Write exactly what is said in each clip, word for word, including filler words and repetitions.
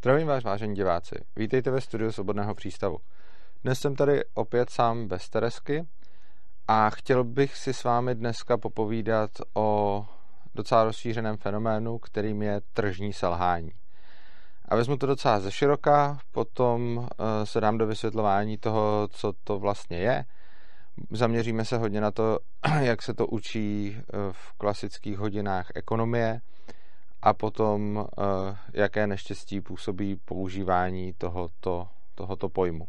Zdravím vás, vážení diváci. Vítejte ve studiu Svobodného přístavu. Dnes jsem tady opět sám bez Teresky a chtěl bych si s vámi dneska popovídat o docela rozšířeném fenoménu, kterým je tržní selhání. A vezmu to docela ze široka, potom se dám do vysvětlování toho, co to vlastně je. Zaměříme se hodně na to, jak se to učí v klasických hodinách ekonomie, a potom, jaké neštěstí působí používání tohoto, tohoto pojmu.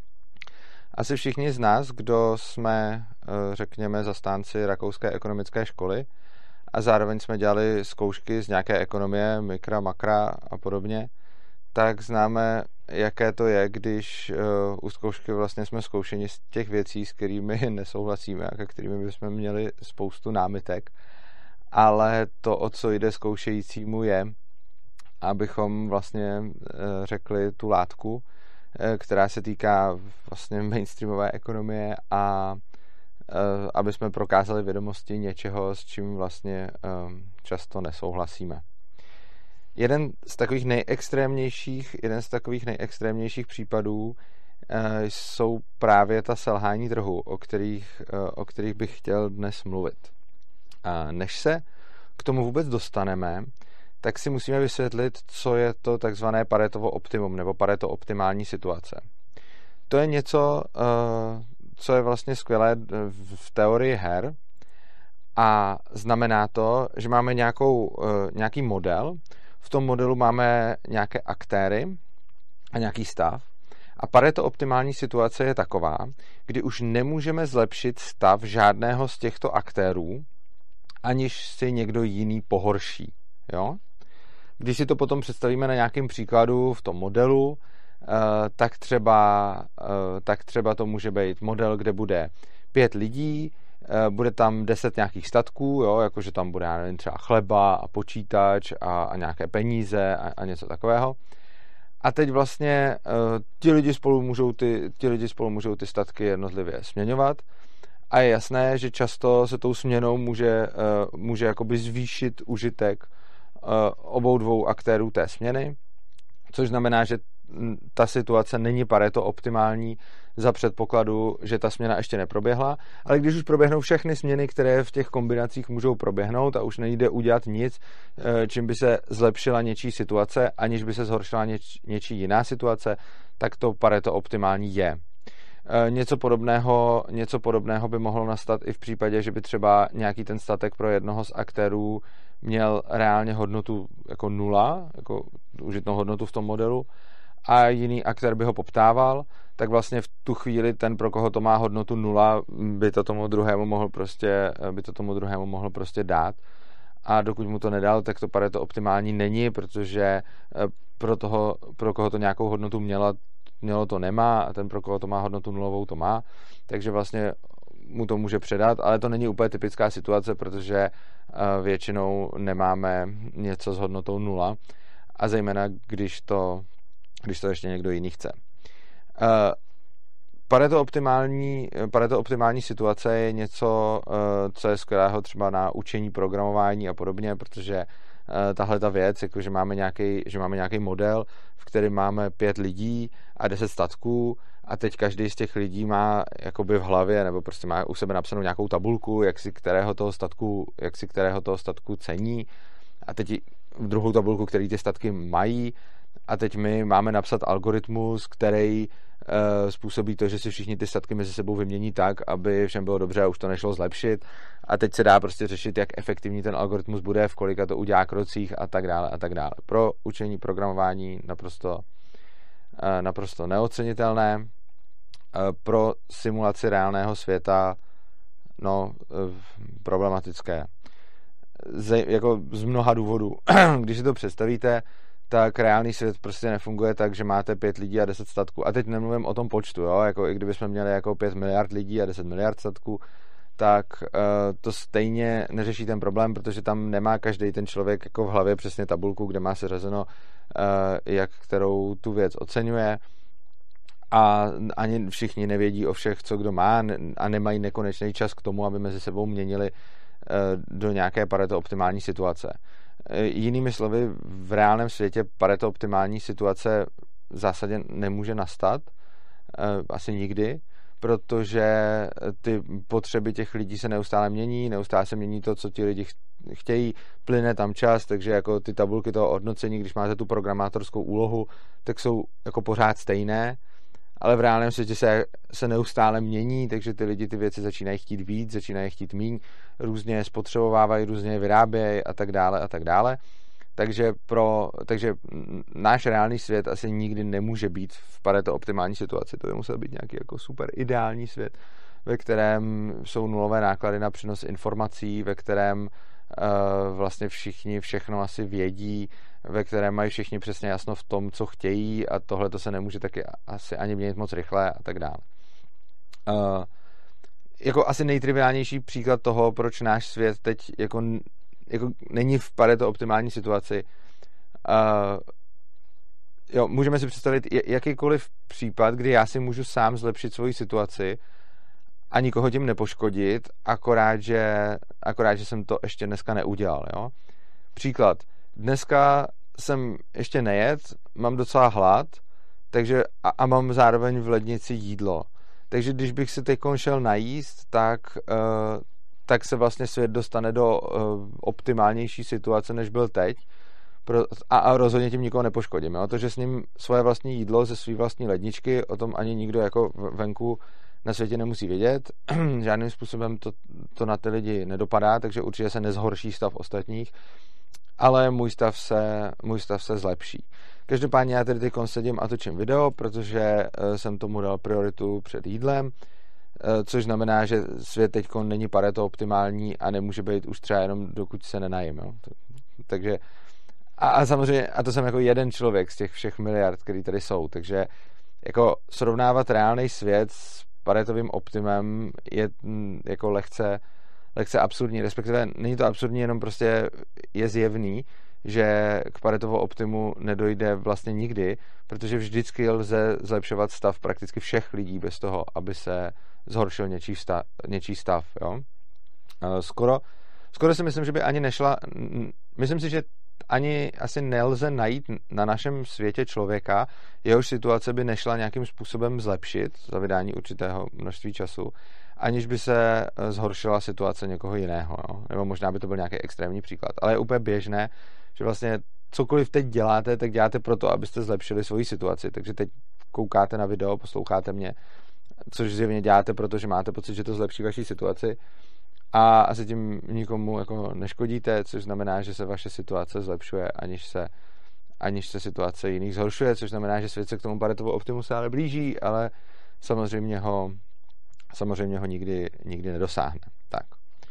Asi všichni z nás, kdo jsme, řekněme, zastánci rakouské ekonomické školy a zároveň jsme dělali zkoušky z nějaké ekonomie, mikra, makra a podobně, tak známe, jaké to je, když u zkoušky vlastně jsme zkoušeni z těch věcí, s kterými nesouhlasíme a ke kterými bychom měli spoustu námitek. Ale to, o co jde zkoušejícímu, je, abychom vlastně řekli tu látku, která se týká vlastně mainstreamové ekonomie, a aby jsme prokázali vědomosti něčeho, s čím vlastně často nesouhlasíme. Jeden z takových nejextrémnějších, jeden z takových nejextrémnějších případů jsou právě ta selhání trhu, o kterých, o kterých bych chtěl dnes mluvit. A než se k tomu vůbec dostaneme, tak si musíme vysvětlit, co je to takzvané Paretovo optimum nebo Pareto optimální situace. To je něco, co je vlastně skvělé v teorii her, a znamená to, že máme nějakou, nějaký model, v tom modelu máme nějaké aktéry a nějaký stav. A Pareto optimální situace je taková, kdy už nemůžeme zlepšit stav žádného z těchto aktérů, aniž si někdo jiný pohorší. Jo? Když si to potom představíme na nějakém příkladu v tom modelu, tak třeba, tak třeba to může být model, kde bude pět lidí, bude tam deset nějakých statků, jo? Jakože tam bude, já nevím, třeba chleba a počítač a, a nějaké peníze a, a něco takového. A teď vlastně ti lidi spolu můžou ty, ti lidi spolu můžou ty statky jednotlivě směňovat. A je jasné, že často se tou směnou může, může jakoby zvýšit užitek obou dvou aktérů té směny, což znamená, že ta situace není Pareto optimální za předpokladu, že ta směna ještě neproběhla, ale když už proběhnou všechny směny, které v těch kombinacích můžou proběhnout a už nejde udělat nic, čím by se zlepšila něčí situace, aniž by se zhoršila něč, něčí jiná situace, tak to Pareto optimální je. Něco podobného, něco podobného by mohlo nastat i v případě, že by třeba nějaký ten statek pro jednoho z aktérů měl reálně hodnotu jako nula, jako užitnou hodnotu v tom modelu, a jiný aktér by ho poptával, tak vlastně v tu chvíli ten, pro koho to má hodnotu nula, by to tomu druhému mohl prostě, by to tomu druhému mohl prostě dát. A dokud mu to nedal, tak to Pareto optimální není, protože pro toho, pro koho to nějakou hodnotu mělo, mělo to nemá, a ten, pro koho to má hodnotu nulovou, to má. Takže vlastně mu to může předat, ale to není úplně typická situace, protože většinou nemáme něco s hodnotou nula, a zejména když to, když to ještě někdo jiný chce. Pareto optimální, Pareto optimální situace je něco, co je skvělého třeba na učení programování a podobně, protože tahle ta věc, jako že máme nějaký, že máme nějaký model, v kterém máme pět lidí a deset statků, a teď každý z těch lidí má jakoby v hlavě, nebo prostě má u sebe napsanou nějakou tabulku, jak si kterého toho statku, jak si kterého toho statku cení, a teď v druhou tabulku, který ty statky mají, a teď my máme napsat algoritmus, který e, způsobí to, že si všichni ty statky mezi sebou vymění tak, aby všem bylo dobře a už to nešlo zlepšit, a teď se dá prostě řešit, jak efektivní ten algoritmus bude, v kolika to udělá krocích a tak dále a tak dále. Pro učení programování naprosto, e, naprosto neocenitelné, e, pro simulaci reálného světa no, e, problematické. Z, jako z mnoha důvodů. Když si to představíte, tak reálný svět prostě nefunguje tak, že máte pět lidí a deset statků. A teď nemluvím o tom počtu, jo? Jako i kdybychom měli jako pět miliard lidí a deset miliard statků, tak uh, to stejně neřeší ten problém, protože tam nemá každý ten člověk jako v hlavě přesně tabulku, kde má seřazeno, uh, jak kterou tu věc oceňuje, a ani všichni nevědí o všech, co kdo má, a nemají nekonečný čas k tomu, aby mezi sebou měnili uh, do nějaké Pareto optimální situace. Jinými slovy, v reálném světě Pareto optimální situace v zásadě nemůže nastat, asi nikdy, protože ty potřeby těch lidí se neustále mění, neustále se mění to, co ti lidi chtějí, plyne tam čas, takže jako ty tabulky toho hodnocení, když máte tu programátorskou úlohu, tak jsou jako pořád stejné, ale v reálném světě se, se neustále mění, takže ty lidi ty věci začínají chtít víc, začínají chtít míň, různě je spotřebovávají, různě je vyrábějí a tak dále a tak dále. Takže, pro, takže náš reálný svět asi nikdy nemůže být v Pareto optimální situaci. To by musel být nějaký jako super ideální svět, ve kterém jsou nulové náklady na přenos informací, ve kterém uh, vlastně všichni všechno asi vědí, ve kterém mají všichni přesně jasno v tom, co chtějí a tohle to se nemůže taky asi ani měnit moc rychle a tak dále. Uh, jako asi nejtriviálnější příklad toho, proč náš svět teď jako jako není v Pareto optimální situaci. Uh, jo, můžeme si představit jakýkoliv případ, kdy já si můžu sám zlepšit svoji situaci a nikoho tím nepoškodit, akorát, že, akorát, že jsem to ještě dneska neudělal. Jo? Příklad. Dneska jsem ještě nejet, mám docela hlad, takže a, a mám zároveň v lednici jídlo. Takže když bych se teď šel najíst, tak uh, tak se vlastně svět dostane do uh, optimálnější situace, než byl teď. Pro, a, a rozhodně tím nikoho nepoškodím. Jo? To, že s ním svoje vlastní jídlo ze své vlastní ledničky, o tom ani nikdo jako venku na světě nemusí vědět. Žádným způsobem to, to na ty lidi nedopadá, takže určitě se nezhorší stav ostatních, ale můj stav se, můj stav se zlepší. Každopádně já tedy teď sedím a točím video, protože jsem tomu dal prioritu před jídlem, což znamená, že svět teď není Pareto optimální a nemůže být už třeba jenom dokud se nenajím. Jo. Takže a, a samozřejmě, a to jsem jako jeden člověk z těch všech miliard, který tady jsou, takže jako srovnávat reálný svět s Paretovým optimem je jako lehce, lehce absurdní, respektive není to absurdní, jenom prostě je zjevný, že k Paretovo optimu nedojde vlastně nikdy, protože vždycky lze zlepšovat stav prakticky všech lidí bez toho, aby se zhoršil něčí stav. Něčí stav jo? Skoro, skoro si myslím, že by ani nešla, myslím si, že ani asi nelze najít na našem světě člověka, jehož situace by nešla nějakým způsobem zlepšit za vydání určitého množství času, aniž by se zhoršila situace někoho jiného. Jo? Nebo možná by to byl nějaký extrémní příklad. Ale je úplně běžné, že vlastně cokoliv teď děláte, tak děláte proto, abyste zlepšili svoji situaci. Takže teď koukáte na video, posloucháte mě, což zjevně děláte, protože máte pocit, že to zlepší vaši situaci a asi tím nikomu jako neškodíte, což znamená, že se vaše situace zlepšuje, aniž se, aniž se situace jiných zhoršuje, což znamená, že svět se k tomu Paretovu optimu se ale blíží, ale samozřejmě ho, samozřejmě ho nikdy, nikdy nedosáhne. Tak.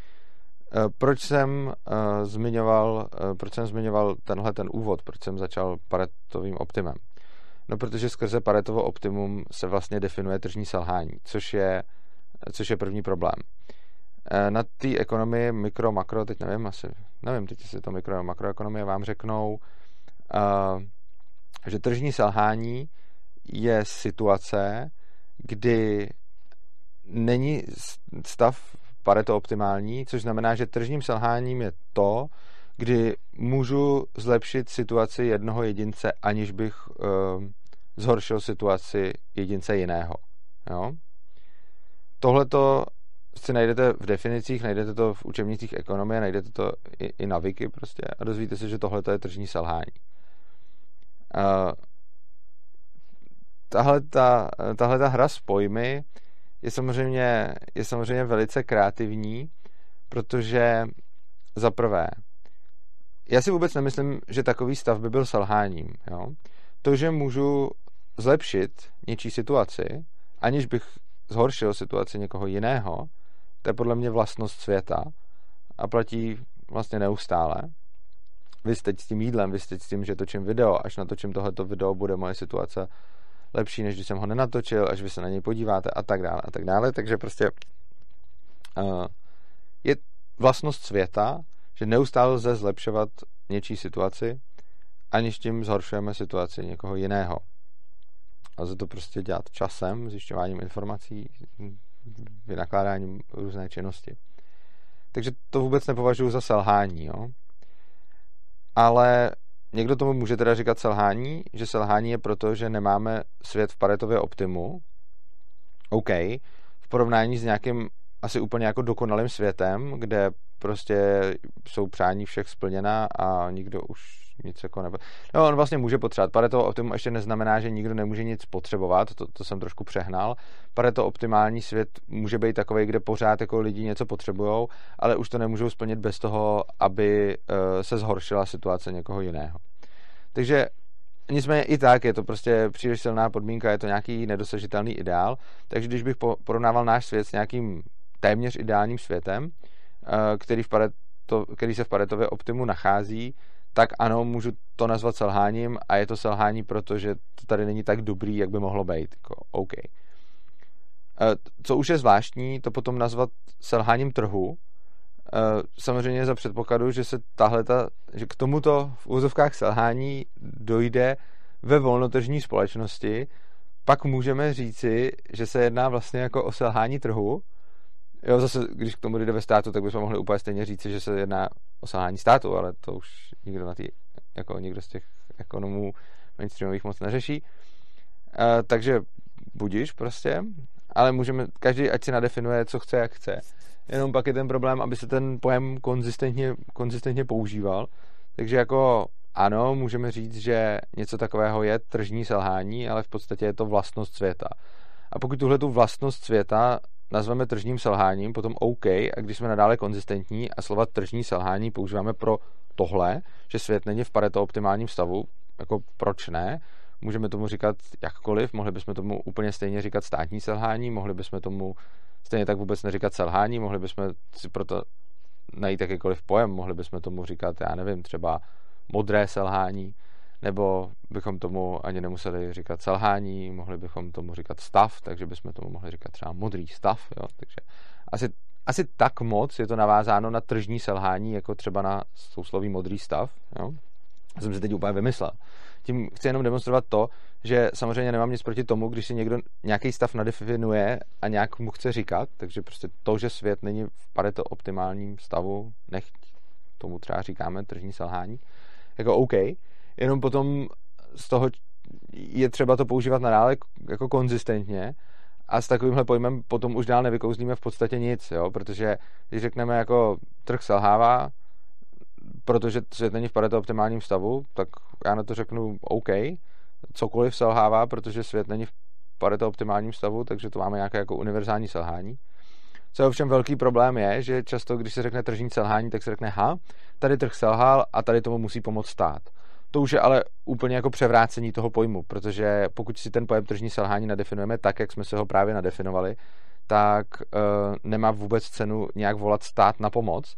Proč jsem uh, zmiňoval, uh, proč jsem zmiňoval tenhle ten úvod, proč jsem začal Paretovým optimem? No, protože skrze Paretovo optimum se vlastně definuje tržní selhání, což je, což je první problém. Na té ekonomii mikro, makro, teď nevím, asi, nevím, teď si to mikro a makroekonomie vám řeknou, uh, že tržní selhání je situace, kdy není stav Pareto optimální, což znamená, že tržním selháním je to, kdy můžu zlepšit situaci jednoho jedince, aniž bych uh, zhoršil situaci jedince jiného. Jo? Tohleto si najdete v definicích, najdete to v učebnicích ekonomie, najdete to i, i na Wiki prostě a dozvíte se, že tohle je tržní selhání. Uh, tahle ta, tahle ta hra s pojmy je samozřejmě, je samozřejmě velice kreativní, protože za prvé, já si vůbec nemyslím, že takový stav by byl selháním. Jo? To, že můžu zlepšit něčí situaci, aniž bych zhoršil situaci někoho jiného, to je podle mě vlastnost světa a platí vlastně neustále. Vy jste s tím jídlem, vy jste s tím, že točím video, až natočím tohleto video, bude moje situace lepší, než když jsem ho nenatočil, až vy se na něj podíváte a tak dále a tak dále. Takže prostě uh, je vlastnost světa, že neustále lze zlepšovat něčí situaci, aniž tím zhoršujeme situaci někoho jiného. A lze to prostě dělat časem, zjišťováním informací, vynakládáním různé činnosti. Takže to vůbec nepovažuji za selhání. Jo? ale někdo tomu může teda říkat selhání, že selhání je proto, že nemáme svět v Paretově optimu. OK. V porovnání s nějakým asi úplně jako dokonalým světem, kde prostě jsou přání všech splněna a nikdo už nic jako nebo... No, on vlastně může potřebovat. Pareto optimum ještě neznamená, že nikdo nemůže nic potřebovat, to, to jsem trošku přehnal. Pareto optimální svět může být takový, kde pořád jako lidi něco potřebujou, ale už to nemůžou splnit bez toho, aby uh, se zhoršila situace někoho jiného. Takže nicméně i tak je to prostě příliš silná podmínka, je to nějaký nedosažitelný ideál, takže když bych porovnával náš svět s nějakým téměř ideálním světem, který, v Pareto, který se v Paretově optimu nachází, tak ano, můžu to nazvat selháním a je to selhání, protože to tady není tak dobrý, jak by mohlo být. Jako, OK. Co už je zvláštní, to potom nazvat selháním trhu, samozřejmě za předpokladu, že se tahleta, že k tomuto v úvozovkách selhání dojde ve volnotržní společnosti, pak můžeme říci, že se jedná vlastně jako o selhání trhu. Jo, zase, když k tomu jde ve státu, tak bychom mohli úplně stejně říci, že se jedná o selhání státu, ale to už nikdo na tý, jako nikdo z těch ekonomů mainstreamových moc neřeší. E, takže budiš prostě, ale můžeme, každý ať si nadefinuje, co chce, jak chce. Jenom pak je ten problém, aby se ten pojem konzistentně, konzistentně používal. Takže jako ano, můžeme říct, že něco takového je tržní selhání, ale v podstatě je to vlastnost světa. A pokud tuhletu vlastnost světa nazveme tržním selháním, potom OK, a když jsme nadále konzistentní a slova tržní selhání používáme pro tohle, že svět není v Pareto optimálním stavu, jako proč ne? Můžeme tomu říkat jakkoliv, mohli bychom tomu úplně stejně říkat státní selhání, mohli bychom tomu stejně tak vůbec neříkat selhání, mohli bychom si proto najít jakýkoliv pojem, mohli bychom tomu říkat, já nevím, třeba modré selhání, nebo bychom tomu ani nemuseli říkat selhání, mohli bychom tomu říkat stav, takže bychom tomu mohli říkat třeba modrý stav, jo? Takže asi, asi tak moc je to navázáno na tržní selhání, jako třeba na sousloví modrý stav, jo? Já jsem si teď úplně vymyslel. Tím chci jenom demonstrovat to, že samozřejmě nemám nic proti tomu, když si někdo nějaký stav nadefinuje a nějak mu chce říkat, takže prostě to, že svět není v Pareto optimálním stavu, nechť tomu třeba říkáme tržní selhání, jako OK, jenom potom z toho je třeba to používat nadále jako konzistentně a s takovýmhle pojmem potom už dál nevykouzlíme v podstatě nic, jo? Protože když řekneme jako trh selhává, protože svět není v Pareto optimálním stavu, tak já na to řeknu OK, cokoliv selhává, protože svět není v Pareto optimálním stavu, takže to máme nějaké jako univerzální selhání. Co je ovšem velký problém je, že často, když se řekne tržní selhání, tak se řekne, ha, tady trh selhal a tady tomu musí pomoct stát. To už je ale úplně jako převrácení toho pojmu, protože pokud si ten pojem tržní selhání nadefinujeme tak, jak jsme se ho právě nadefinovali, tak e, nemá vůbec cenu nějak volat stát na pomoc,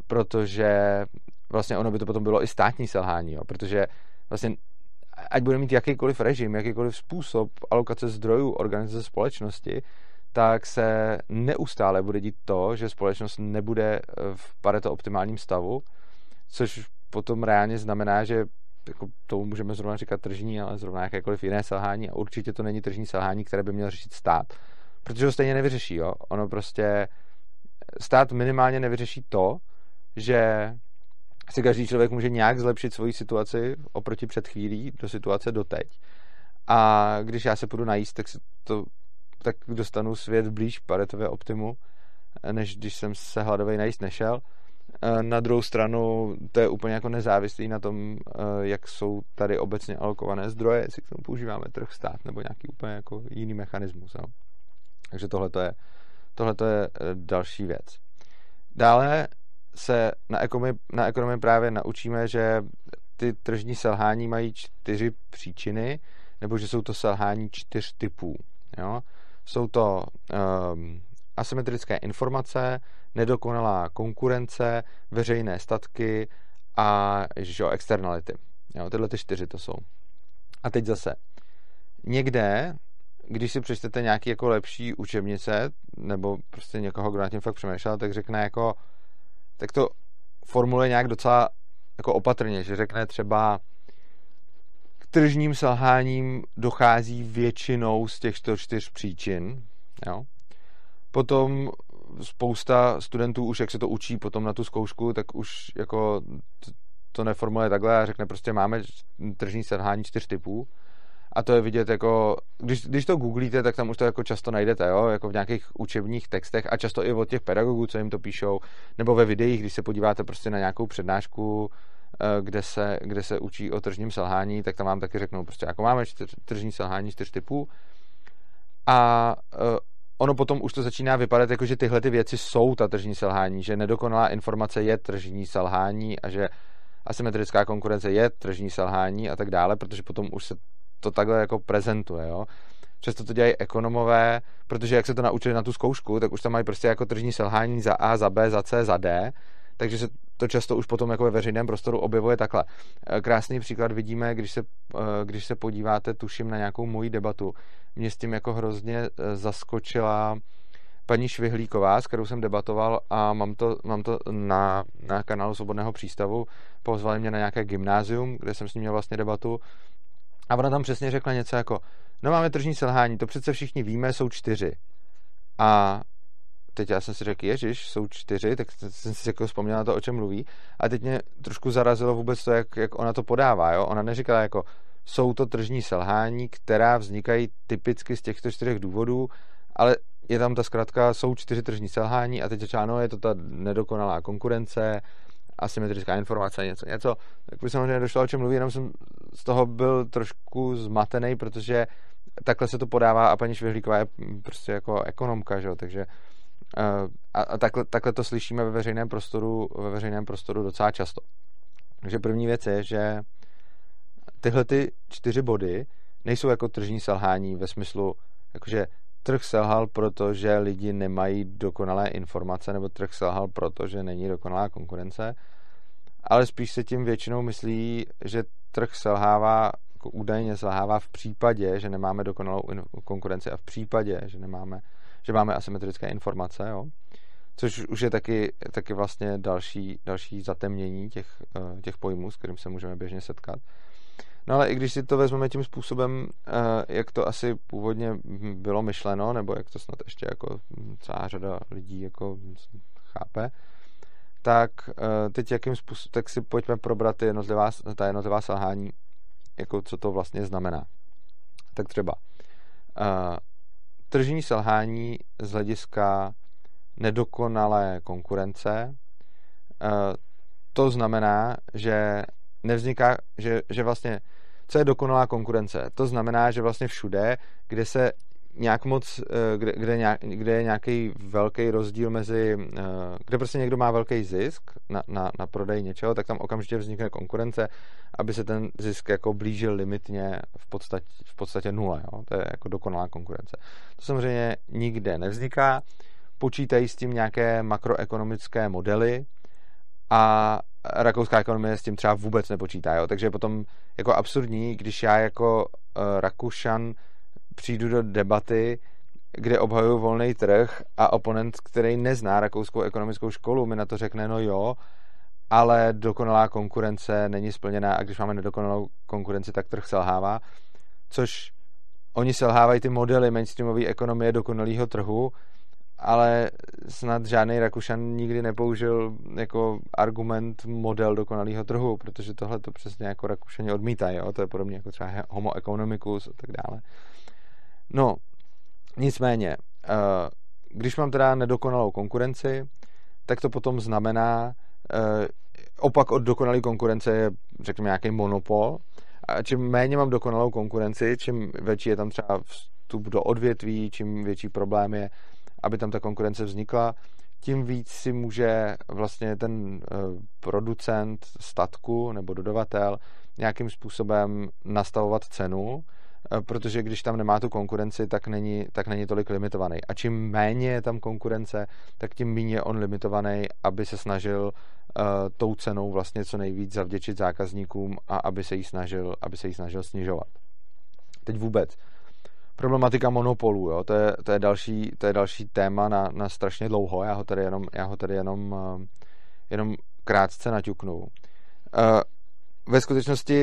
protože vlastně ono by to potom bylo i státní selhání, jo, protože vlastně ať bude mít jakýkoliv režim, jakýkoliv způsob alokace zdrojů, organizace společnosti, tak se neustále bude dít to, že společnost nebude v Pareto optimálním stavu, což potom reálně znamená, že jako tomu můžeme zrovna říkat tržní, ale zrovna jakékoliv jiné selhání a určitě to není tržní selhání, které by měl řešit stát, protože ho stejně nevyřeší, jo. Ono prostě stát minimálně nevyřeší to, že si každý člověk může nějak zlepšit svoji situaci oproti před chvílí do situace doteď. A když já se půjdu najíst, tak, se to, tak dostanu svět blíž Paretově optimu, než když jsem se hladovej najíst nešel. Na druhou stranu to je úplně jako nezávislý na tom, jak jsou tady obecně alokované zdroje, jestli k tomu používáme trh, stát nebo nějaký úplně jako jiný mechanismus. No. Takže tohle je, tohleto je další věc. Dále se na ekonomii, na ekonomii právě naučíme, že ty tržní selhání mají čtyři příčiny, nebo že jsou to selhání čtyř typů. Jo? Jsou to um, asymetrické informace, nedokonalá konkurence, veřejné statky a že jo, externality. Jo, tyhle ty čtyři to jsou. A teď zase. Někde, když si přečtete nějaký jako lepší učebnice, nebo prostě někoho, kdo na tím fakt přemýšlel, tak řekne jako, tak to formuluje nějak docela jako opatrně, že řekne třeba k tržním selháním dochází většinou z těchto čtyř příčin. Jo? Potom spousta studentů už, jak se to učí potom na tu zkoušku, tak už jako to neformuluje takhle a řekne prostě máme tržní selhání čtyř typů. A to je vidět jako, když, když to googlíte, tak tam už to jako často najdete, jo? Jako v nějakých učebních textech a často i od těch pedagogů, co jim to píšou, nebo ve videích, když se podíváte prostě na nějakou přednášku, kde se, kde se učí o tržním selhání, tak tam vám taky řeknou prostě, jako máme čtyř, tržní selhání čtyř typů a uh, ono potom už to začíná vypadat jako, že tyhle ty věci jsou ta tržní selhání, že nedokonalá informace je tržní selhání a že asymetrická konkurence je tržní selhání a tak dále, protože potom už se to takhle jako prezentuje, jo. Přesto to dělají ekonomové, protože jak se to naučili na tu zkoušku, tak už tam mají prostě jako tržní selhání za A, za B, za C, za D, takže se to často už potom jako ve veřejném prostoru objevuje takhle. Krásný příklad vidíme, když se, když se podíváte, tuším, na nějakou moji debatu. Mě s tím jako hrozně zaskočila paní Švihlíková, s kterou jsem debatoval a mám to, mám to na, na kanálu Svobodného přístavu. Pozvali mě na nějaké gymnázium, kde jsem s ním měl vlastně debatu. A ona tam přesně řekla něco jako, no máme tržní selhání, to přece všichni víme, jsou čtyři. A teď já jsem si řekl, ježiš, jsou čtyři, tak jsem si jako vzpomněl na to, o čem mluví. A teď mě trošku zarazilo vůbec to, jak, jak ona to podává. Jo? Ona neříkala jako, jsou to tržní selhání, která vznikají typicky z těchto čtyřech důvodů, ale je tam ta zkratka, jsou čtyři tržní selhání a teď začala, no, je to ta nedokonalá konkurence, asymetrická informace, něco, něco. Tak by samozřejmě došlo, o čem mluví, jenom jsem z toho byl trošku zmatený, protože takhle se to podává a paní Švihlíková je prostě jako ekonomka, že jo, takže a, a takhle, takhle to slyšíme ve veřejném prostoru, ve veřejném prostoru docela často. Takže první věc je, že tyhle ty čtyři body nejsou jako tržní selhání ve smyslu, jakože trh selhal, protože lidi nemají dokonalé informace, nebo trh selhal, protože není dokonalá konkurence, ale spíš se tím většinou myslí, že trh selhává, jako údajně selhává v případě, že nemáme dokonalou konkurenci a v případě, že nemáme, že máme asymetrické informace, jo? Což už je taky, taky vlastně další, další zatemnění těch, těch pojmů, s kterým se můžeme běžně setkat. No ale i když si to vezmeme tím způsobem, jak to asi původně bylo myšleno, nebo jak to snad ještě jako celá řada lidí jako chápe, tak teď jakým způsobem, tak si pojďme probrat ty jednotlivá, ta jednotlivá selhání, jako co to vlastně znamená. Tak třeba tržní selhání z hlediska nedokonalé konkurence, to znamená, že nevzniká, že, že vlastně, co je dokonalá konkurence? To znamená, že vlastně všude, kde se nějak moc, kde, kde, nějak, kde je nějaký velký rozdíl mezi, kde prostě někdo má velký zisk na, na, na prodej něčeho, tak tam okamžitě vznikne konkurence, aby se ten zisk jako blížil limitně v podstatě, v podstatě nule. Jo? To je jako dokonalá konkurence. To samozřejmě nikde nevzniká. Počítají s tím nějaké makroekonomické modely a rakouská ekonomie s tím třeba vůbec nepočítá. Jo? Takže je potom jako absurdní, když já jako uh, Rakušan přijdu do debaty, kde obhajuju volný trh a oponent, který nezná rakouskou ekonomickou školu, mi na to řekne, no jo, ale dokonalá konkurence není splněná a když máme nedokonalou konkurenci, tak trh selhává. Což oni selhávají ty modely mainstreamové ekonomie dokonalého trhu, ale snad žádný Rakušan nikdy nepoužil jako argument model dokonalého trhu, protože tohle to přesně jako Rakušani odmítají, jo? To je podobně jako třeba homo economicus a tak dále. No, nicméně, když mám teda nedokonalou konkurenci, tak to potom znamená, opak od dokonalé konkurence je, řekněme, nějaký monopol. A čím méně mám dokonalou konkurenci, čím větší je tam třeba vstup do odvětví, čím větší problém je, aby tam ta konkurence vznikla, tím víc si může vlastně ten producent statku nebo dodavatel nějakým způsobem nastavovat cenu, protože když tam nemá tu konkurenci, tak není, tak není tolik limitovaný. A čím méně je tam konkurence, tak tím méně je on limitovaný, aby se snažil uh, tou cenou vlastně co nejvíc zavděčit zákazníkům a aby se jí snažil, aby se jí snažil snižovat. Teď vůbec. Problematika monopolů, jo, to je, to je, další, to je další téma na, na strašně dlouho, já ho tady jenom, já ho tady jenom, uh, jenom krátce naťuknu. Uh, ve skutečnosti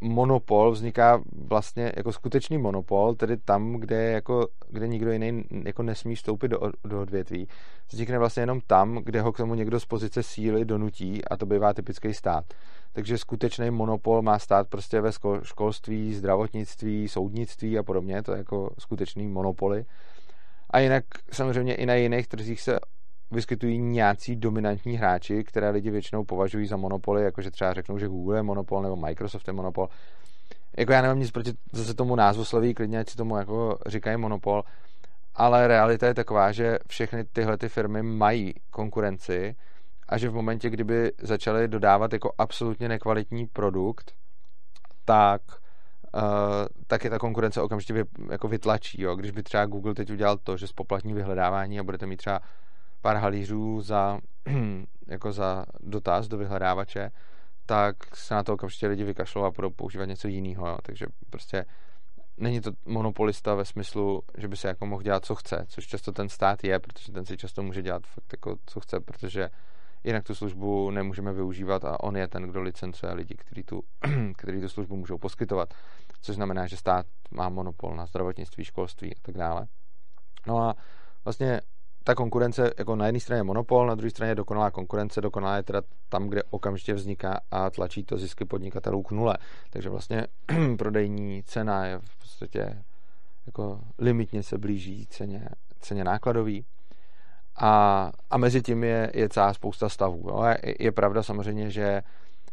monopol vzniká vlastně jako skutečný monopol, tedy tam, kde, jako, kde nikdo jiný jako nesmí vstoupit do, do odvětví. Vznikne vlastně jenom tam, kde ho k tomu někdo z pozice síly donutí, a to bývá typický stát. Takže skutečný monopol má stát prostě ve školství, zdravotnictví, soudnictví a podobně, to je jako skutečný monopoly. A jinak samozřejmě i na jiných trzích se vyskytují nějací dominantní hráči, které lidi většinou považují za monopoly, jakože třeba řeknou, že Google je monopol nebo Microsoft je monopol. Jako já nemám nic proti zase tomu názvu sloví, klidně ať si tomu jako říkají monopol, ale realita je taková, že všechny tyhle ty firmy mají konkurenci a že v momentě, kdyby začaly dodávat jako absolutně nekvalitní produkt, tak Uh, tak je ta konkurence okamžitě vy, jako vytlačí. Jo? Když by třeba Google teď udělal to, že spoplatní vyhledávání a budete mít třeba pár halířů za, jako za dotaz do vyhledávače, tak se na to okamžitě lidi vykašlou a budou používat něco jiného. Jo? Takže prostě není to monopolista ve smyslu, že by se jako mohl dělat, co chce, což často ten stát je, protože ten si často může dělat fakt jako, co chce, protože jinak tu službu nemůžeme využívat a on je ten, kdo licencuje lidi, kteří tu, kteří tu službu můžou poskytovat. Což znamená, že stát má monopol na zdravotnictví, školství a tak dále. No a vlastně ta konkurence, jako na jedné straně je monopol, na druhé straně je dokonalá konkurence. Dokonalá je teda tam, kde okamžitě vzniká a tlačí to zisky podnikatelů k nule. Takže vlastně prodejní cena je v podstatě jako limitně se blíží ceně, ceně nákladový. A, a mezi tím je, je celá spousta stavů. Jo. Je, je pravda samozřejmě, že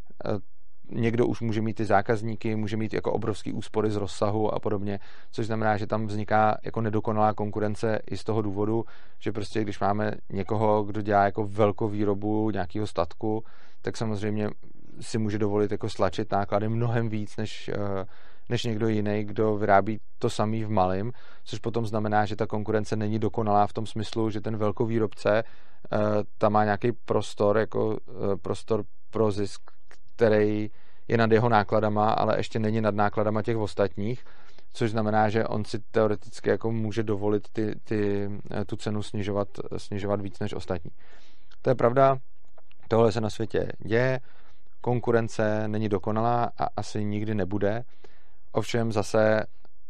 někdo už může mít ty zákazníky, může mít jako obrovský úspory z rozsahu a podobně, což znamená, že tam vzniká jako nedokonalá konkurence i z toho důvodu, že prostě když máme někoho, kdo dělá jako velkou výrobu nějakého statku, tak samozřejmě si může dovolit jako stlačit náklady mnohem víc než, než někdo jiný, kdo vyrábí to samý v malém, což potom znamená, že ta konkurence není dokonalá v tom smyslu, že ten velkovýrobce tam má nějaký prostor, jako prostor pro zisk, který je nad jeho nákladama, ale ještě není nad nákladama těch ostatních, což znamená, že on si teoreticky jako může dovolit ty, ty, tu cenu snižovat, snižovat víc než ostatní. To je pravda, tohle se na světě děje, konkurence není dokonalá a asi nikdy nebude, ovšem zase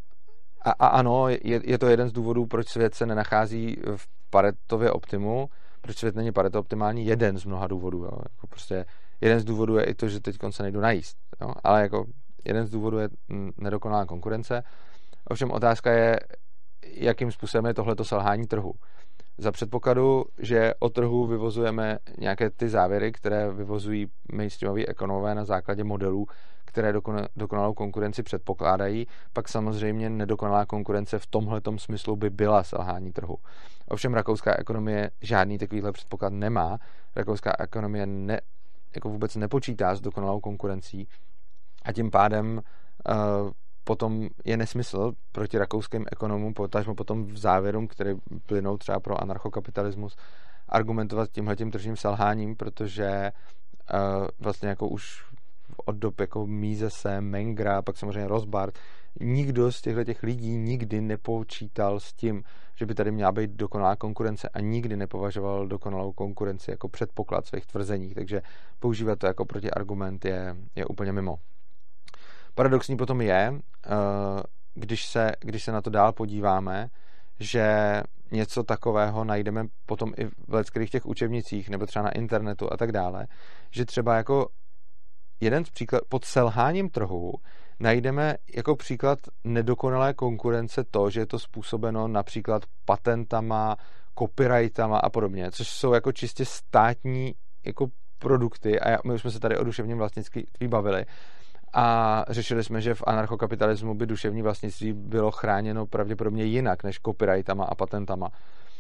a, a ano, je, je to jeden z důvodů, proč svět se nenachází v Paretově optimu, proč svět není Pareto optimální, jeden z mnoha důvodů, jo. Jako prostě jeden z důvodů je i to, že teď se nejdu najíst. Jo? Ale jako jeden z důvodů je nedokonalá konkurence. Ovšem otázka je, jakým způsobem je tohleto selhání trhu. Za předpokladu, že o trhu vyvozujeme nějaké ty závěry, které vyvozují mainstreamoví ekonomové na základě modelů, které dokonalou konkurenci předpokládají, pak samozřejmě nedokonalá konkurence v tomhletom smyslu by byla selhání trhu. Ovšem rakouská ekonomie žádný takovýhle předpoklad nemá. Rakouská ekonomie ne jako vůbec nepočítá s dokonalou konkurencí a tím pádem uh, potom je nesmysl proti rakouským ekonomům, potažmo potom v závěrům, které plynou třeba pro anarchokapitalismus, argumentovat tímhletím tržním selháním, protože uh, vlastně jako už od dob jako Misese, Mengra, pak samozřejmě Rothbard, nikdo z těchto těch lidí nikdy nepočítal s tím, že by tady měla být dokonalá konkurence a nikdy nepovažoval dokonalou konkurenci jako předpoklad svých tvrzení, takže používat to jako protiargument je, je úplně mimo. Paradoxní potom je, když se, když se na to dál podíváme, že něco takového najdeme potom i v leckých těch učebnicích nebo třeba na internetu a tak dále, že třeba jako jeden z příkladů pod selháním trhu najdeme jako příklad nedokonalé konkurence to, že je to způsobeno například patentama, copyrightama a podobně, což jsou jako čistě státní jako produkty a my už jsme se tady o duševním vlastnictví bavili a řešili jsme, že v anarchokapitalismu by duševní vlastnictví bylo chráněno pravděpodobně jinak než copyrightama a patentama,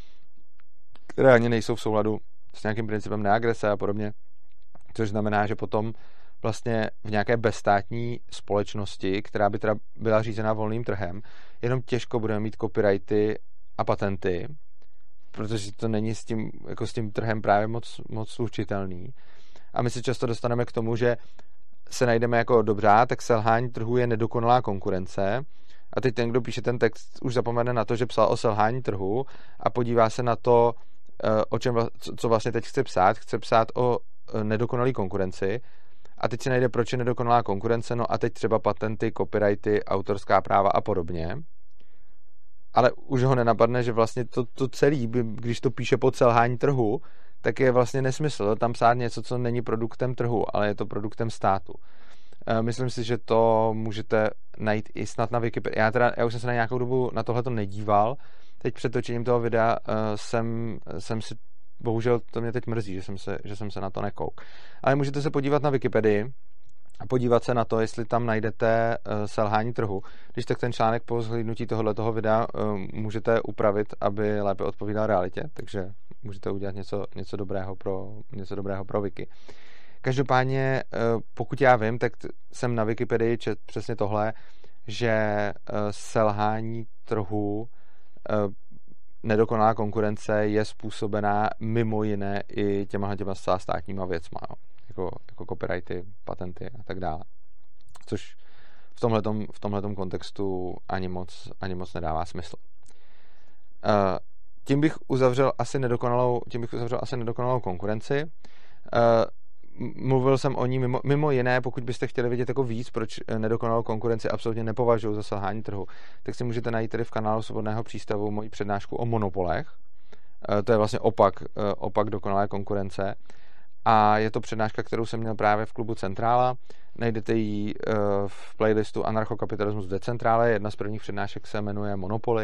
které ani nejsou v souladu s nějakým principem neagrese a podobně, což znamená, že potom vlastně v nějaké bezstátní společnosti, která by teda byla řízená volným trhem, jenom těžko budeme mít copyrighty a patenty, protože to není s tím, jako s tím trhem právě moc, moc slučitelný. A my se často dostaneme k tomu, že se najdeme jako dobrá, tak selhání trhu je nedokonalá konkurence a teď ten, kdo píše ten text, už zapomene na to, že psal o selhání trhu a podívá se na to, o čem, co vlastně teď chce psát. Chce psát o nedokonalé konkurenci a teď se najde, proč je nedokonalá konkurence, no a teď třeba patenty, copyrighty, autorská práva a podobně. Ale už ho nenapadne, že vlastně to, to celé, když to píše pod selhání trhu, tak je vlastně nesmysl tam psát něco, co není produktem trhu, ale je to produktem státu. Myslím si, že to můžete najít i snad na Wikipedii. Já, teda, já už jsem se na nějakou dobu na tohle to nedíval. Teď před točením toho videa uh, jsem, jsem si, bohužel to mě teď mrzí, že jsem se, že jsem se na to nekouk. Ale můžete se podívat na Wikipedii a podívat se na to, jestli tam najdete uh, selhání trhu. Když tak ten článek po zhlídnutí tohoto videa uh, můžete upravit, aby lépe odpovídal realitě, takže můžete udělat něco, něco, dobrého, pro, něco dobrého pro Wiki. Každopádně, pokud já vím, tak jsem na Wikipedii čet přesně tohle, že selhání trhu, nedokonalá konkurence je způsobená mimo jiné i těma těma státníma věcma, jo. Jako, jako copyrighty, patenty a tak dále. Což v tomhletom, v tomhletom kontextu ani moc, ani moc nedává smysl. Tím bych uzavřel asi nedokonalou, tím bych uzavřel asi nedokonalou konkurenci. Mluvil jsem o ní mimo, mimo jiné, pokud byste chtěli vidět jako víc, proč nedokonalou konkurenci absolutně nepovažuji za selhání trhu, tak si můžete najít tady v kanálu Svobodného přístavu moji přednášku o monopolech. To je vlastně opak, opak dokonalé konkurence. A je to přednáška, kterou jsem měl právě v klubu Centrála. Najdete ji v playlistu Anarchokapitalismus v decentrále. Jedna z prvních přednášek se jmenuje Monopoly.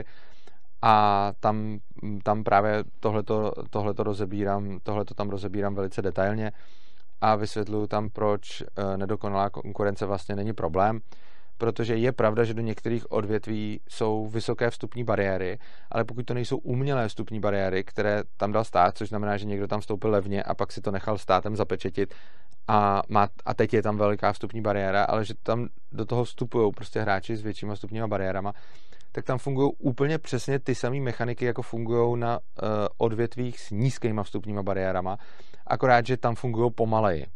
A tam, tam právě tohleto, tohleto rozebírám, tohleto tam rozebírám velice detailně. A vysvětluju tam, proč nedokonalá konkurence vlastně není problém, protože je pravda, že do některých odvětví jsou vysoké vstupní bariéry, ale pokud to nejsou umělé vstupní bariéry, které tam dal stát, což znamená, že někdo tam vstoupil levně a pak si to nechal státem zapečetit a, má, a teď je tam veliká vstupní bariéra, ale že tam do toho vstupují prostě hráči s většíma vstupníma bariérama, tak tam fungují úplně přesně ty samé mechaniky, jako fungují na uh, odvětvích s nízkýma vstupníma bariérama, akorát, že tam fungují pomaleji.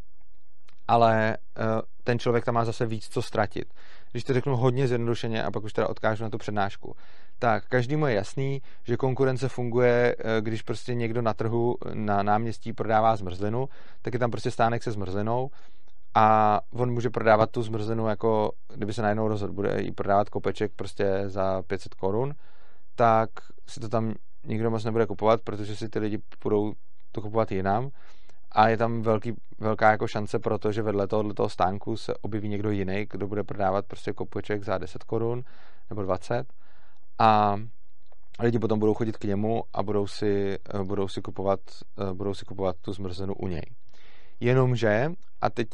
Ale uh, ten člověk tam má zase víc co ztratit. Když to řeknu hodně zjednodušeně a pak už teda odkážu na tu přednášku, tak každému je jasný, že konkurence funguje, uh, když prostě někdo na trhu na náměstí prodává zmrzlinu, tak je tam prostě stánek se zmrzlinou a on může prodávat tu zmrzlinu, jako kdyby se najednou rozhodl, bude jí prodávat kopeček prostě za pět set korun, tak si to tam nikdo moc nebude kupovat, protože si ty lidi budou to kupovat jinam a je tam velký, velká jako šance pro to, že vedle tohoto stánku se objeví někdo jiný, kdo bude prodávat prostě kopeček za deset korun nebo dvacet a lidi potom budou chodit k němu a budou si, budou si kupovat, budou si kupovat tu zmrzlinu u něj. Jenomže, a teď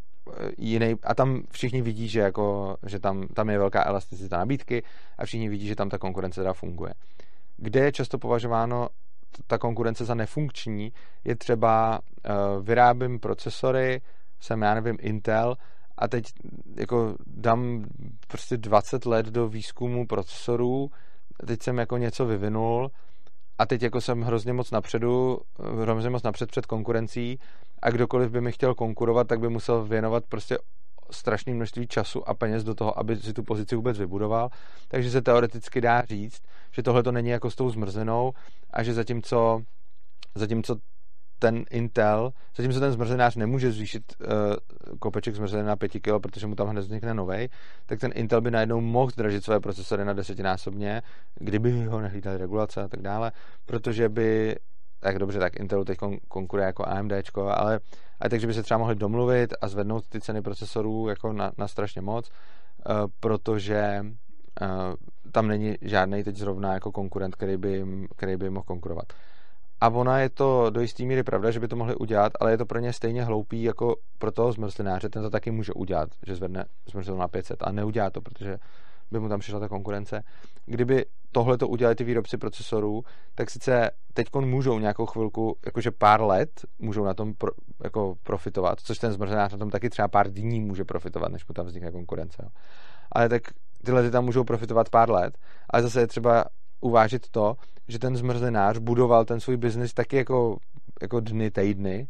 jiný, a tam všichni vidí, že, jako, že tam, tam je velká elasticita nabídky a všichni vidí, že tam ta konkurence teda funguje. Kde je často považováno ta konkurence za nefunkční, je třeba uh, vyrábím procesory, jsem, já nevím, Intel a teď jako dám prostě dvacet let do výzkumu procesorů, teď jsem jako něco vyvinul a teď jako jsem hrozně moc napředu, hrozně moc napřed před konkurencí a kdokoliv by mi chtěl konkurovat, tak by musel věnovat prostě strašné množství času a peněz do toho, aby si tu pozici vůbec vybudoval. Takže se teoreticky dá říct, že tohle to není jako s tou zmrzlinou a že zatímco, zatímco ten Intel, zatímco ten zmrzlinář nemůže zvýšit uh, kopeček zmrzliny na pět kilo, protože mu tam hned vznikne novej, tak ten Intel by najednou mohl zdražit své procesory na desetinásobně, kdyby ho nehlídali regulace a tak dále, protože by, tak dobře, tak Intelu teď konkuruje jako AMDčko, ale, ale takže by se třeba mohli domluvit a zvednout ty ceny procesorů jako na, na strašně moc, uh, protože uh, tam není žádnej teď zrovna jako konkurent, který by, který by mohl konkurovat. A ona je to do jistý míry pravda, že by to mohli udělat, ale je to pro ně stejně hloupý jako pro toho zmrzlináře. Ten to taky může udělat, že zvedne zmrzlinu na pět set a neudělá to, protože by mu tam přišla ta konkurence. Kdyby tohle to udělali ty výrobci procesorů, tak sice teďkon můžou nějakou chvilku, jakože pár let můžou na tom pro, jako profitovat, což ten zmrzlinář na tom taky třeba pár dní může profitovat, než mu tam vznikne konkurence. Ale tak tyhle ty tam můžou profitovat pár let, ale zase je třeba uvážit to, že ten zmrzlinář budoval ten svůj biznis taky jako, jako dny, týdny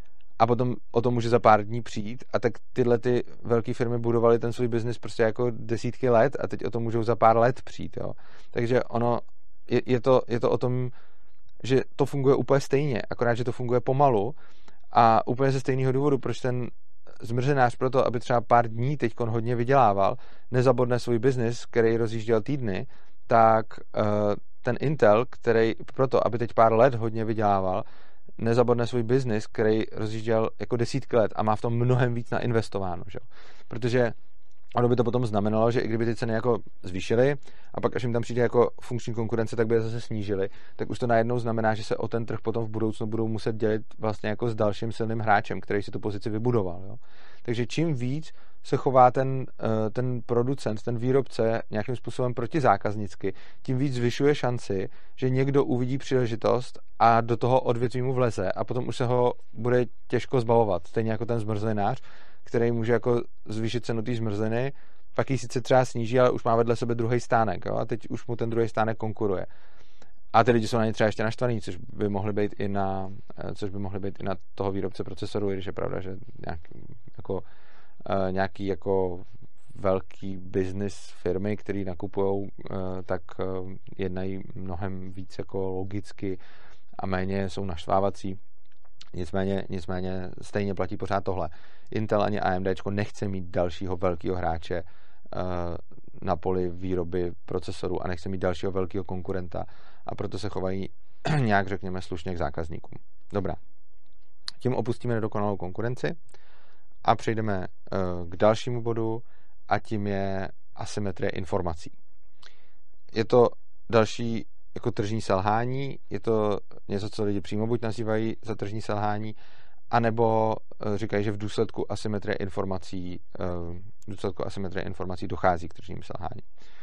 a potom o tom může za pár dní přijít a tak tyhle ty velké firmy budovaly ten svůj biznis prostě jako desítky let a teď o tom můžou za pár let přijít, jo. Takže ono, je, je, to, je to o tom, že to funguje úplně stejně, akorát, že to funguje pomalu a úplně ze stejného důvodu, proč ten zmrzenář proto, aby třeba pár dní teď hodně vydělával, nezabodne svůj biznis, který rozjížděl týdny, tak uh, ten Intel, který proto, aby teď pár let hodně vydělával, nezabodne svůj biznis, který rozjížděl jako desítky let a má v tom mnohem víc nainvestováno. Že? Protože ono by to potom znamenalo, že i kdyby ty ceny jako zvýšily a pak až jim tam přijde jako funkční konkurence, tak by je zase snížily, tak už to najednou znamená, že se o ten trh potom v budoucnu budou muset dělit vlastně jako s dalším silným hráčem, který si tu pozici vybudoval. Jo? Takže čím víc se chová ten, ten producent, ten výrobce nějakým způsobem protizákaznicky, tím víc zvyšuje šanci, že někdo uvidí příležitost a do toho odvětví mu vleze a potom už se ho bude těžko zbavovat. Stejně jako ten zmrzlinář, který může jako zvýšit cenu té zmrzliny, pak ji sice třeba sníží, ale už má vedle sebe druhý stánek, jo? A teď už mu ten druhý stánek konkuruje. A ty lidi jsou na ně třeba ještě naštvaný, což by mohly být i na, což by mohly být i na toho výrobce procesorů, i když je pravda, že nějaký, jako, uh, nějaký jako velký business firmy, který nakupují, uh, tak uh, jednají mnohem víc jako logicky a méně jsou naštvávací. Nicméně, nicméně stejně platí pořád tohle. Intel ani AMDčko nechce mít dalšího velkého hráče uh, na poli výroby procesorů a nechce mít dalšího velkého konkurenta a proto se chovají nějak, řekněme, slušně k zákazníkům. Dobrá. Tím opustíme nedokonalou konkurenci a přejdeme uh, k dalšímu bodu a tím je asymetrie informací. Je to další jako tržní selhání, je to něco, co lidi přímo buď nazývají za tržní selhání, anebo říkají, že v důsledku asymetrie informací, v důsledku asymetrie informací dochází k tržním selhání.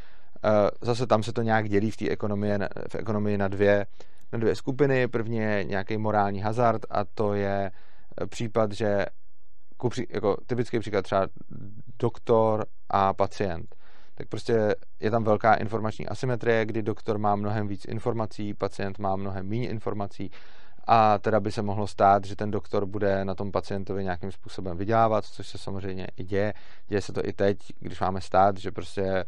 Zase tam se to nějak dělí v té ekonomii, v ekonomii na dvě, na dvě skupiny. První je nějaký morální hazard a to je případ, že jako typický příklad třeba doktor a pacient. Tak prostě je tam velká informační asymetrie, kdy doktor má mnohem víc informací, pacient má mnohem méně informací a teda by se mohlo stát, že ten doktor bude na tom pacientovi nějakým způsobem vydělávat, což se samozřejmě i děje. Děje se to i teď, když máme stát, že prostě e,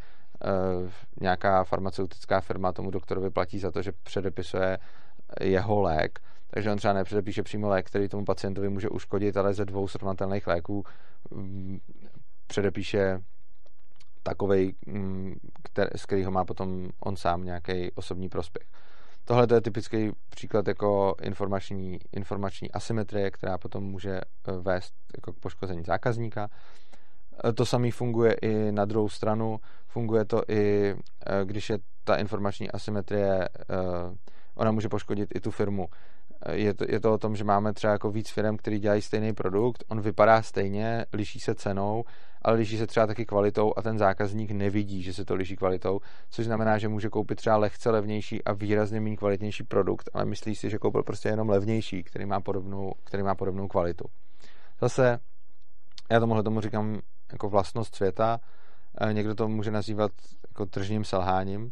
nějaká farmaceutická firma tomu doktorovi platí za to, že předepisuje jeho lék. Takže on třeba nepředepíše přímo lék, který tomu pacientovi může uškodit, ale ze dvou srovnatelných léků m, předepíše takovej, který, z kterého má potom on sám nějaký osobní prospěch. Tohle je typický příklad jako informační, informační asymetrie, která potom může vést jako k poškození zákazníka. To samé funguje i na druhou stranu. Funguje to i, když je ta informační asymetrie, ona může poškodit i tu firmu. Je to, je to o tom, že máme třeba jako víc firm, který dělají stejný produkt, on vypadá stejně, liší se cenou, ale liší se třeba taky kvalitou a ten zákazník nevidí, že se to liší kvalitou, což znamená, že může koupit třeba lehce levnější a výrazně méně kvalitnější produkt, ale myslí si, že koupil prostě jenom levnější, který má podobnou, který má podobnou kvalitu. Zase, já tomuhle tomu říkám jako vlastnost světa, někdo to může nazývat jako tržním selháním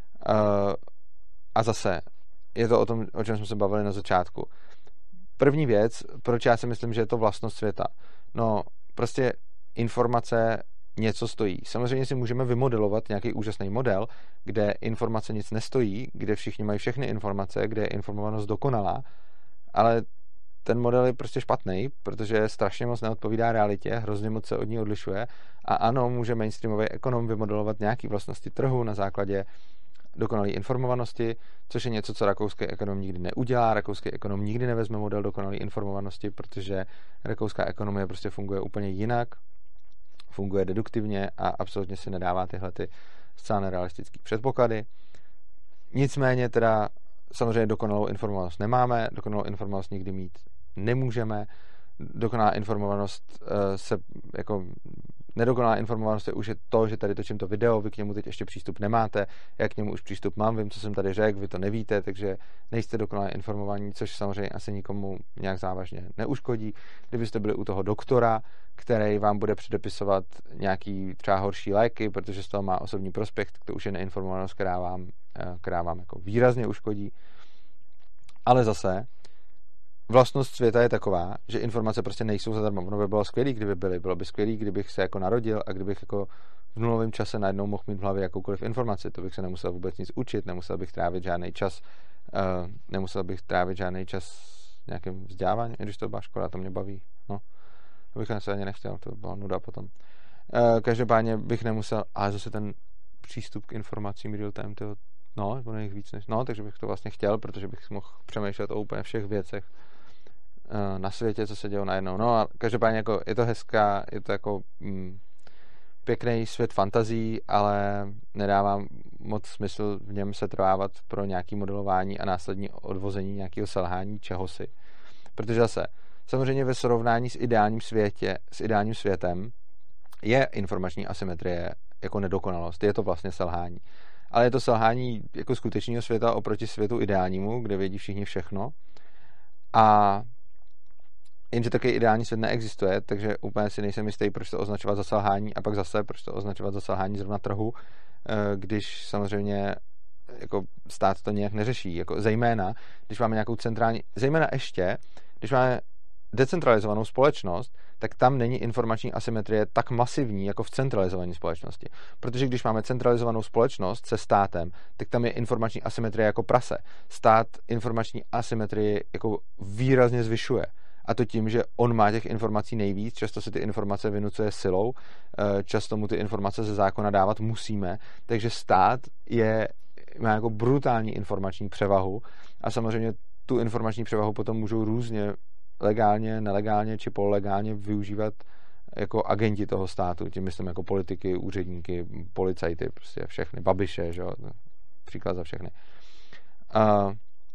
a zase je to o tom, o čem jsme se bavili na začátku. První věc, proč já si myslím, že je to vlastnost světa. No, prostě informace něco stojí. Samozřejmě si můžeme vymodelovat nějaký úžasný model, kde informace nic nestojí, kde všichni mají všechny informace, kde je informovanost dokonalá, ale ten model je prostě špatný, protože strašně moc neodpovídá realitě, hrozně moc se od ní odlišuje a ano, může mainstreamový ekonom vymodelovat nějaké vlastnosti trhu na základě dokonalé informovanosti, což je něco, co rakouský ekonom nikdy neudělá. Rakouský ekonom nikdy nevezme model dokonalé informovanosti, protože rakouská ekonomie prostě funguje úplně jinak, funguje deduktivně a absolutně si nedává tyhle ty zcela nerealistické předpoklady. Nicméně teda samozřejmě dokonalou informovanost nemáme, dokonalou informovanost nikdy mít nemůžeme. Dokonalá informovanost se jako nedokonalá informovanost je už je to, že tady točím to video, vy k němu teď ještě přístup nemáte, já k němu už přístup mám, vím, co jsem tady řekl, vy to nevíte, takže nejste dokonale informovaní, což samozřejmě asi nikomu nějak závažně neuškodí. Kdybyste byli u toho doktora, který vám bude předepisovat nějaký třeba horší léky, protože z toho má osobní prospekt, to už je neinformovanost, která vám, která vám jako výrazně uškodí. Ale zase vlastnost světa je taková, že informace prostě nejsou zadarmo. Ono by bylo skvělý, kdyby byly. Bylo by skvělý, kdybych se jako narodil a kdybych jako v nulovém čase najednou mohl mít v hlavě jakoukoliv informaci. To bych se nemusel vůbec nic učit, nemusel bych trávit žádný čas, uh, nemusel bych trávit žádný čas nějakým vzděláváním, když to byla škola, to mě baví. No. To bych se ani nechtěl, to by byla nuda potom. Uh, každopádně bych nemusel, ale zase ten přístup k informacím real time, to, no, ono jich víc než, no, takže bych to vlastně chtěl, protože bych mohl přemýšlet o úplně všech věcech uh, na světě, co se dělo najednou. No a každopádně jako je to hezká, je to jako mm, pěkný svět fantazí, ale nedává moc smysl v něm se trvávat pro nějaký modelování a následní odvození nějakého selhání čehosi. Protože zase, samozřejmě ve srovnání s ideálním světě, s ideálním světem je informační asymetrie jako nedokonalost. Je to vlastně selhání. Ale je to selhání jako skutečného světa oproti světu ideálnímu, kde vědí všichni všechno. A jenže taky ideální svět neexistuje, takže úplně si nejsem jistý, proč to označovat za selhání a pak zase, proč to označovat za selhání zrovna trhu, když samozřejmě jako stát to nějak neřeší. Jako zejména, když máme nějakou centrální, zejména ještě, když máme decentralizovanou společnost, tak tam není informační asymetrie tak masivní jako v centralizované společnosti. Protože když máme centralizovanou společnost se státem, tak tam je informační asymetrie jako prase. Stát informační asymetrii jako výrazně zvyšuje. A to tím, že on má těch informací nejvíc, často se ty informace vynucuje silou, často mu ty informace ze zákona dávat musíme, takže stát je, má jako brutální informační převahu a samozřejmě tu informační převahu potom můžou různě legálně, nelegálně či pololegálně využívat jako agenti toho státu, tím myslím jako politiky, úředníky, policajty, prostě všechny, Babiše, že jo, příklad za všechny. Uh,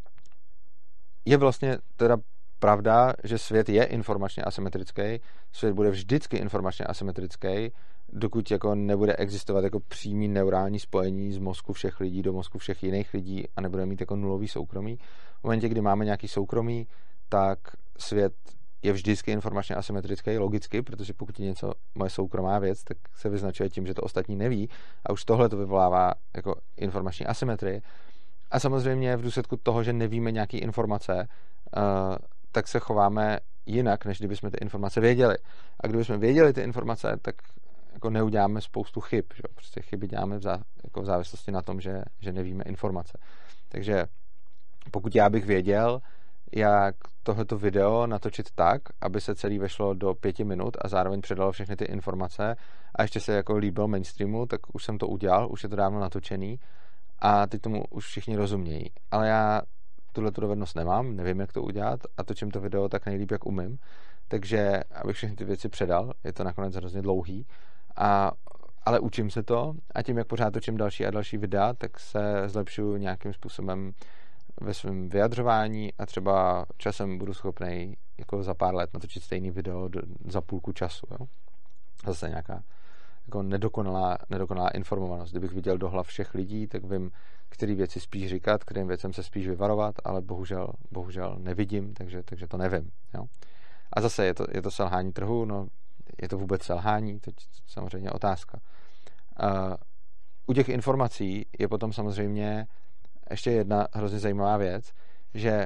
je vlastně teda pravda, že svět je informačně asymetrický, svět bude vždycky informačně asymetrický, dokud jako nebude existovat jako přímý neurální spojení z mozku všech lidí do mozku všech jiných lidí a nebude mít jako nulový soukromí. V momentě, kdy máme nějaký soukromí, tak svět je vždycky informačně asymetrický, logicky, protože pokud je něco moje soukromá věc, tak se vyznačuje tím, že to ostatní neví a už tohle to vyvolává jako informační asymetrii. A samozřejmě v důsledku toho, že nevíme nějaké informace, uh, tak se chováme jinak, než kdybychom ty informace věděli. A kdybychom věděli ty informace, tak jako neuděláme spoustu chyb. Že? Prostě chyby děláme v, zá, jako v závislosti na tom, že, že nevíme informace. Takže pokud já bych věděl, jak tohleto video natočit tak, aby se celý vešlo do pěti minut a zároveň předalo všechny ty informace a ještě se jako líbil mainstreamu, tak už jsem to udělal, už je to dávno natočený a teď tomu už všichni rozumějí. Ale já tuhle dovednost nemám, nevím, jak to udělat a točím to video tak nejlíp, jak umím. Takže abych všechny ty věci předal, je to nakonec hrozně dlouhý, a, ale učím se to a tím, jak pořád točím další a další videa, tak se zlepšuju nějakým způsobem ve svém vyjadřování a třeba časem budu schopný jako za pár let natočit stejný video do, za půlku času. Jo? Zase nějaká jako nedokonalá, nedokonalá informovanost. Kdybych viděl do hlav všech lidí, tak vím, který věci spíš říkat, kterým věcem se spíš vyvarovat, ale bohužel, bohužel nevidím, takže, takže to nevím. Jo? A zase je to, je to selhání trhu, no je to vůbec selhání, teď samozřejmě otázka. Uh, u těch informací je potom samozřejmě ještě jedna hrozně zajímavá věc, že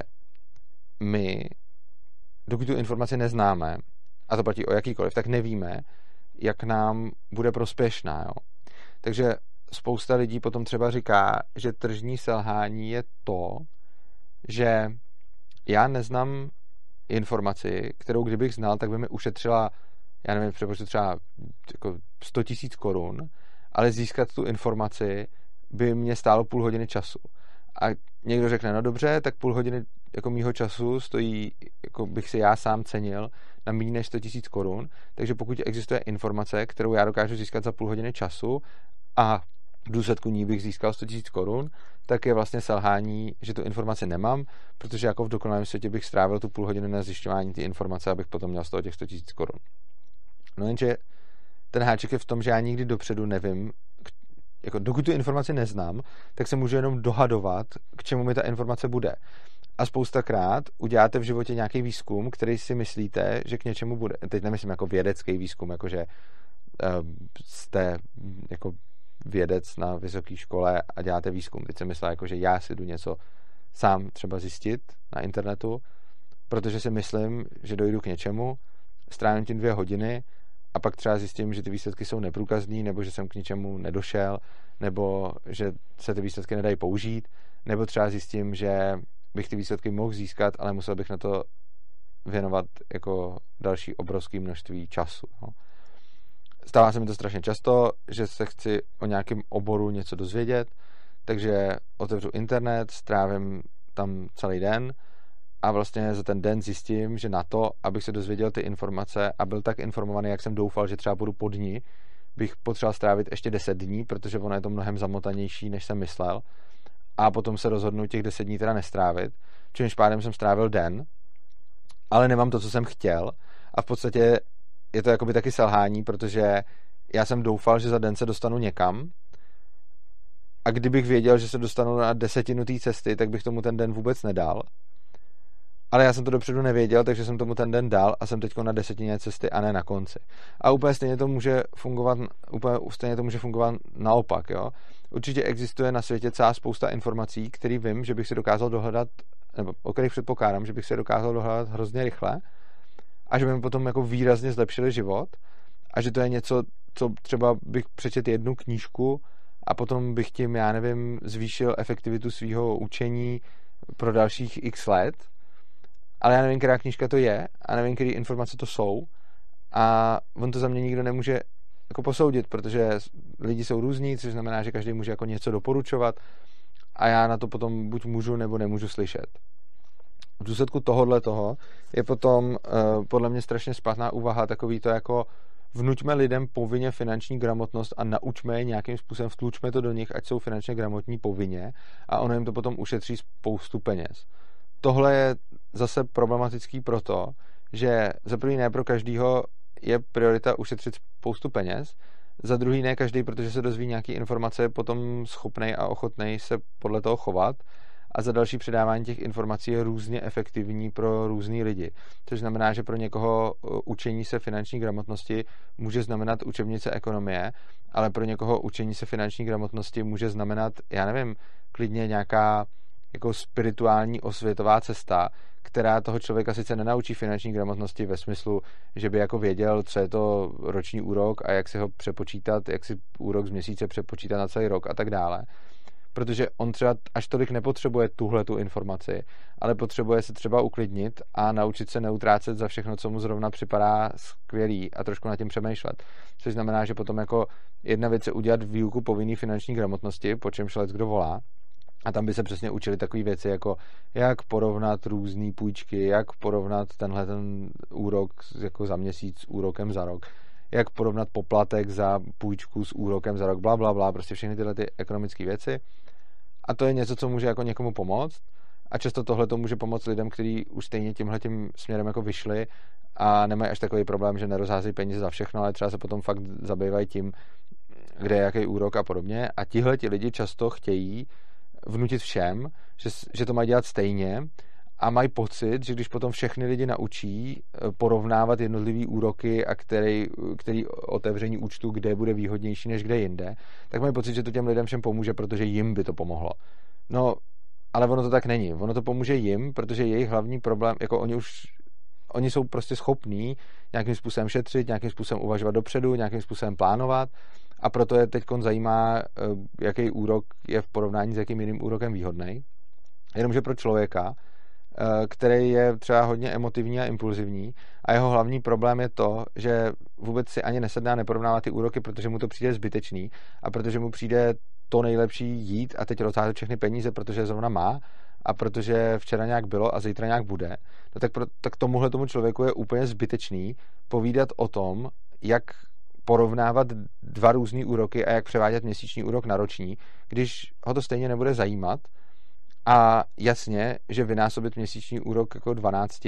my, dokud tu informaci neznáme, a to platí o jakýkoliv, tak nevíme, jak nám bude prospěšná. Jo? Takže spousta lidí potom třeba říká, že tržní selhání je to, že já neznám informaci, kterou kdybych znal, tak by mi ušetřila, já nevím, přepočtu třeba jako sto tisíc korun, ale získat tu informaci by mě stálo půl hodiny času. A někdo řekne, no dobře, tak půl hodiny jako mýho času stojí, jako bych si já sám cenil, na méně než sto tisíc korun, takže pokud existuje informace, kterou já dokážu získat za půl hodiny času a v důsledku ní bych získal sto tisíc korun, tak je vlastně selhání, že tu informaci nemám, protože jako v dokonalém světě bych strávil tu půl hodiny na zjišťování ty informace, abych potom měl z toho těch sto tisíc korun. No jenže ten háček je v tom, že já nikdy dopředu nevím, jako dokud tu informaci neznám, tak se můžu jenom dohadovat, k čemu mi ta informace bude. A spoustakrát uděláte v životě nějaký výzkum, který si myslíte, že k něčemu bude. Teď nemyslím jako vědecký výzkum, jakože uh, jste jako vědec na vysoké škole a děláte výzkum. Teď jsem myslel, jako, že já si jdu něco sám třeba zjistit na internetu, protože si myslím, že dojdu k něčemu, strávím tím dvě hodiny a pak třeba zjistím, že ty výsledky jsou neprůkazný, nebo že jsem k ničemu nedošel, nebo že se ty výsledky nedají použít, nebo třeba zjistím, že bych ty výsledky mohl získat, ale musel bych na to věnovat jako další obrovské množství času. No. Stává se mi to strašně často, že se chci o nějakém oboru něco dozvědět, takže otevřu internet, strávím tam celý den a vlastně za ten den zjistím, že na to, abych se dozvěděl ty informace a byl tak informovaný, jak jsem doufal, že třeba budu po dni, bych potřeboval strávit ještě deset dní, protože ono je to mnohem zamotanější, než jsem myslel. A potom se rozhodnu těch deset dní teda nestrávit, čímž pádem jsem strávil den, ale nemám to, co jsem chtěl a v podstatě je to jakoby taky selhání, protože já jsem doufal, že za den se dostanu někam a kdybych věděl, že se dostanu na desetinu té cesty, tak bych tomu ten den vůbec nedal. Ale já jsem to dopředu nevěděl, takže jsem tomu ten den dal a jsem teď na desetině cesty a ne na konci. A úplně stejně to může fungovat, úplně stejně to může fungovat naopak, jo. Určitě existuje na světě celá spousta informací, které vím, že bych si dokázal dohledat, nebo o kterých předpokládám, že bych si dokázal dohledat hrozně rychle a že by mi potom jako výrazně zlepšili život a že to je něco, co třeba bych přečetl jednu knížku a potom bych tím, já nevím, zvýšil efektivitu svého učení pro dalších x let, ale já nevím, která knížka to je a nevím, které informace to jsou a on to za mě nikdo nemůže jako posoudit, protože lidi jsou různí, což znamená, že každý může jako něco doporučovat a já na to potom buď můžu nebo nemůžu slyšet. V důsledku tohohle toho je potom uh, podle mě strašně špatná úvaha takový to jako vnuťme lidem povinně finanční gramotnost a naučme je nějakým způsobem, vtlučme to do nich, ať jsou finančně gramotní povinně a ono jim to potom ušetří spoustu peněz. Tohle je zase problematický proto, že za první ne pro každýho je priorita ušetřit spoustu peněz, za druhý ne každý, protože se dozví nějaký informace, je potom schopnej a ochotnej se podle toho chovat a za další předávání těch informací je různě efektivní pro různý lidi. Což znamená, že pro někoho učení se finanční gramotnosti může znamenat učebnice ekonomie, ale pro někoho učení se finanční gramotnosti může znamenat, já nevím, klidně nějaká jako spirituální osvětová cesta, která toho člověka sice nenaučí finanční gramotnosti ve smyslu, že by jako věděl, co je to roční úrok a jak si ho přepočítat, jak si úrok z měsíce přepočítat na celý rok a tak dále. Protože on třeba až tolik nepotřebuje tuhle tu informaci, ale potřebuje se třeba uklidnit a naučit se neutrácet za všechno, co mu zrovna připadá skvělý a trošku nad tím přemýšlet. Což znamená, že potom jako jedna věc je udělat výuku povinný finanční gramotnosti, po čemž let kdo volá, a tam by se přesně učili takové věci, jako jak porovnat různé půjčky, jak porovnat tenhle ten úrok jako za měsíc s úrokem za rok, jak porovnat poplatek za půjčku s úrokem za rok, bla, bla, bla, prostě všechny tyhle ty ekonomické věci. A to je něco, co může jako někomu pomoct. A často tohle to může pomoct lidem, kteří už stejně tímhletím směrem jako vyšli a nemají až takový problém, že nerozházejí peníze za všechno, ale třeba se potom fakt zabývají tím, kde je jaký úrok a podobně. A tihle ti lidi často chtějí vnutit všem, že, že to mají dělat stejně a mají pocit, že když potom všechny lidi naučí porovnávat jednotlivý úroky a který, který otevření účtu, kde bude výhodnější než kde jinde, tak mají pocit, že to těm lidem všem pomůže, protože jim by to pomohlo. No, ale ono to tak není. Ono to pomůže jim, protože jejich hlavní problém, jako oni už oni jsou prostě schopní nějakým způsobem šetřit, nějakým způsobem uvažovat dopředu, nějakým způsobem plánovat a proto je teď zajímá, jaký úrok je v porovnání s jakým jiným úrokem výhodný. Jenomže pro člověka, který je třeba hodně emotivní a impulzivní a jeho hlavní problém je to, že vůbec si ani nesedná neporovnává ty úroky, protože mu to přijde zbytečný a protože mu přijde to nejlepší jít a teď rozházet všechny peníze, protože je zrovna má a protože včera nějak bylo a zítra nějak bude, no tak, pro, tak tomuhle tomu člověku je úplně zbytečný povídat o tom, jak porovnávat dva různý úroky a jak převádět měsíční úrok na roční, když ho to stejně nebude zajímat. A jasně, že vynásobit měsíční úrok jako dvanáct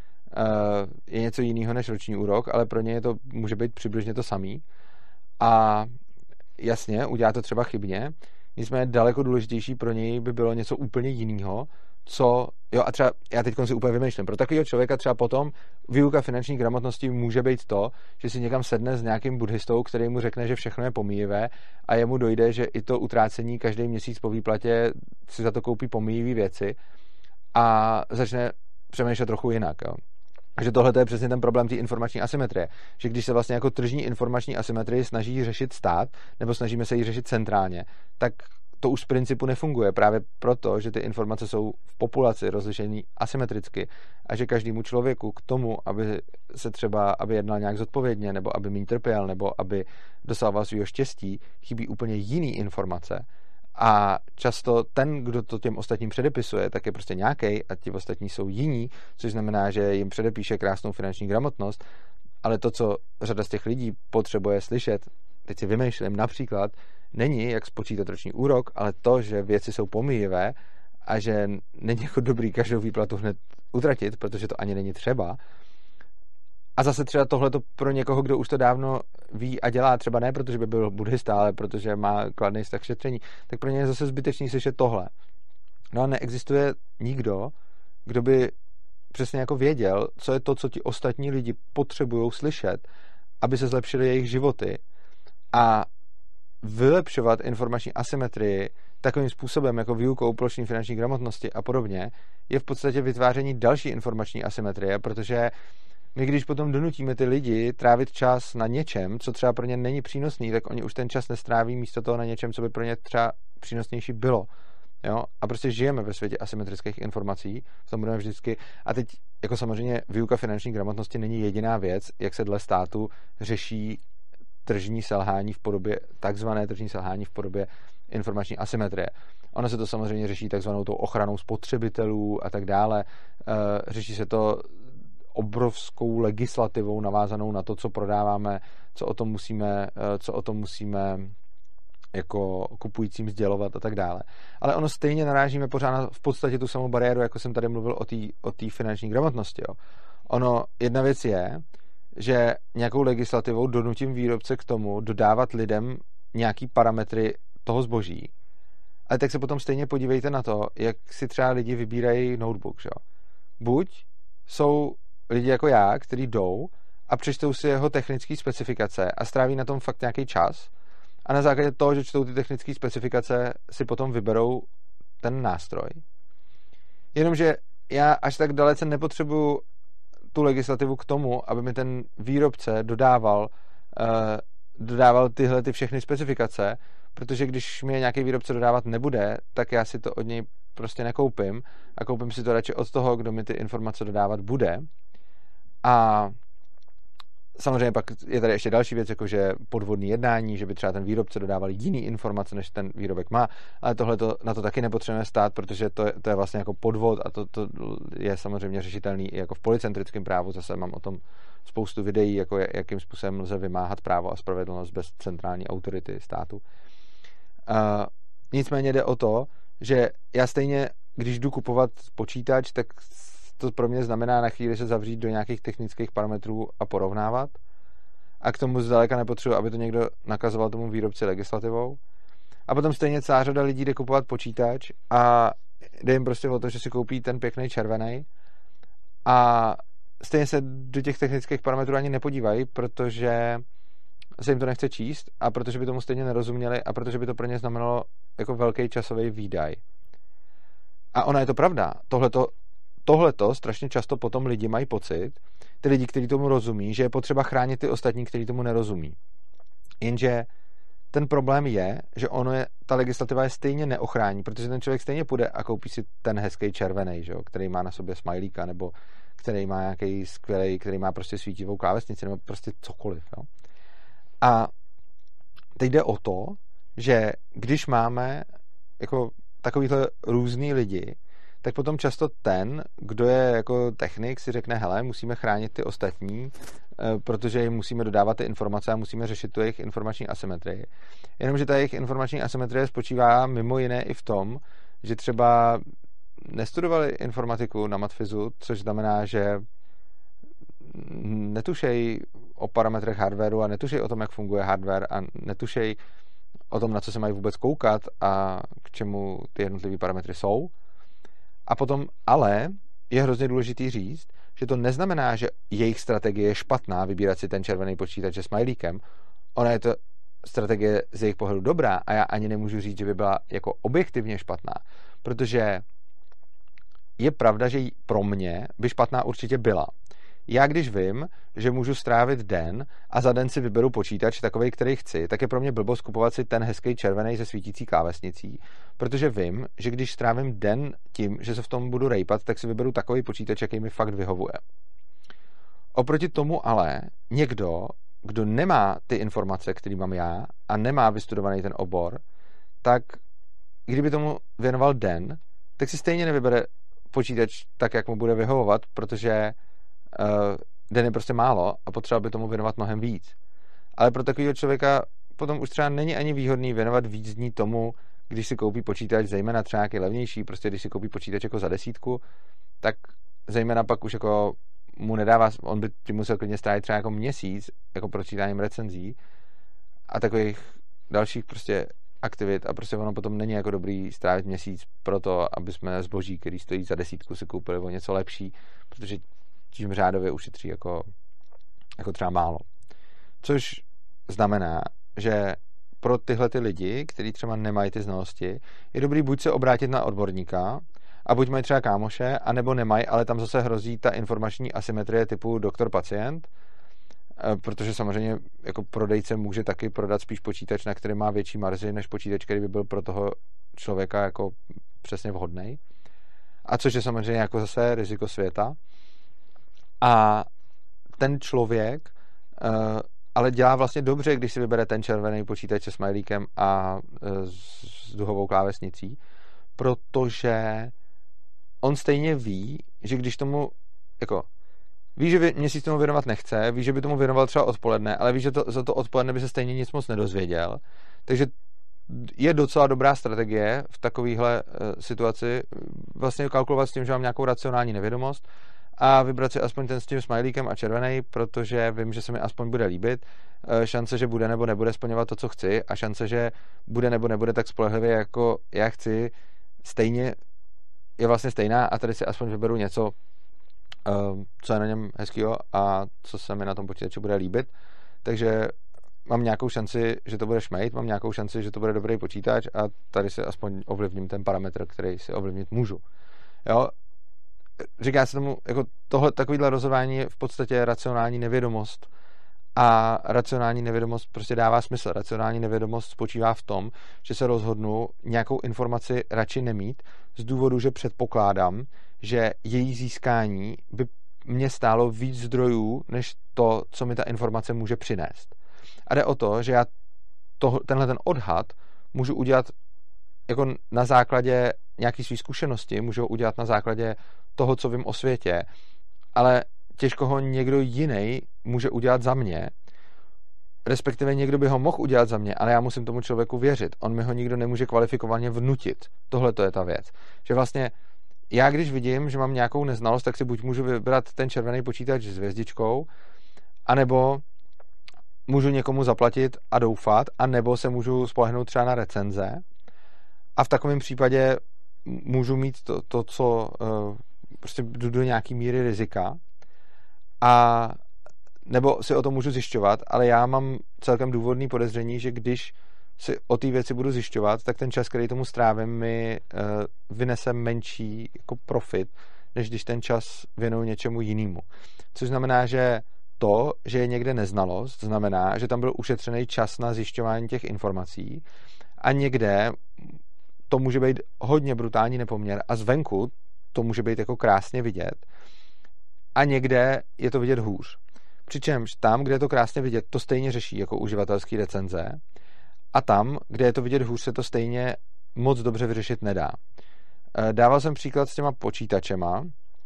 je něco jiného než roční úrok, ale pro ně je to, může být přibližně to samý. A jasně, udělá to třeba chybně, nicméně daleko důležitější pro něj by bylo něco úplně jiného, co, jo a třeba, já teď si úplně vymýšlím, pro takového člověka třeba potom výuka finanční gramotnosti může být to, že si někam sedne s nějakým buddhistou, který mu řekne, že všechno je pomíjivé a jemu dojde, že i to utrácení každý měsíc po výplatě si za to koupí pomíjivé věci a začne přemýšlet trochu jinak, jo. Že tohle je přesně ten problém té informační asymetrie. Že když se vlastně jako tržní informační asymetrie snaží řešit stát, nebo snažíme se ji řešit centrálně, tak to už z principu nefunguje právě proto, že ty informace jsou v populaci rozlišený asymetricky a že každému člověku k tomu, aby se třeba, aby jednal nějak zodpovědně, nebo aby méně trpěl, nebo aby dosahoval svého štěstí, chybí úplně jiný informace. A často ten, kdo to těm ostatním předepisuje, tak je prostě nějaký a ti ostatní jsou jiní, což znamená, že jim předepíše krásnou finanční gramotnost, ale to, co řada z těch lidí potřebuje slyšet, teď si vymýšlím například, není, jak spočítat roční úrok, ale to, že věci jsou pomíjivé a že není jako dobrý každou výplatu hned utratit, protože to ani není třeba. A zase třeba tohleto pro někoho, kdo už to dávno ví a dělá, třeba ne, protože by byl buddhista, ale protože má kladný vztah k šetření, tak pro ně je zase zbytečný slyšet tohle. No a neexistuje nikdo, kdo by přesně jako věděl, co je to, co ti ostatní lidi potřebují slyšet, aby se zlepšily jejich životy. A vylepšovat informační asymetrii takovým způsobem, jako výukou plošné finanční gramotnosti a podobně, je v podstatě vytváření další informační asymetrie, protože my, když potom donutíme ty lidi trávit čas na něčem, co třeba pro ně není přínosný, tak oni už ten čas nestráví místo toho na něčem, co by pro ně třeba přínosnější bylo. Jo? A prostě žijeme ve světě asymetrických informací, v tom budeme vždycky. A teď, jako samozřejmě, výuka finanční gramotnosti není jediná věc, jak se dle státu řeší tržní selhání v podobě, takzvané tržní selhání v podobě informační asymetrie. Ono se to samozřejmě řeší takzvanou tou ochranou spotřebitelů a tak dále. Řeší se to obrovskou legislativou navázanou na to, co prodáváme, co o tom musíme, co o tom musíme jako kupujícím sdělovat a tak dále. Ale ono stejně narážíme pořád na v podstatě tu samou bariéru, jako jsem tady mluvil o té o té finanční gramotnosti. Jo. Ono, jedna věc je, že nějakou legislativou donutím výrobce k tomu dodávat lidem nějaký parametry toho zboží. Ale tak se potom stejně podívejte na to, jak si třeba lidi vybírají notebook. Že? Buď jsou lidi jako já, kteří jdou a přečtou si jeho technické specifikace a stráví na tom fakt nějaký čas a na základě toho, že čtou ty technické specifikace, si potom vyberou ten nástroj. Jenomže já až tak dalece nepotřebuju tu legislativu k tomu, aby mi ten výrobce dodával, uh, dodával tyhle ty všechny specifikace, protože když mi je nějaký výrobce dodávat nebude, tak já si to od něj prostě nekoupím a koupím si to radši od toho, kdo mi ty informace dodávat bude. A samozřejmě pak je tady ještě další věc, jako že podvodný jednání, že by třeba ten výrobce dodával jiný informace, než ten výrobek má, ale tohle na to taky nepotřebujeme stát, protože to je, to je vlastně jako podvod a to, to je samozřejmě řešitelný i jako v policentrickém právu. Zase mám o tom spoustu videí, jako jakým způsobem lze vymáhat právo a spravedlnost bez centrální autority státu. Uh, nicméně jde o to, že já stejně, když jdu kupovat počítač, tak to pro mě znamená na chvíli se zavřít do nějakých technických parametrů a porovnávat. A k tomu zdaleka nepotřebuji, aby to někdo nakazoval tomu výrobci legislativou. A potom stejně celá řada lidí jde kupovat počítač a jde jim prostě o to, že si koupí ten pěkný červený a stejně se do těch technických parametrů ani nepodívají, protože se jim to nechce číst a protože by tomu stejně nerozuměli a protože by to pro ně znamenalo jako velký časový výdaj. A ona je to pravda. Tohleto Tohleto strašně často potom lidi mají pocit, ty lidi, kteří tomu rozumí, že je potřeba chránit ty ostatní, kteří tomu nerozumí. Jenže ten problém je, že ono je, ta legislativa je stejně neochrání, protože ten člověk stejně půjde a koupí si ten hezký červený, že jo, který má na sobě smajlíka, nebo který má nějaký skvělý, který má prostě svítivou klávesnici, nebo prostě cokoliv. Jo. A teď jde o to, že když máme jako takovýhle různý lidi, tak potom často ten, kdo je jako technik, si řekne, hele, musíme chránit ty ostatní, protože jim musíme dodávat ty informace a musíme řešit tu jejich informační asymetrii. Jenomže ta jejich informační asymetrie spočívá mimo jiné i v tom, že třeba nestudovali informatiku na matfizu, což znamená, že netušejí o parametrech hardwareu a netušejí o tom, jak funguje hardware a netušejí o tom, na co se mají vůbec koukat a k čemu ty jednotlivé parametry jsou. A potom ale je hrozně důležitý říct, že to neznamená, že jejich strategie je špatná vybírat si ten červený počítač se smajlíkem. Ona je to strategie z jejich pohledu dobrá a já ani nemůžu říct, že by byla jako objektivně špatná, protože je pravda, že pro mě by špatná určitě byla. Já když vím, že můžu strávit den a za den si vyberu počítač takovej, který chci, tak je pro mě blbost kupovat si ten hezký červený se svítící klávesnicí, protože vím, že když strávím den tím, že se v tom budu rejpat, tak si vyberu takový počítač, jaký mi fakt vyhovuje. Oproti tomu ale někdo, kdo nemá ty informace, které mám já a nemá vystudovaný ten obor, tak kdyby tomu věnoval den, tak si stejně nevybere počítač tak, jak mu bude vyhovovat, protože uh, den je prostě málo a potřeba by tomu věnovat mnohem víc. Ale pro takového člověka potom už třeba není ani výhodný věnovat víc dní tomu, když si koupí počítač, zejména třeba nějaký levnější, prostě když si koupí počítač jako za desítku, tak zejména pak už jako mu nedává, on by tím musel klidně strávit třeba jako měsíc, jako pročítáním recenzí a takových dalších prostě aktivit a prostě ono potom není jako dobrý strávit měsíc pro to, aby jsme zboží, který stojí za desítku, si koupili o něco lepší, protože tím řádově ušetří jako, jako třeba málo. Což znamená, že pro tyhle ty lidi, kteří třeba nemají ty znalosti, je dobrý buď se obrátit na odborníka a buď mají třeba kámoše, anebo nemají, ale tam zase hrozí ta informační asymetrie typu doktor-pacient, protože samozřejmě jako prodejce může taky prodat spíš počítač, na který má větší marži, než počítač, který by byl pro toho člověka jako přesně vhodný. A což je samozřejmě jako zase riziko světa. A ten člověk uh, ale dělá vlastně dobře, když si vybere ten červený počítač se smajlíkem a uh, s duhovou klávesnicí, protože on stejně ví, že když tomu jako ví, že měsíc tomu věnovat nechce, ví, že by tomu věnoval třeba odpoledne, ale ví, že to, za to odpoledne by se stejně nic moc nedozvěděl. Takže je docela dobrá strategie v takovéhle uh, situaci vlastně kalkulovat s tím, že mám nějakou racionální nevědomost a vybrat si aspoň ten s tím smajlíkem a červený, protože vím, že se mi aspoň bude líbit. Uh, šance, že bude nebo nebude splňovat to, co chci, a šance, že bude nebo nebude tak spolehlivě, jako já chci, stejně je vlastně stejná a tady si aspoň vyberu něco, uh, co je na něm hezkýho a co se mi na tom počítači bude líbit. Takže mám nějakou šanci, že to bude šmejt, mám nějakou šanci, že to bude dobrý počítač a tady si aspoň ovlivním ten parametr, který si ovlivnit můžu. Jo? Říká se tomu, jako tohle, takovýhle rozhodování je v podstatě racionální nevědomost a racionální nevědomost prostě dává smysl. Racionální nevědomost spočívá v tom, že se rozhodnu nějakou informaci radši nemít z důvodu, že předpokládám, že její získání by mě stálo víc zdrojů, než to, co mi ta informace může přinést. A jde o to, že já to, tenhle ten odhad můžu udělat jako na základě nějaký svý zkušenosti, můžu ho udělat na základě toho, co vím o světě, ale těžko ho někdo jiný může udělat za mě, respektive někdo by ho mohl udělat za mě, ale já musím tomu člověku věřit. On mi ho nikdo nemůže kvalifikovaně vnutit. Tohle to je ta věc. Že vlastně já, když vidím, že mám nějakou neznalost, tak si buď můžu vybrat ten červený počítač s hvězdičkou, anebo můžu někomu zaplatit a doufat, anebo se můžu spolehnout třeba na recenze a v takovém případě můžu mít to, to co uh, prostě jdu do nějaký míry rizika a nebo si o tom můžu zjišťovat, ale já mám celkem důvodný podezření, že když si o té věci budu zjišťovat, tak ten čas, který tomu strávím, mi uh, vynese menší jako profit, než když ten čas věnuju něčemu jinému. Což znamená, že to, že je někde neznalost, znamená, že tam byl ušetřený čas na zjišťování těch informací a někde to může být hodně brutální nepoměr a zvenku to může být jako krásně vidět a někde je to vidět hůř. Přičemž tam, kde je to krásně vidět, to stejně řeší jako uživatelský recenze a tam, kde je to vidět hůř, se to stejně moc dobře vyřešit nedá. Dával jsem příklad s těma počítačema.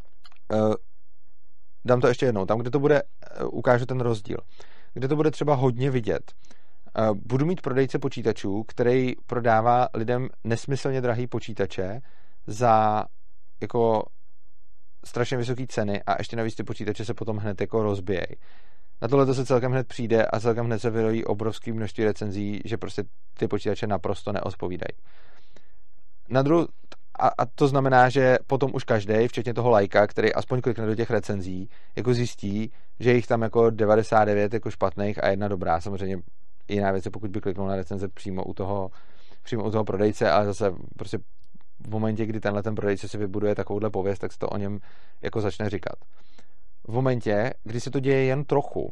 Dám to ještě jednou. Tam, kde to bude, ukážu ten rozdíl. Kde to bude třeba hodně vidět. Budu mít prodejce počítačů, který prodává lidem nesmyslně drahý počítače za jako strašně vysoké ceny a ještě navíc ty počítače se potom hned jako rozbijej. Na tohle to se celkem hned přijde a celkem hned se vyrojí obrovský množství recenzí, že prostě ty počítače naprosto neodpovídají. Na druhou, a, a to znamená, že potom už každý, včetně toho lajka, který aspoň klikne do těch recenzí, jako zjistí, že jich tam jako devadesát devět jako špatných a jedna dobrá. Samozřejmě jiná věc je, pokud by kliknul na recenze přímo u toho, přímo u toho prodejce, ale zase prostě v momentě, kdy tenhle ten prodejce si vybuduje takovouhle pověst, tak se to o něm jako začne říkat. v momentě, kdy se to děje jen trochu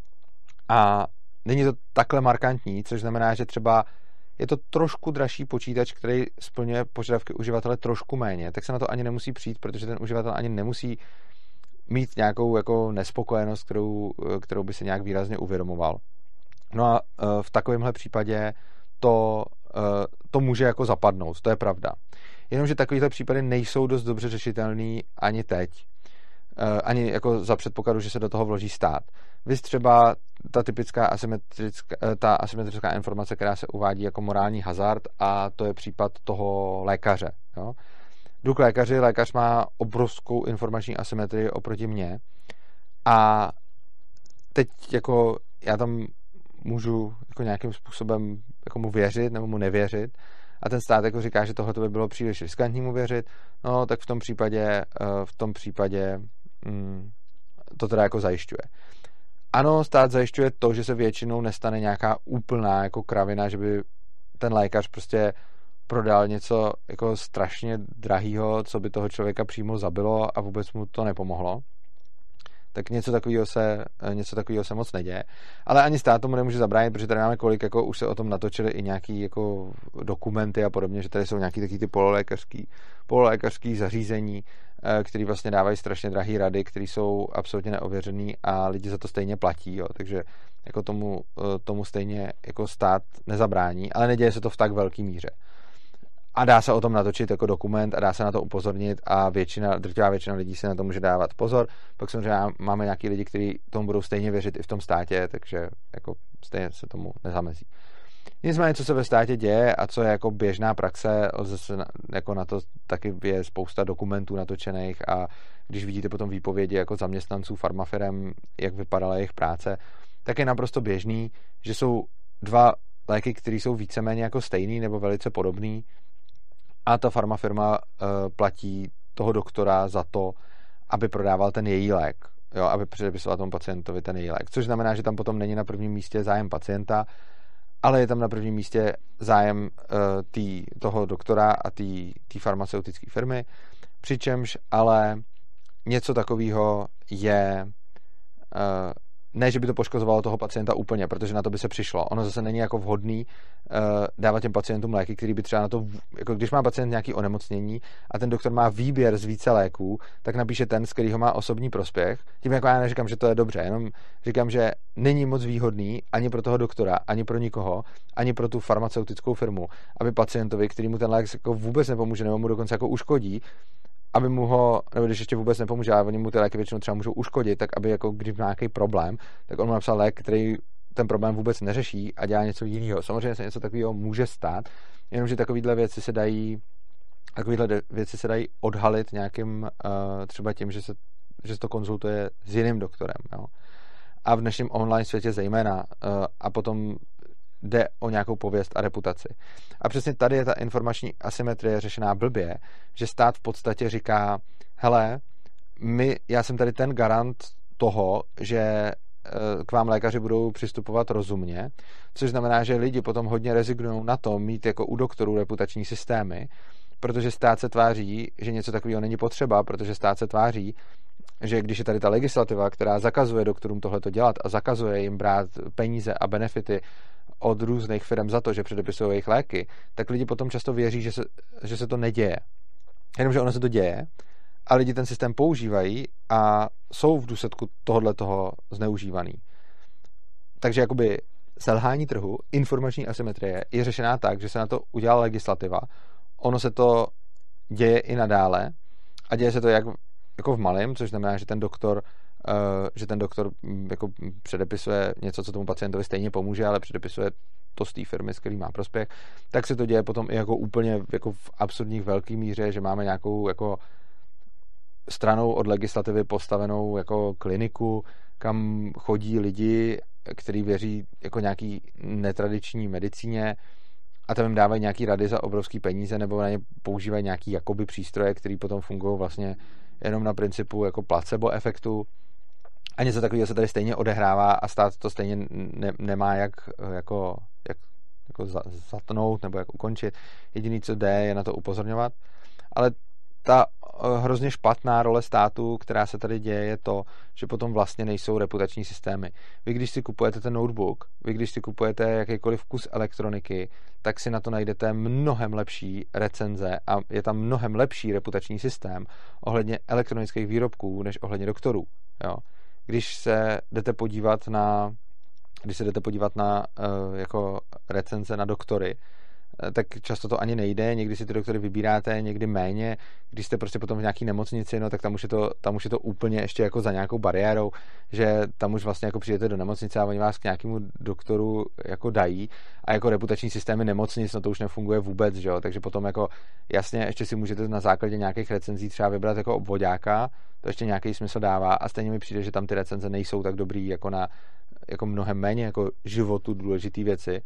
a není to takhle markantní, což znamená, že třeba je to trošku dražší počítač, který splňuje požadavky uživatele trošku méně, tak se na to ani nemusí přijít, protože ten uživatel ani nemusí mít nějakou jako nespokojenost, kterou, kterou by se nějak výrazně uvědomoval. No a v takovémhle případě to, to může jako zapadnout, to je pravda. Jenomže takovýhle případy nejsou dost dobře řešitelný ani teď. Ani jako za předpokladu, že se do toho vloží stát. Vy třeba ta typická asymetrická, ta asymetrická informace, která se uvádí jako morální hazard, a to je případ toho lékaře. Jo? Jdu k lékaři, lékař má obrovskou informační asymetrii oproti mně a teď jako já tam můžu jako nějakým způsobem jako mu věřit nebo mu nevěřit a ten stát jako říká, že tohle by bylo příliš riskantní mu věřit, no tak v tom případě v tom případě mm, to teda jako zajišťuje. Ano, stát zajišťuje to, že se většinou nestane nějaká úplná jako kravina, že by ten lékař prostě prodal něco jako strašně drahýho, co by toho člověka přímo zabilo a vůbec mu to nepomohlo. Tak něco takového se, něco takového se moc neděje. Ale ani stát tomu nemůže zabránit, protože tady máme kolik, jako už se o tom natočili i nějaký jako dokumenty a podobně, že tady jsou nějaký taky ty pololékařský, pololékařský zařízení, který vlastně dávají strašně drahý rady, které jsou absolutně neověřený a lidi za to stejně platí, jo. Takže jako tomu, tomu stejně jako stát nezabrání, ale neděje se to v tak velké míře. A dá se o tom natočit jako dokument a dá se na to upozornit a většina, drtivá většina lidí se na to může dávat pozor. Pak samozřejmě máme nějaký lidi, kteří tomu budou stejně věřit i v tom státě, takže jako stejně se tomu nezamezí. Nicméně, co se ve státě děje a co je jako běžná praxe, lze se na, jako na to taky je spousta dokumentů natočených a když vidíte potom výpovědi jako zaměstnanců farmafirem, jak vypadala jejich práce, tak je naprosto běžný, že jsou dva léky, které jsou víceméně jako stejný nebo velice podobný, a ta farmafirma uh, platí toho doktora za to, aby prodával ten její lék, jo, aby předepisoval tomu pacientovi ten její lék. Což znamená, že tam potom není na prvním místě zájem pacienta, ale je tam na prvním místě zájem uh, tý, toho doktora a té farmaceutické firmy, přičemž ale něco takového je uh, ne, že by to poškozovalo toho pacienta úplně, protože na to by se přišlo. Ono zase není jako vhodný uh, dávat těm pacientům léky, který by třeba na to, jako když má pacient nějaký onemocnění a ten doktor má výběr z více léků, tak napíše ten, z kterého má osobní prospěch. Tím jako já neříkám, že to je dobře, jenom říkám, že není moc výhodný ani pro toho doktora, ani pro nikoho, ani pro tu farmaceutickou firmu, aby pacientovi, který mu ten lék jako vůbec nepomůže nebo mu dokonce jako uškodí, aby mu ho, nebo když ještě vůbec nepomůže, ale oni mu ty léky většinou třeba můžou uškodit, tak aby jako když má nějaký problém, tak on mu napsal lék, který ten problém vůbec neřeší a dělá něco jiného. Samozřejmě se něco takového může stát, jenomže takovéhle věci se dají takovéhle věci se dají odhalit nějakým uh, třeba tím, že se, že se to konzultuje s jiným doktorem. Jo. A v dnešním online světě zejména uh, a potom jde o nějakou pověst a reputaci. A přesně tady je ta informační asymetrie řešená blbě, že stát v podstatě říká, hele, my, já jsem tady ten garant toho, že k vám lékaři budou přistupovat rozumně, což znamená, že lidi potom hodně rezignují na to mít jako u doktorů reputační systémy, protože stát se tváří, že něco takového není potřeba, protože stát se tváří, že když je tady ta legislativa, která zakazuje doktorům tohleto dělat a zakazuje jim brát peníze a benefity od různých firm za to, že předepisují jejich léky, tak lidi potom často věří, že se, že se to neděje. Jenomže ono se to děje a lidi ten systém používají a jsou v důsledku tohoto zneužívaný. Takže jakoby selhání trhu, informační asymetrie je řešená tak, že se na to udělala legislativa, ono se to děje i nadále a děje se to jak jako v malém, což znamená, že ten doktor Uh, že ten doktor jako předepisuje něco, co tomu pacientovi stejně pomůže, ale předepisuje to z té firmy, s který má prospěch, tak se to děje potom i jako úplně jako v absurdních velký míře, že máme nějakou jako stranou od legislativy postavenou jako kliniku, kam chodí lidi, kteří věří jako nějaký netradiční medicíně a tam jim dávají nějaký rady za obrovský peníze nebo na ně používají nějaký jakoby přístroje, které potom fungují vlastně jenom na principu jako placebo efektu. A něco takového se tady stejně odehrává a stát to stejně ne, nemá jak, jako, jak jako zatnout nebo jak ukončit. Jediný, co jde, je na to upozorňovat. Ale ta hrozně špatná role státu, která se tady děje, je to, že potom vlastně nejsou reputační systémy. Vy, když si kupujete ten notebook, vy, když si kupujete jakýkoliv kus elektroniky, tak si na to najdete mnohem lepší recenze a je tam mnohem lepší reputační systém ohledně elektronických výrobků, než ohledně doktorů. Jo. Když se jdete podívat na když se jdete podívat na uh, jako recenze na doktory, tak často to ani nejde, někdy si ty doktory vybíráte, někdy méně, když jste prostě potom v nějaký nemocnici, no tak tam už je to, tam už je to úplně ještě jako za nějakou bariérou, že tam už vlastně jako přijdete do nemocnice a oni vás k nějakému doktoru jako dají a jako reputační systémy nemocnic, no to už nefunguje vůbec, že jo, takže potom jako jasně ještě si můžete na základě nějakých recenzí třeba vybrat jako obvoďáka, to ještě nějaký smysl dává a stejně mi přijde, že tam ty recenze nejsou tak dobrý jako na jako mnohem méně jako životu důležitý věci.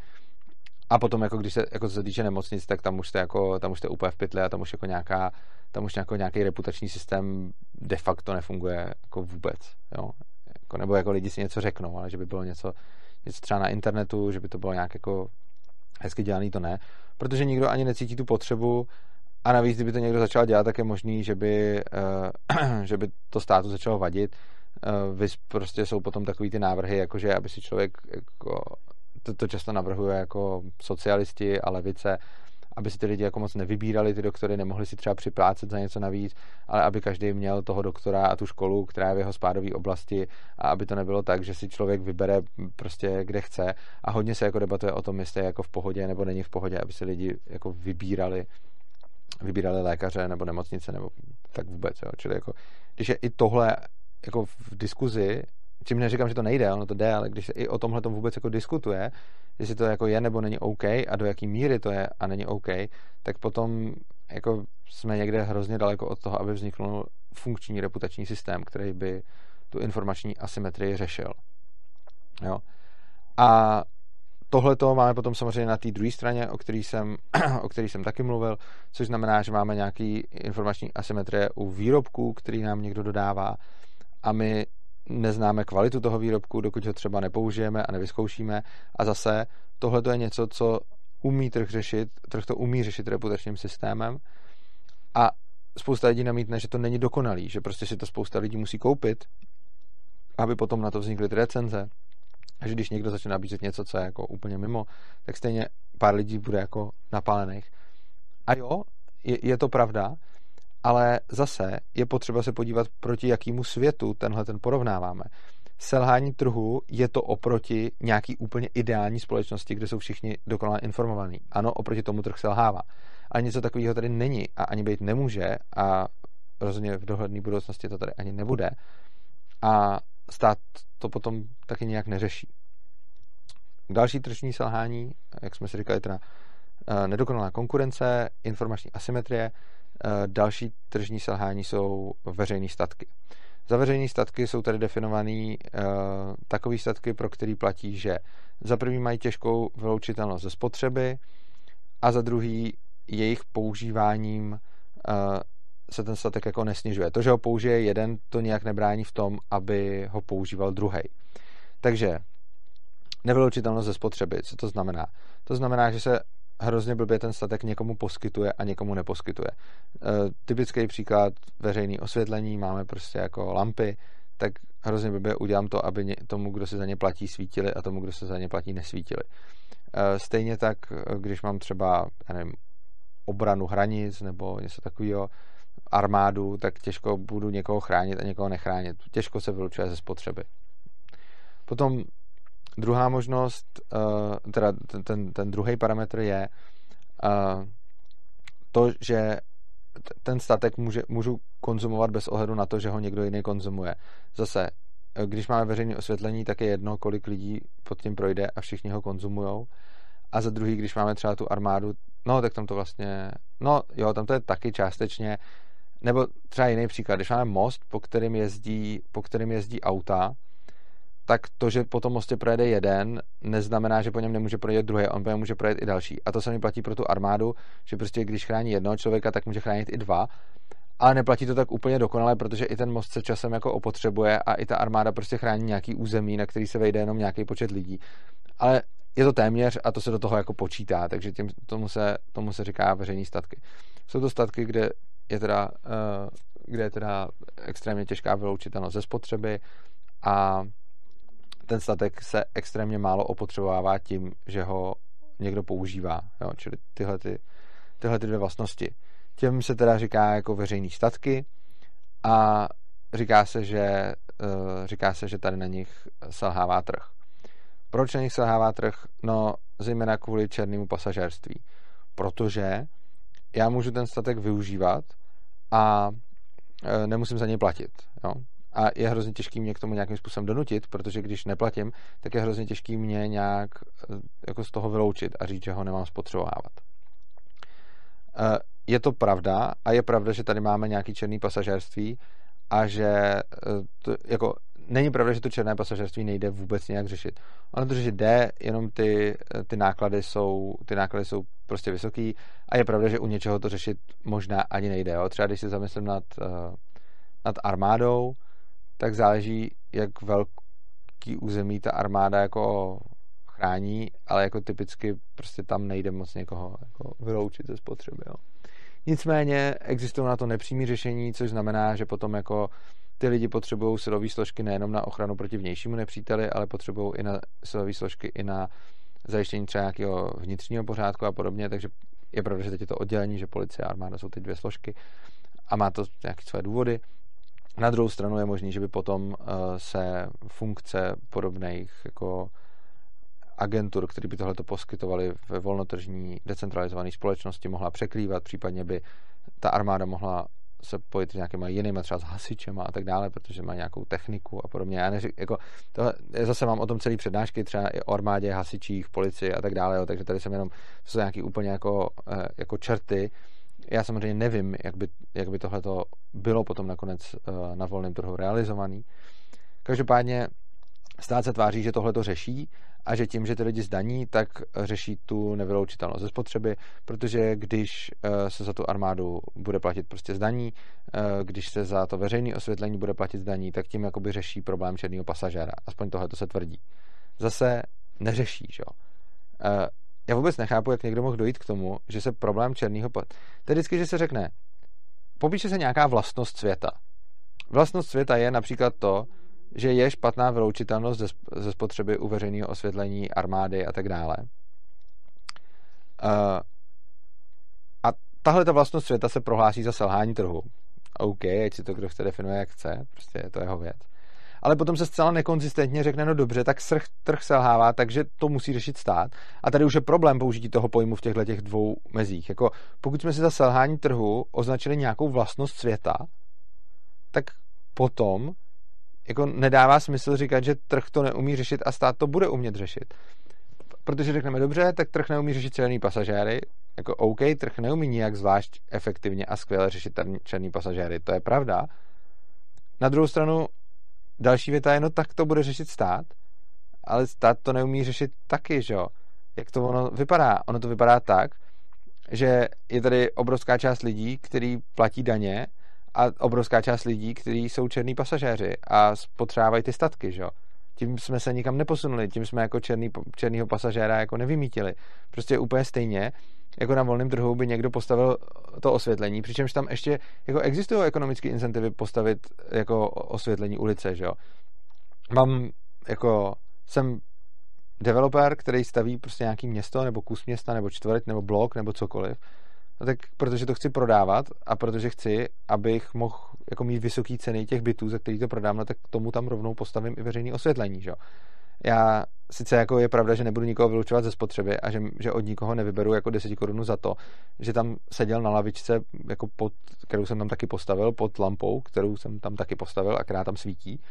A potom, jako když se, jako se týče nemocnic, tak tam už jste, jako, tam už jste úplně v pytli a tam už, jako nějaká, tam už jako nějaký reputační systém de facto nefunguje jako vůbec. Jo? Jako, nebo jako lidi si něco řeknou, ale že by bylo něco, něco třeba na internetu, že by to bylo nějak jako hezky dělaný, to ne. Protože nikdo ani necítí tu potřebu a navíc, kdyby to někdo začal dělat, tak je možný, že by, uh, že by to státu začalo vadit. Uh, vys prostě jsou potom takový ty návrhy, jakože aby si člověk jako To, to často navrhuje jako socialisti a levice, aby si ty lidi jako moc nevybírali ty doktory, nemohli si třeba připlácet za něco navíc, ale aby každý měl toho doktora a tu školu, která je v jeho spádové oblasti a aby to nebylo tak, že si člověk vybere prostě kde chce a hodně se jako debatuje o tom, jestli je jako v pohodě nebo není v pohodě, aby si lidi jako vybírali vybírali lékaře nebo nemocnice nebo tak vůbec, jo. Čili jako, když je i tohle jako v diskuzi, čím neříkám, že to nejde, ono to jde, ale když se i o tomhle tom vůbec jako diskutuje, jestli to jako je nebo není OK a do jaký míry to je a není OK, tak potom jako jsme někde hrozně daleko od toho, aby vzniknul funkční reputační systém, který by tu informační asymetrii řešil. Jo. A tohleto máme potom samozřejmě na té druhé straně, o který, jsem, o který jsem taky mluvil, což znamená, že máme nějaký informační asymetrie u výrobků, který nám někdo dodává a my neznáme kvalitu toho výrobku, dokud ho třeba nepoužijeme a nevyzkoušíme. A zase tohle je něco, co umí trh řešit, trh to umí řešit reputačním systémem a spousta lidí namítne, že to není dokonalý, že prostě si to spousta lidí musí koupit, aby potom na to vznikly ty recenze. A že když někdo začne nabízet něco, co je jako úplně mimo, tak stejně pár lidí bude jako napálených. A jo, je, je to pravda, ale zase je potřeba se podívat, proti jakému světu tenhle ten porovnáváme. Selhání trhu je to oproti nějaký úplně ideální společnosti, kde jsou všichni dokonale informovaní. Ano, oproti tomu trh selhává. Ale něco takového tady není a ani být nemůže a rozhodně v dohledné budoucnosti to tady ani nebude. A stát to potom taky nějak neřeší. Další tržní selhání, jak jsme si říkali, teda nedokonalá konkurence, informační asymetrie. Další tržní selhání jsou veřejné statky. Za veřejné statky jsou tady definovaný uh, takový statky, pro který platí, že za prvý mají těžkou vyloučitelnost ze spotřeby a za druhý jejich používáním uh, se ten statek jako nesnižuje. To, že ho použije jeden, to nějak nebrání v tom, aby ho používal druhej. Takže nevyloučitelnost ze spotřeby, co to znamená? To znamená, že se hrozně blbě ten statek někomu poskytuje a někomu neposkytuje. E, typický příklad veřejný osvětlení, máme prostě jako lampy, tak hrozně blbě udělám to, aby ně, tomu, kdo se za ně platí, svítili a tomu, kdo se za ně platí, nesvítili. E, stejně tak, když mám třeba, já nevím, obranu hranic nebo něco takového, armádu, tak těžko budu někoho chránit a někoho nechránit. Těžko se vylučuje ze spotřeby. Potom druhá možnost, teda ten, ten, ten druhý parametr je to, že ten statek může, můžu konzumovat bez ohledu na to, že ho někdo jiný konzumuje. Zase, když máme veřejné osvětlení, tak je jedno, kolik lidí pod tím projde a všichni ho konzumujou. A za druhý, když máme třeba tu armádu, no tak tam to vlastně, no jo, tam to je taky částečně, nebo třeba jiný příklad, když máme most, po kterém jezdí, po kterém jezdí auta, tak to, že po tom mostě projede jeden, neznamená, že po něm nemůže projet druhý, on po něm může projet i další. A to se mi platí pro tu armádu, že prostě když chrání jednoho člověka, tak může chránit i dva. Ale neplatí to tak úplně dokonale, protože i ten most se časem jako opotřebuje a i ta armáda prostě chrání nějaký území, na který se vejde jenom nějaký počet lidí. Ale je to téměř a to se do toho jako počítá, takže tím, tomu, se, tomu se říká veřejný statky. Jsou to statky, kde je teda, kde je teda extrémně těžká vyloučitelnost ze spotřeby a ten statek se extrémně málo opotřebovává tím, že ho někdo používá. Jo? Čili tyhle, ty, tyhle ty dvě vlastnosti. Těm se teda říká jako veřejný statky a říká se, že, říká se, že tady na nich selhává trh. Proč na nich selhává trh? No, zejména kvůli černému pasažérství. Protože já můžu ten statek využívat a nemusím za něj platit. Jo? A je hrozně těžký mě k tomu nějakým způsobem donutit, protože když neplatím, tak je hrozně těžký mě nějak jako z toho vyloučit a říct, že ho nemám spotřebovávat. Je to pravda a je pravda, že tady máme nějaký černý pasažérství a že to, jako, není pravda, že to černé pasažérství nejde vůbec nějak řešit. Ono to řešit jde, jenom ty, ty, náklady jsou, ty náklady jsou prostě vysoký a je pravda, že u něčeho to řešit možná ani nejde. Jo? Třeba když si zamyslím nad, nad armádou, tak záleží, jak velký území ta armáda jako chrání, ale jako typicky prostě tam nejde moc někoho jako vyloučit ze spotřeby. Jo. Nicméně existují na to nepřímé řešení, což znamená, že potom jako ty lidi potřebují silové složky nejenom na ochranu proti vnějšímu nepříteli, ale potřebují i na silové složky i na zajištění třeba nějakého vnitřního pořádku a podobně, takže je pravda, že teď je to oddělení, že policie a armáda jsou ty dvě složky a má to nějaké své důvody. Na druhou stranu je možný, že by potom se funkce podobných jako agentur, které by tohleto poskytovaly ve volnotržní decentralizované společnosti, mohla překrývat, případně by ta armáda mohla se pojít s nějakýma jinýma, třeba s hasičema a tak dále, protože má nějakou techniku a podobně. Já neřek, jako, tohle, já zase mám o tom celý přednášky, třeba i o armádě, hasičích, policii a tak dále, jo, takže tady jsem jenom, to jsou nějaký úplně jako, jako čerty. Já samozřejmě nevím, jak by, jak by tohleto bylo potom nakonec na volném trhu realizovaný. Každopádně stát se tváří, že tohleto řeší a že tím, že ty lidi zdaní, tak řeší tu nevyloučitelnost ze spotřeby, protože když se za tu armádu bude platit prostě zdaní, když se za to veřejné osvětlení bude platit zdaní, tak tím jakoby řeší problém černého pasažéra. Aspoň tohleto se tvrdí. Zase neřeší, že jo. Já vůbec nechápu, jak někdo mohl dojít k tomu, že se problém černého... To je vždycky, že se řekne, popíše se nějaká vlastnost světa. Vlastnost světa je například to, že je špatná vyloučitelnost ze, ze spotřeby u veřejného osvětlení, armády a tak dále. Uh, a tahle ta vlastnost světa se prohlásí za selhání trhu. OK, ať si to kdo chce definuje, jak chce, prostě je to jeho věc. Ale potom se zcela nekonzistentně řekne, no dobře, tak trh, trh selhává, takže to musí řešit stát. A tady už je problém použití toho pojmu v těchto těch dvou mezích. Jako, pokud jsme si za selhání trhu označili nějakou vlastnost světa, tak potom jako nedává smysl říkat, že trh to neumí řešit a stát to bude umět řešit. Protože řekneme, dobře, tak trh neumí řešit černý pasažéry, jako OK, trh neumí nijak zvlášť efektivně a skvěle řešit černý pasažéry, to je pravda. Na druhou stranu další věta je, no tak to bude řešit stát, ale stát to neumí řešit taky, že jo. Jak to ono vypadá? Ono to vypadá tak, že je tady obrovská část lidí, kteří platí daně a obrovská část lidí, kteří jsou černí pasažéři a spotřebávají ty statky, že jo. Tím jsme se nikam neposunuli, tím jsme jako černý, černýho pasažéra jako nevymítili. Prostě úplně stejně, jako na volném trhu by někdo postavil to osvětlení, přičemž tam ještě jako existují ekonomické incentivy postavit jako osvětlení ulice, že jo. Mám jako, jsem developer, který staví prostě nějaký město, nebo kus města, nebo čtvrť, nebo blok, nebo cokoliv. No tak protože to chci prodávat a protože chci, abych mohl jako mít vysoký ceny těch bytů, za který to prodám, no tak k tomu tam rovnou postavím i veřejné osvětlení, že jo. Já sice jako je pravda, že nebudu nikoho vylučovat ze spotřeby a že, že od nikoho nevyberu jako deset korun za to, že tam seděl na lavičce, jako pod, kterou jsem tam taky postavil, pod lampou, kterou jsem tam taky postavil a která tam svítí.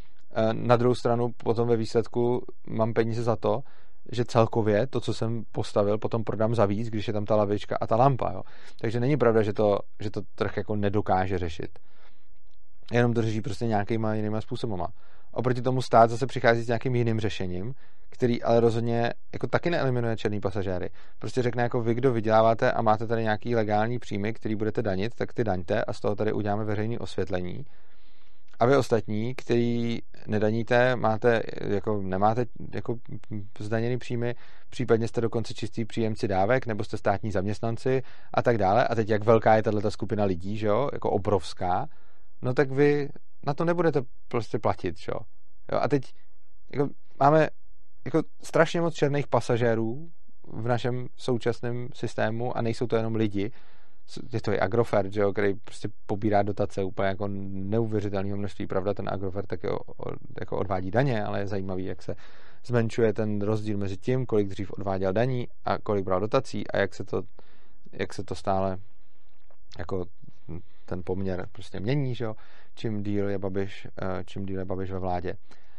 Na druhou stranu potom ve výsledku mám peníze za to, že celkově to, co jsem postavil, potom prodám za víc, když je tam ta lavička a ta lampa. Jo. Takže není pravda, že to, že to trh jako nedokáže řešit. Jenom to řeší prostě nějakýma jinýma způsobama. Oproti tomu stát zase přichází s nějakým jiným řešením, který ale rozhodně jako taky neeliminuje černý pasažéry. Prostě řekne jako vy, kdo vyděláváte a máte tady nějaký legální příjmy, který budete danit, tak ty daňte a z toho tady uděláme veřejné osvětlení. A vy ostatní, který nedaníte, máte, jako, nemáte jako zdaněný příjmy, případně jste dokonce čistý příjemci dávek, nebo jste státní zaměstnanci a tak dále. A teď jak velká je tato skupina lidí, že jo, jako obrovská, no tak vy na to nebudete prostě platit, že jo. jo a teď jako, máme jako strašně moc černých pasažérů v našem současném systému a nejsou to jenom lidi. Je to i Agrofert, že jo, který prostě pobírá dotace úplně jako neuvěřitelného množství. Pravda, ten Agrofert taky o, o, jako odvádí daně, ale je zajímavý, jak se zmenšuje ten rozdíl mezi tím, kolik dřív odváděl daní a kolik bral dotací a jak se to, jak se to stále jako ten poměr prostě mění, že jo, čím díl je Babiš, čím díl je Babiš ve vládě.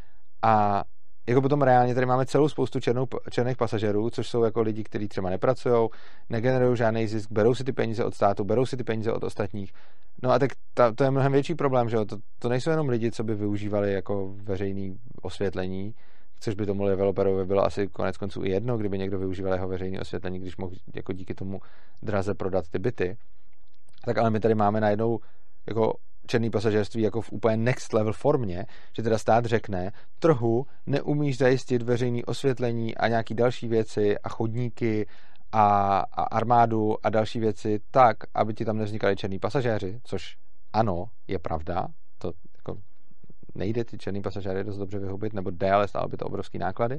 A jako potom reálně tady máme celou spoustu černou, černých pasažerů, což jsou jako lidi, kteří třeba nepracují, negenerují žádný zisk, berou si ty peníze od státu, berou si ty peníze od ostatních. No a tak ta, to je mnohem větší problém, že jo? To, to nejsou jenom lidi, co by využívali jako veřejné osvětlení, což by tomu developerovi bylo asi konec konců i jedno, kdyby někdo využíval jeho veřejné osvětlení, když mohl jako díky tomu draze prodat ty byty. Tak ale my tady máme najednou jako černý pasažérství jako v úplně next level formě, že teda stát řekne, trhu neumíš zajistit veřejné osvětlení a nějaký další věci a chodníky a, a armádu a další věci tak, aby ti tam nevznikali černí pasažéři, což ano, je pravda, to jako nejde ty černý pasažéry dost dobře vyhubit, nebo jde, ale stále by to obrovský náklady.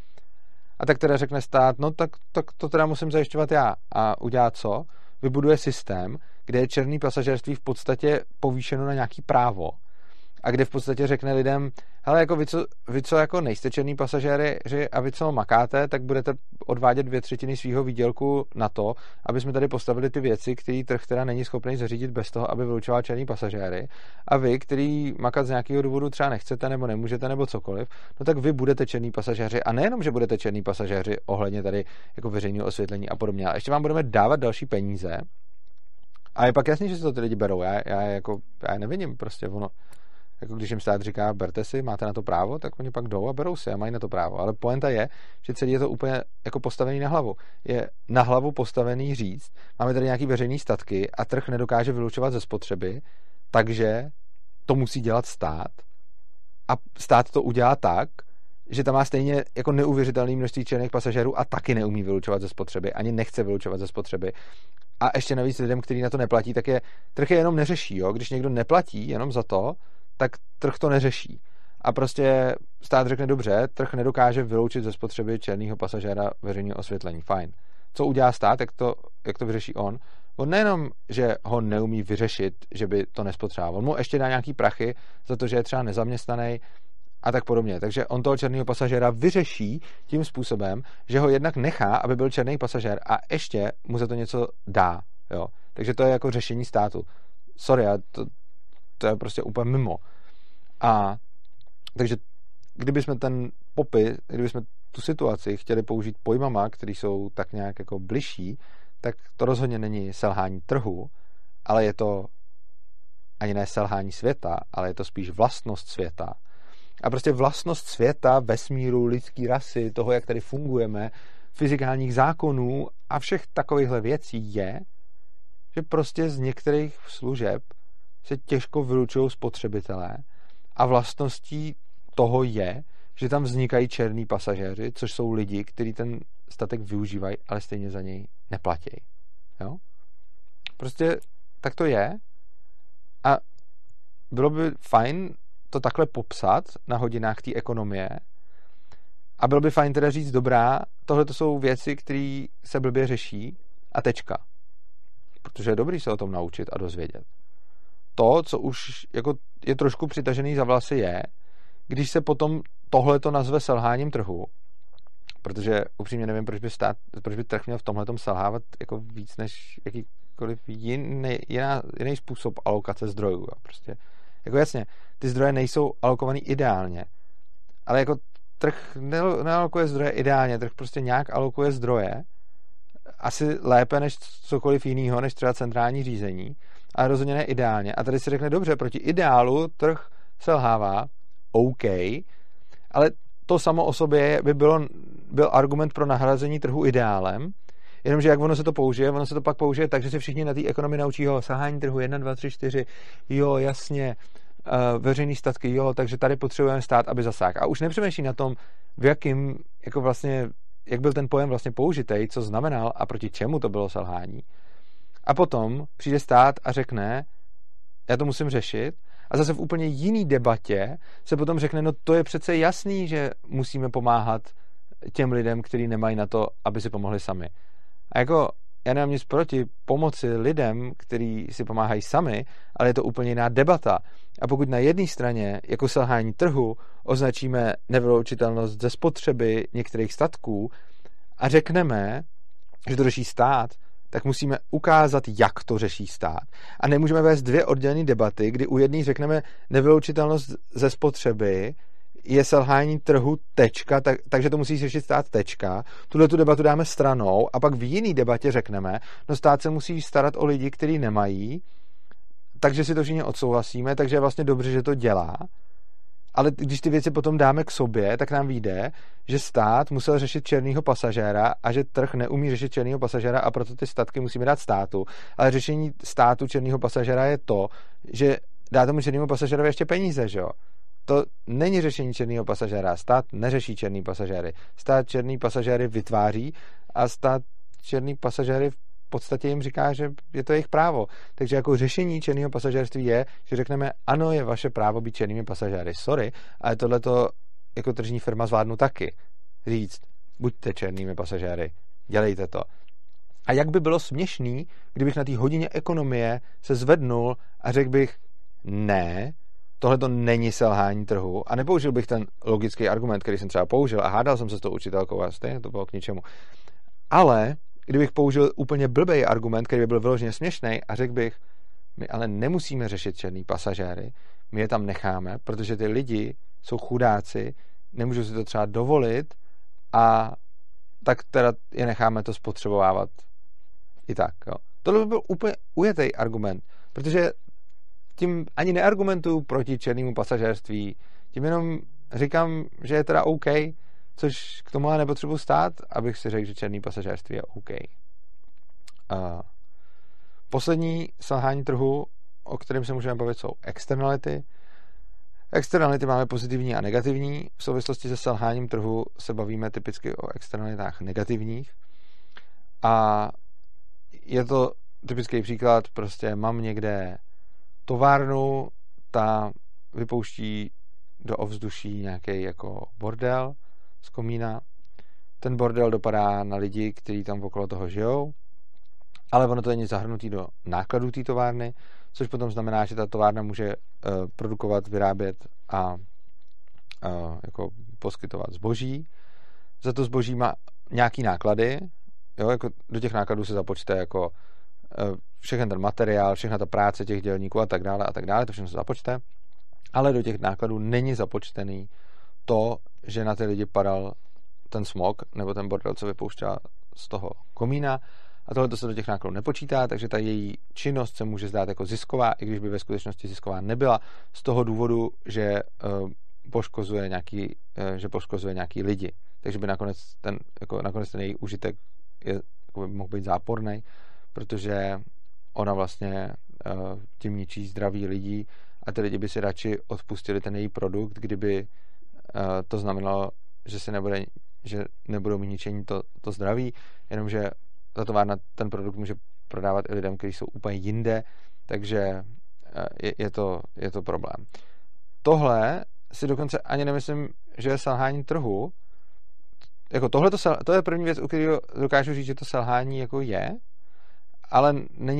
A tak teda řekne stát, no tak, tak to teda musím zajišťovat já. A udělá co? Vybuduje systém, kde je černý pasažérství v podstatě povýšeno na nějaký právo a kde v podstatě řekne lidem, hele, jako vy co, vy co jako nejste černý pasažéři a vy co makáte, tak budete odvádět dvě třetiny svého výdělku na to, aby jsme tady postavili ty věci, které trh teda není schopný zařídit bez toho, aby vylučoval černý pasažéry. A vy, který makat z nějakého důvodu třeba nechcete nebo nemůžete nebo cokoliv, no tak vy budete černý pasažéři a nejenom, že budete černý pasažéři ohledně tady jako veřejného osvětlení a podobně, ale ještě vám budeme dávat další peníze. A je pak jasný, že se to ty lidi berou. Já, já, jako, já je neviním prostě. Ono, jako když jim stát říká, berte si, máte na to právo, tak oni pak jdou a berou si a mají na to právo. Ale pointa je, že celý je to úplně jako postavený na hlavu. Je na hlavu postavený říct, máme tady nějaký veřejný statky a trh nedokáže vylučovat ze spotřeby, takže to musí dělat stát. A stát to udělá tak, že tam má stejně jako neuvěřitelné množství černých pasažérů a taky neumí vylučovat ze spotřeby, ani nechce vylučovat ze spotřeby. A ještě navíc lidem, kteří na to neplatí, tak je trh je jenom neřeší. Jo? Když někdo neplatí jenom za to, tak trh to neřeší. A prostě stát řekne dobře, trh nedokáže vyloučit ze spotřeby černého pasažéra veřejného osvětlení. Fajn. Co udělá stát, jak to, jak to vyřeší on? On nejenom, že ho neumí vyřešit, že by to nespotřeboval, on mu ještě dá nějaký prachy za to, že je třeba nezaměstnaný a tak podobně. Takže on toho černého pasažéra vyřeší tím způsobem, že ho jednak nechá, aby byl černý pasažér a ještě mu za to něco dá. Jo? Takže to je jako řešení státu. Sorry, to, to je prostě úplně mimo. A takže kdybychom ten popis, kdybychom tu situaci chtěli použít pojmama, které jsou tak nějak jako bližší, tak to rozhodně není selhání trhu, ale je to ani ne selhání světa, ale je to spíš vlastnost světa. A prostě vlastnost světa, vesmíru, lidský rasy, toho, jak tady fungujeme, fyzikálních zákonů a všech takovýchhle věcí je, že prostě z některých služeb se těžko vylučují spotřebitelé a vlastností toho je, že tam vznikají černí pasažéři, což jsou lidi, kteří ten statek využívají, ale stejně za něj neplatí. Jo? Prostě tak to je a bylo by fajn to takhle popsat na hodinách té ekonomie a bylo by fajn teda říct, dobrá, tohle to jsou věci, které se blbě řeší a tečka. Protože je dobrý se o tom naučit a dozvědět. To, co už jako je trošku přitažený za vlasy, je, když se potom tohle to nazve selháním trhu, protože upřímně nevím, proč by, stát, proč by trh měl v tomhletom selhávat jako víc než jakýkoliv jiný, jiná, jiný způsob alokace zdrojů. Jo. Prostě, jako jasně, ty zdroje nejsou alokovaný ideálně, ale jako trh nealokuje zdroje ideálně, trh prostě nějak alokuje zdroje, asi lépe než cokoliv jiného, než třeba centrální řízení, ale rozhodně ne ideálně. A tady si řekne, dobře, proti ideálu trh selhává, OK, ale to samo o sobě by bylo, byl argument pro nahrazení trhu ideálem, jenomže jak ono se to použije, ono se to pak použije tak, že se všichni na té ekonomii naučí, jo, selhání trhu jedna, dva, tři, čtyři, jo, jasně, veřejný statky, jo, takže tady potřebujeme stát, aby zasáhl. A už nepřemýšlí na tom, v jakým, jako vlastně, jak byl ten pojem vlastně použitej, co znamenal a proti čemu to bylo selhání. A potom přijde stát a řekne, já to musím řešit. A zase v úplně jiný debatě se potom řekne, no to je přece jasný, že musíme pomáhat těm lidem, kteří nemají na to, aby si pomohli sami. A jako já nemám nic proti pomoci lidem, kteří si pomáhají sami, ale je to úplně jiná debata. A pokud na jedné straně jako selhání trhu označíme nevyloučitelnost ze spotřeby některých statků a řekneme, že to řeší stát, tak musíme ukázat, jak to řeší stát. A nemůžeme vést dvě oddělené debaty, kdy u jedných řekneme nevyloučitelnost ze spotřeby je selhání trhu tečka, tak, takže to musí řešit stát tečka. Tuhle tu debatu dáme stranou a pak v jiný debatě řekneme, no stát se musí starat o lidi, kteří nemají, takže si to všichni odsouhlasíme, takže je vlastně dobře, že to dělá. Ale když ty věci potom dáme k sobě, tak nám vyjde, že stát musel řešit černýho pasažéra a že trh neumí řešit černýho pasažéra a proto ty statky musíme dát státu. Ale řešení státu černýho pasažéra je to, že dá tomu černýmu pasažérovi ještě peníze, že jo? To není řešení černýho pasažéra. Stát neřeší černý pasažéry. Stát černý pasažéry vytváří a stát černý pasažéry v podstatě jim říká, že je to jejich právo. Takže jako řešení černého pasažérství je, že řekneme, ano, je vaše právo být černými pasažéry. Sorry, ale tohleto jako tržní firma zvládnu taky. Říct, buďte černými pasažéry, dělejte to. A jak by bylo směšný, kdybych na té hodině ekonomie se zvednul a řekl bych, ne, tohle to není selhání trhu a nepoužil bych ten logický argument, který jsem třeba použil a hádal jsem se s tou učitelkou a stejně to bylo k ničemu. Ale kdybych použil úplně blbej argument, který by byl vyloženě směšný a řekl bych, my ale nemusíme řešit černý pasažéry, my je tam necháme, protože ty lidi jsou chudáci, nemůžou si to třeba dovolit a tak teda je necháme to spotřebovávat i tak. Jo. Tohle by byl úplně ujetý argument, protože tím ani neargumentuju proti černému pasažérství, tím jenom říkám, že je teda OK, což k tomu ale nepotřebuji stát, abych si řekl, že černý pasažérství je OK. Uh, poslední selhání trhu, o kterém se můžeme bavit, jsou externality. Externality máme pozitivní a negativní. V souvislosti se selháním trhu se bavíme typicky o externalitách negativních. A je to typický příklad, prostě mám někde továrnu, ta vypouští do ovzduší nějaký jako bordel z komína. Ten bordel dopadá na lidi, kteří tam okolo toho žijou, ale ono to není zahrnutý do nákladů té továrny, což potom znamená, že ta továrna může uh, produkovat, vyrábět a uh, jako poskytovat zboží. Za to zboží má nějaký náklady, jo, jako do těch nákladů se započte jako uh, všechen ten materiál, všechna ta práce těch dělníků a tak dále a tak dále, to všechno se započte, ale do těch nákladů není započtený to, že na ty lidi padal ten smog nebo ten bordel, co vypouštěla z toho komína, a tohle se do těch nákladů nepočítá, takže ta její činnost se může zdát jako zisková, i když by ve skutečnosti zisková nebyla, z toho důvodu, že uh, poškozuje nějaký, uh, že poškozuje nějaký lidi. Takže by nakonec ten, jako nakonec ten její užitek je, jako by mohl být záporný, protože ona vlastně uh, tím ničí zdraví lidí a ty lidi by si radši odpustili ten její produkt, kdyby uh, to znamenalo, že se nebude, že nebudou mít ničení to, to zdraví, jenomže ta továrna ten produkt může prodávat i lidem, kteří jsou úplně jinde, takže je, je, to, je to problém. Tohle si dokonce ani nemyslím, že je selhání trhu. Jako tohle to, to je první věc, u kterého dokážu říct, že to selhání jako je, ale není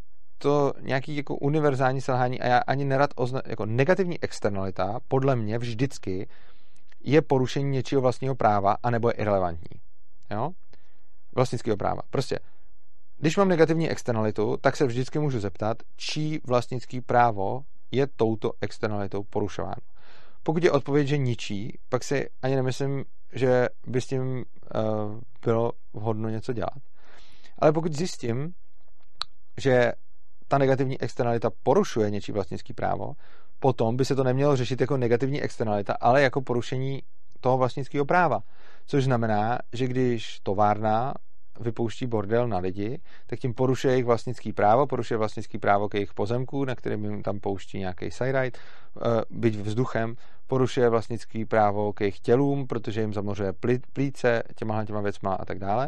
to nějaký jako univerzální selhání a já ani nerad ozna, jako negativní externalita podle mě vždycky je porušení něčího vlastního práva anebo je irelevantní. Jo? Vlastnického práva. Prostě, když mám negativní externalitu, tak se vždycky můžu zeptat, čí vlastnický právo je touto externalitou porušováno. Pokud je odpověď, že ničí, pak si ani nemyslím, že by s tím uh, bylo vhodno něco dělat. Ale pokud zjistím, že ta negativní externalita porušuje něčí vlastnický právo, potom by se to nemělo řešit jako negativní externalita, ale jako porušení toho vlastnického práva. Což znamená, že když továrna vypouští bordel na lidi, tak tím porušuje jejich vlastnický právo, porušuje vlastnický právo k jejich pozemku, na kterém jim tam pouští nějaký sajrajt, byť vzduchem, porušuje vlastnický právo k jejich tělům, protože jim zamořuje plíce těma těma věcma a tak dále.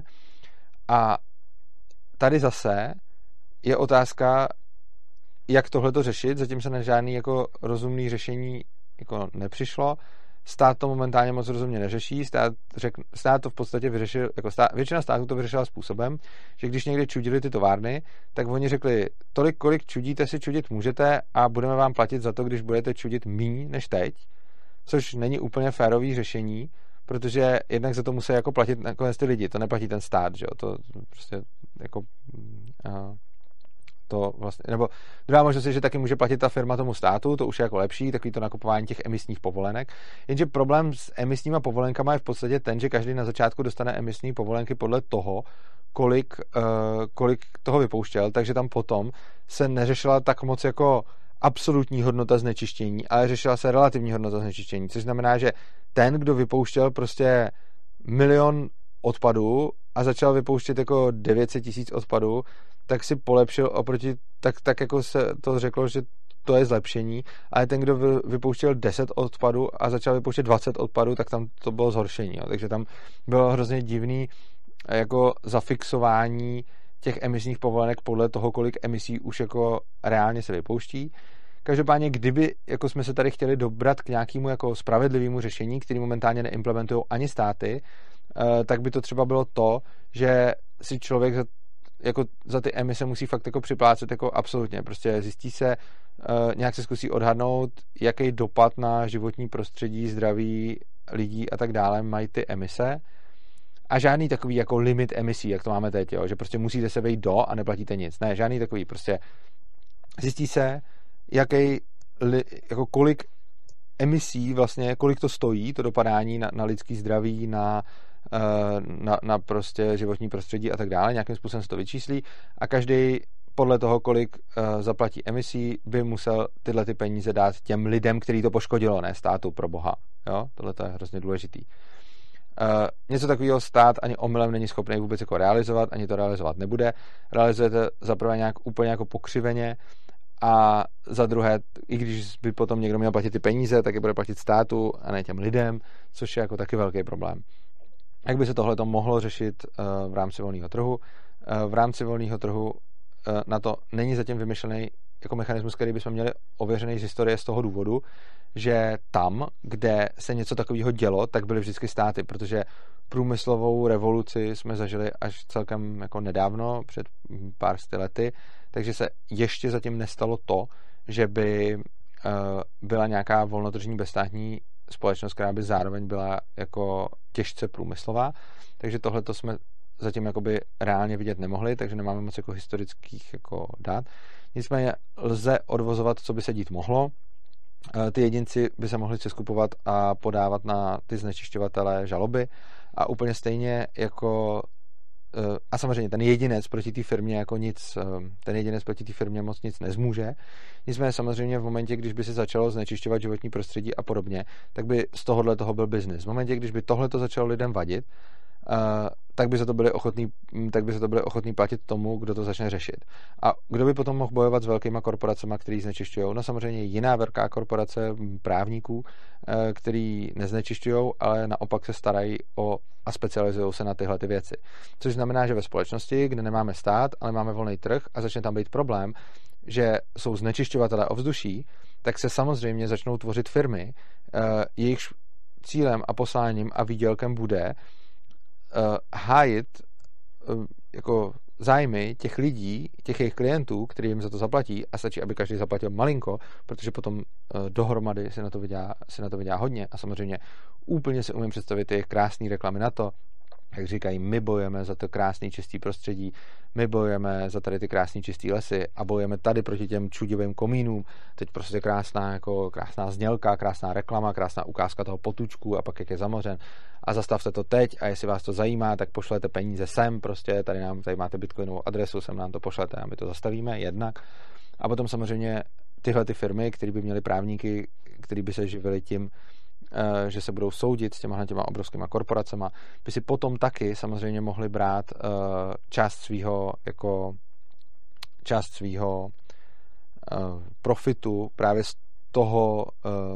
A tady zase je otázka, jak tohleto řešit, zatím se na žádný jako rozumný řešení jako nepřišlo. Stát to momentálně moc rozumně neřeší, stát, řek, stát to v podstatě vyřešil, jako stát, většina států to vyřešila způsobem, že když někde čudili ty továrny, tak oni řekli, tolik, kolik čudíte, si čudit můžete a budeme vám platit za to, když budete čudit míň než teď, což není úplně férový řešení, protože jednak za to musí jako platit nakonec ty lidi, to neplatí ten stát, že jo, to prostě jako uh, to vlastně, nebo druhá možnost je, že taky může platit ta firma tomu státu, to už je jako lepší, takový to nakupování těch emisních povolenek. Jenže problém s emisníma povolenkama je v podstatě ten, že každý na začátku dostane emisní povolenky podle toho, kolik, uh, kolik toho vypouštěl, takže tam potom se neřešila tak moc jako absolutní hodnota znečištění, ale řešila se relativní hodnota znečištění, což znamená, že ten, kdo vypouštěl prostě milion odpadů a začal vypouštět jako devět set tisíc odpadů, tak si polepšil oproti, tak, tak jako se to řeklo, že to je zlepšení, ale ten, kdo vypouštěl deset odpadů a začal vypouštět dvacet odpadů, tak tam to bylo zhoršení. Jo. Takže tam bylo hrozně divný jako zafixování těch emisních povolenek podle toho, kolik emisí už jako reálně se vypouští. Každopádně, kdyby jako jsme se tady chtěli dobrat k nějakému jako spravedlivému řešení, který momentálně neimplementují ani státy, tak by to třeba bylo to, že si člověk za, jako za ty emise musí fakt jako připlácet jako absolutně. Prostě zjistí se, nějak se zkusí odhadnout, jaký dopad na životní prostředí, zdraví lidí a tak dále mají ty emise. A žádný takový jako limit emisí, jak to máme teď, jo? Že prostě musíte se vejít do a neplatíte nic. Ne, žádný takový, prostě zjistí se, jaký, jako kolik emisí vlastně, kolik to stojí, to dopadání na, na lidský zdraví, na, na, na prostě životní prostředí a tak dále, nějakým způsobem se to vyčíslí a každý podle toho, kolik uh, zaplatí emisí, by musel tyhle ty peníze dát těm lidem, který to poškodilo, ne státu, pro boha. Jo? Tohle to je hrozně důležitý. Uh, něco takového stát ani omylem není schopný vůbec jako realizovat, ani to realizovat nebude. Realizujete zaprvé nějak úplně jako pokřiveně a za druhé, i když by potom někdo měl platit ty peníze, tak je bude platit státu a ne těm lidem, což je jako taky velký problém. Jak by se tohle to mohlo řešit uh, v rámci volného trhu? Uh, v rámci volného trhu uh, na to není zatím vymyšlený jako mechanismus, který bychom měli ověřený z historie z toho důvodu, že tam, kde se něco takového dělo, tak byly vždycky státy, protože průmyslovou revoluci jsme zažili až celkem jako nedávno, před pár sty lety, takže se ještě zatím nestalo to, že by uh, byla nějaká volnotržní bezstátní společnost, která by zároveň byla jako těžce průmyslová, takže tohle to jsme zatím jakoby reálně vidět nemohli, takže nemáme moc jako historických jako dát. Nicméně lze odvozovat, co by se dít mohlo. Ty jedinci by se mohli seskupovat a podávat na ty znečišťovatele žaloby a úplně stejně jako a samozřejmě ten jedinec proti té firmě jako nic, ten jedinec proti té firmě moc nic nezmůže. Nicméně samozřejmě v momentě, když by se začalo znečišťovat životní prostředí a podobně, tak by z tohohle toho byl biznis. V momentě, když by tohle to začalo lidem vadit, Uh, tak by se to byli ochotní, tak by se to byli ochotní platit tomu, kdo to začne řešit. A kdo by potom mohl bojovat s velkýma korporacemi, který znečišťují? No samozřejmě jiná velká korporace právníků, uh, který neznečišťují, ale naopak se starají o a specializují se na tyhle ty věci. Což znamená, že ve společnosti, kde nemáme stát, ale máme volný trh a začne tam být problém, že jsou znečišťovatelé ovzduší, tak se samozřejmě začnou tvořit firmy, uh, jejichž cílem a posláním a výdělkem bude Uh, hájit uh, jako zájmy těch lidí, těch jejich klientů, kteří jim za to zaplatí a stačí, aby každý zaplatil malinko, protože potom uh, dohromady si na to vydělá, si na to vydělá hodně a samozřejmě úplně si umím představit jejich krásné reklamy na to, jak říkají, my bojujeme za to krásný čistý prostředí, my bojujeme za tady ty krásný čistý lesy a bojujeme tady proti těm čudivým komínům. Teď prostě krásná, jako krásná znělka, krásná reklama, krásná ukázka toho potučku a pak jak je zamořen. A zastavte to teď a jestli vás to zajímá, tak pošlete peníze sem, prostě tady nám, tady máte bitcoinovou adresu, sem nám to pošlete a my to zastavíme jednak. A potom samozřejmě tyhle ty firmy, které by měly právníky, který by se živili tím, že se budou soudit s těma těma obrovskýma korporacema, by si potom taky samozřejmě mohli brát část svýho jako část svýho profitu právě z toho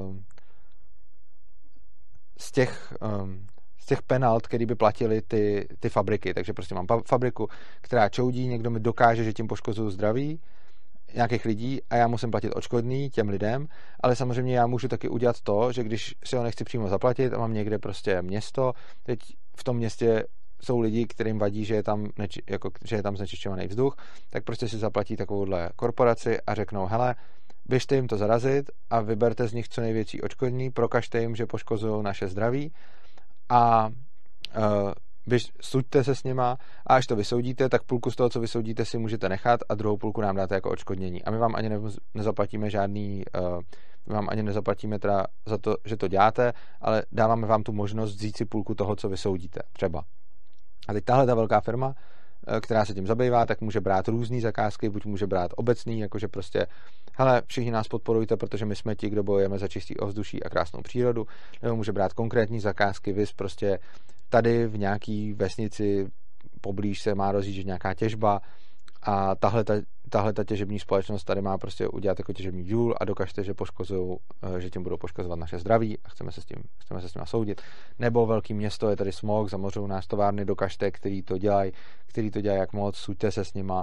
z těch z těch penalt, který by platili ty, ty fabriky. Takže prostě mám fabriku, která čoudí, někdo mi dokáže, že tím poškozuju zdraví nějakých lidí a já musím platit odškodný těm lidem, ale samozřejmě já můžu taky udělat to, že když si ho nechci přímo zaplatit a mám někde prostě město, teď v tom městě jsou lidi, kterým vadí, že je tam, neči, jako, že je tam znečišťovaný vzduch, tak prostě si zaplatí takovouhle korporaci a řeknou, hele, běžte jim to zarazit a vyberte z nich co největší odškodný, prokažte jim, že poškozují naše zdraví a uh, běž, suďte se s nima a až to vysoudíte, tak půlku z toho, co vysoudíte, si můžete nechat a druhou půlku nám dáte jako odškodnění. A my vám ani ne, nezaplatíme žádný, uh, my vám ani nezaplatíme teda za to, že to děláte, ale dáváme vám tu možnost vzít si půlku toho, co vysoudíte, třeba. A teď tahle ta velká firma, která se tím zabývá, tak může brát různý zakázky, buď může brát obecný, jakože prostě, hele, všichni nás podporujte, protože my jsme ti, kdo bojujeme za čistý ovzduší a krásnou přírodu, nebo může brát konkrétní zakázky, vys prostě tady v nějaký vesnici poblíž se má rozjíždět nějaká těžba a tahle ta, tahle ta těžební společnost tady má prostě udělat jako těžební důl a dokažte, že poškozují, že tím budou poškozovat naše zdraví a chceme se s tím, chceme se s tím soudit. Nebo velký město, je tady smog, zamořují nás továrny, dokažte, který to dělají, který to dělají jak moc, suďte se s nima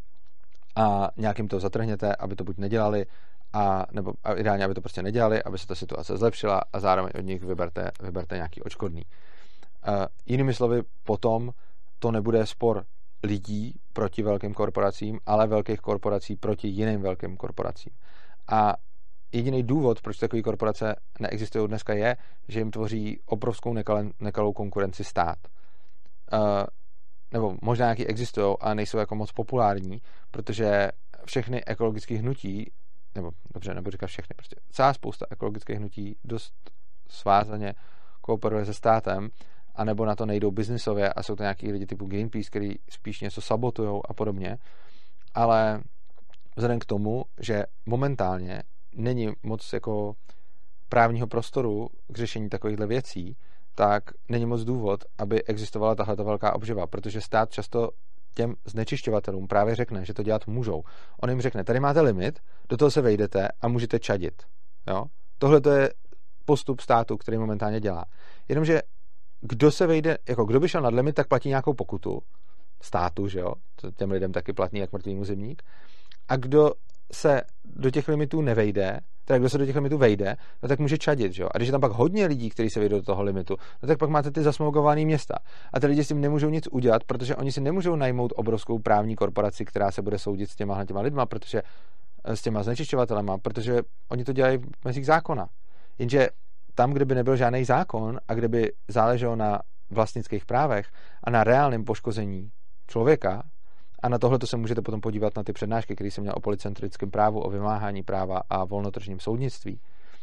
a nějakým to zatrhněte, aby to buď nedělali, a, nebo a ideálně, aby to prostě nedělali, aby se ta situace zlepšila a zároveň od nich vyberte, vyberte nějaký odškodný. Uh, jinými slovy, potom to nebude spor lidí proti velkým korporacím, ale velkých korporací proti jiným velkým korporacím. A jediný důvod, proč takové korporace neexistují dneska, je, že jim tvoří obrovskou nekal, nekalou konkurenci stát. Uh, nebo možná nějaký existují, ale nejsou jako moc populární, protože všechny ekologické hnutí, nebo dobře, nebudu říkat všechny, prostě celá spousta ekologických hnutí dost svázaně kooperuje se státem, anebo na to nejdou biznisově a jsou to nějaký lidi typu Greenpeace, který spíš něco sabotujou a podobně. Ale vzhledem k tomu, že momentálně není moc jako právního prostoru k řešení takovýchhle věcí, tak není moc důvod, aby existovala tahle velká obživa, protože stát často těm znečišťovatelům právě řekne, že to dělat můžou. On jim řekne, tady máte limit, do toho se vejdete a můžete čadit. Jo? Tohle to je postup státu, který momentálně dělá. Jenomže kdo se vejde, jako kdo by šel nad limit, tak platí nějakou pokutu státu, že jo, to těm lidem taky platí jak mrtvýmu zimník. A kdo se do těch limitů nevejde, teda kdo se do těch limitů vejde, no tak může čadit, že jo. A když je tam pak hodně lidí, kteří se vejdou do toho limitu, no tak pak máte ty zasmogované města. A ty lidi s tím nemůžou nic udělat, protože oni si nemůžou najmout obrovskou právní korporaci, která se bude soudit s těma těma lidma, protože s těma znečišťovatelema, protože oni to dělají v mezích zákona. Jenže tam, kde by nebyl žádný zákon a kde by záleželo na vlastnických právech a na reálném poškození člověka, a na tohle to se můžete potom podívat na ty přednášky, které jsem měl o policentrickém právu, o vymáhání práva a volnotržním soudnictví,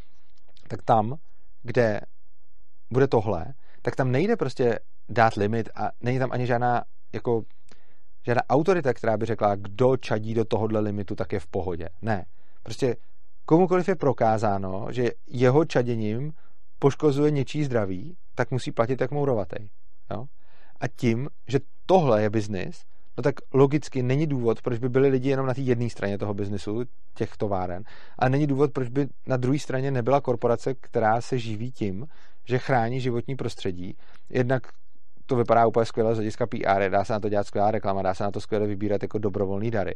tak tam, kde bude tohle, tak tam nejde prostě dát limit a není tam ani žádná jako žádná autorita, která by řekla, kdo čadí do tohohle limitu, tak je v pohodě. Ne. Prostě komukoliv je prokázáno, že jeho čaděním poškozuje něčí zdraví, tak musí platit jak mourovatej. Jo? A tím, že tohle je biznis, no tak logicky není důvod, proč by byli lidi jenom na té jedné straně toho biznisu, těch továren, a není důvod, proč by na druhé straně nebyla korporace, která se živí tím, že chrání životní prostředí. Jednak to vypadá úplně skvěle z hlediska P R, dá se na to dělat skvělá reklama, dá se na to skvěle vybírat jako dobrovolný dary.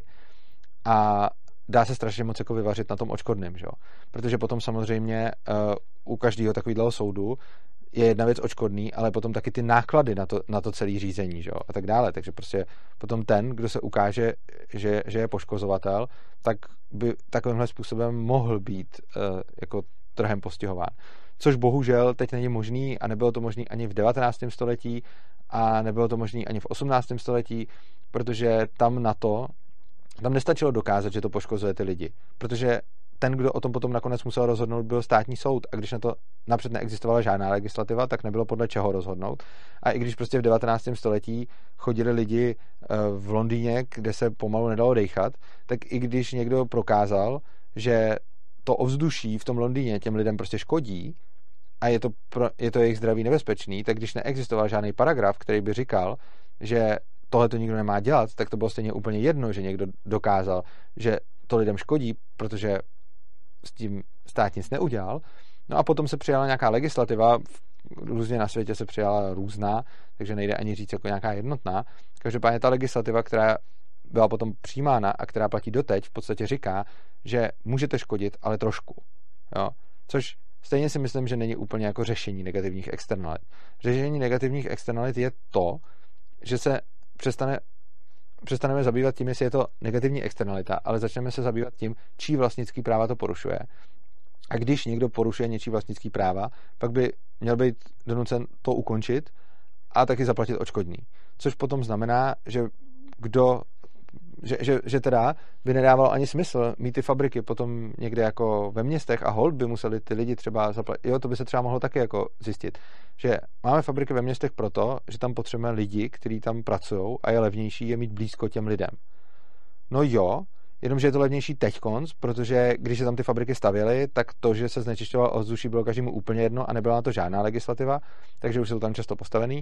A dá se strašně moc jako vyvařit na tom odškodném, že? Protože potom samozřejmě uh, u každého takového soudu je jedna věc odškodný, ale potom taky ty náklady na to, na to celé řízení, že? A tak dále. Takže prostě potom ten, kdo se ukáže, že, že je poškozovatel, tak by takovýmhle způsobem mohl být uh, jako trhem postihován. Což bohužel teď není možný a nebylo to možné ani v devatenáctém století a nebylo to možné ani v osmnáctém století, protože tam na to tam nestačilo dokázat, že to poškozuje ty lidi, protože ten, kdo o tom potom nakonec musel rozhodnout, byl státní soud a když na to napřed neexistovala žádná legislativa, tak nebylo podle čeho rozhodnout. A i když prostě v devatenáctém století chodili lidi v Londýně, kde se pomalu nedalo dejchat, tak i když někdo prokázal, že to ovzduší v tom Londýně těm lidem prostě škodí a je to, pro, je to jejich zdraví nebezpečný, tak když neexistoval žádný paragraf, který by říkal, že tohle to nikdo nemá dělat, tak to bylo stejně úplně jedno, že někdo dokázal, že to lidem škodí, protože s tím stát nic neudělal. No a potom se přijala nějaká legislativa, různě na světě se přijala různá, takže nejde ani říct jako nějaká jednotná. Každopádně ta legislativa, která byla potom přijímána a která platí doteď, v podstatě říká, že můžete škodit, ale trošku. Jo? Což stejně si myslím, že není úplně jako řešení negativních externalit. Řešení negativních externalit je to, že se přestane, přestaneme zabývat tím, jestli je to negativní externalita, ale začneme se zabývat tím, čí vlastnický práva to porušuje. A když někdo porušuje něčí vlastnický práva, pak by měl být donucen to ukončit a taky zaplatit odškodní. Což potom znamená, že kdo Že, že, že teda by nedávalo ani smysl mít ty fabriky potom někde jako ve městech a hold by museli ty lidi třeba zaplatit. Jo, to by se třeba mohlo taky jako zjistit, že máme fabriky ve městech proto, že tam potřebujeme lidi, kteří tam pracují a je levnější je mít blízko těm lidem. No jo, jenomže je to levnější teďkonc, protože když se tam ty fabriky stavěly, tak to, že se znečišťoval ovzduší, bylo každému úplně jedno a nebyla na to žádná legislativa, takže už jsou tam často postavený.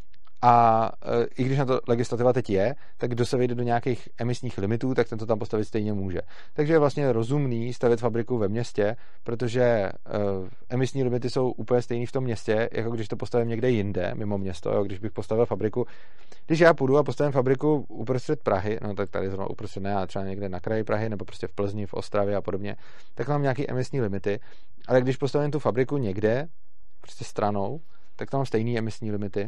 A e, i když na to legislativa teď je, tak kdo se vejde do nějakých emisních limitů, tak ten to tam postavit stejně může. Takže je vlastně rozumný stavět fabriku ve městě, protože e, emisní limity jsou úplně stejný v tom městě, jako když to postavím někde jinde, mimo město. Jo? Když bych postavil fabriku, když já půjdu a postavím fabriku uprostřed Prahy, no tak tady zrovna uprostřed ne, ale třeba někde na kraji Prahy, nebo prostě v Plzni, v Ostravě a podobně, tak mám nějaký emisní limity. Ale když postavím tu fabriku někde, prostě stranou, tak tam mám stejný emisní limity.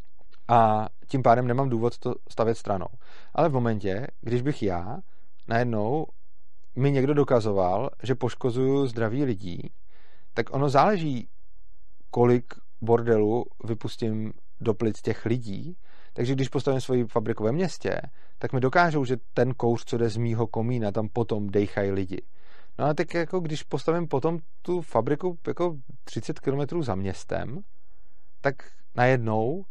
A tím pádem nemám důvod to stavět stranou. Ale v momentě, když bych já najednou mi někdo dokazoval, že poškozuju zdraví lidí, tak ono záleží, kolik bordelu vypustím do plic těch lidí. Takže když postavím svoji fabriku ve městě, tak mi dokážou, že ten kouř, co jde z mýho komína, tam potom dejchají lidi. No a tak jako když postavím potom tu fabriku jako třicet kilometrů za městem, tak najednou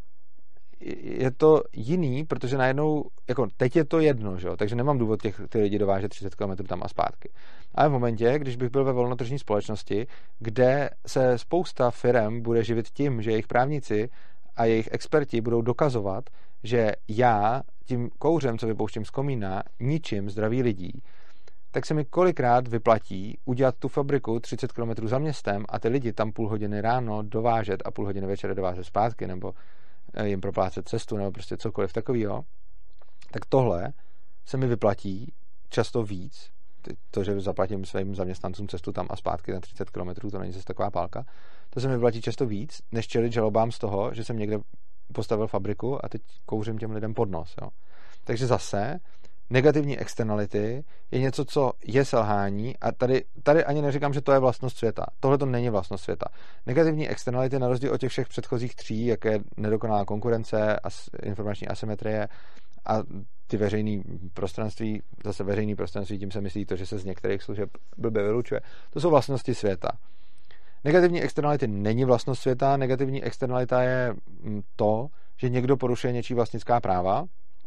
je to jiný, protože najednou, jako teď je to jedno, že jo? Takže nemám důvod těch, ty lidi dovážet třicet kilometrů tam a zpátky. Ale v momentě, když bych byl ve volnotržní společnosti, kde se spousta firem bude živit tím, že jejich právníci a jejich experti budou dokazovat, že já tím kouřem, co vypouštím z komína, ničím zdraví lidí, tak se mi kolikrát vyplatí udělat tu fabriku třicet kilometrů za městem a ty lidi tam půl hodiny ráno dovážet a půl hodiny večer dovážet zpátky, nebo jim proplácet cestu, nebo prostě cokoliv takového, tak tohle se mi vyplatí často víc. To, že zaplatím svým zaměstnancům cestu tam a zpátky na třicet kilometrů, to není zase taková pálka. To se mi vyplatí často víc, než čelit žalobám z toho, že jsem někde postavil fabriku a teď kouřím těm lidem pod nos. Jo. Takže zase negativní externality je něco, co je selhání a tady, tady ani neříkám, že to je vlastnost světa. Tohle to není vlastnost světa. Negativní externality na rozdíl od těch všech předchozích tří, jak je nedokonalá konkurence, as, informační asymetrie a ty veřejné prostranství, zase veřejné prostranství, tím se myslí to, že se z některých služeb blbě vylučuje. To jsou vlastnosti světa. Negativní externality není vlastnost světa, negativní externalita je to, že někdo porušuje něčí vlastnická práva.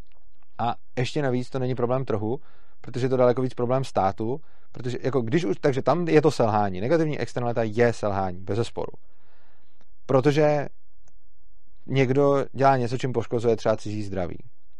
A ještě navíc to není problém trhu, protože je to daleko víc problém státu, protože jako když už, takže tam je to selhání. Negativní externalita je selhání, bezesporu. Protože někdo dělá něco, čím poškozuje třeba cizí zdraví.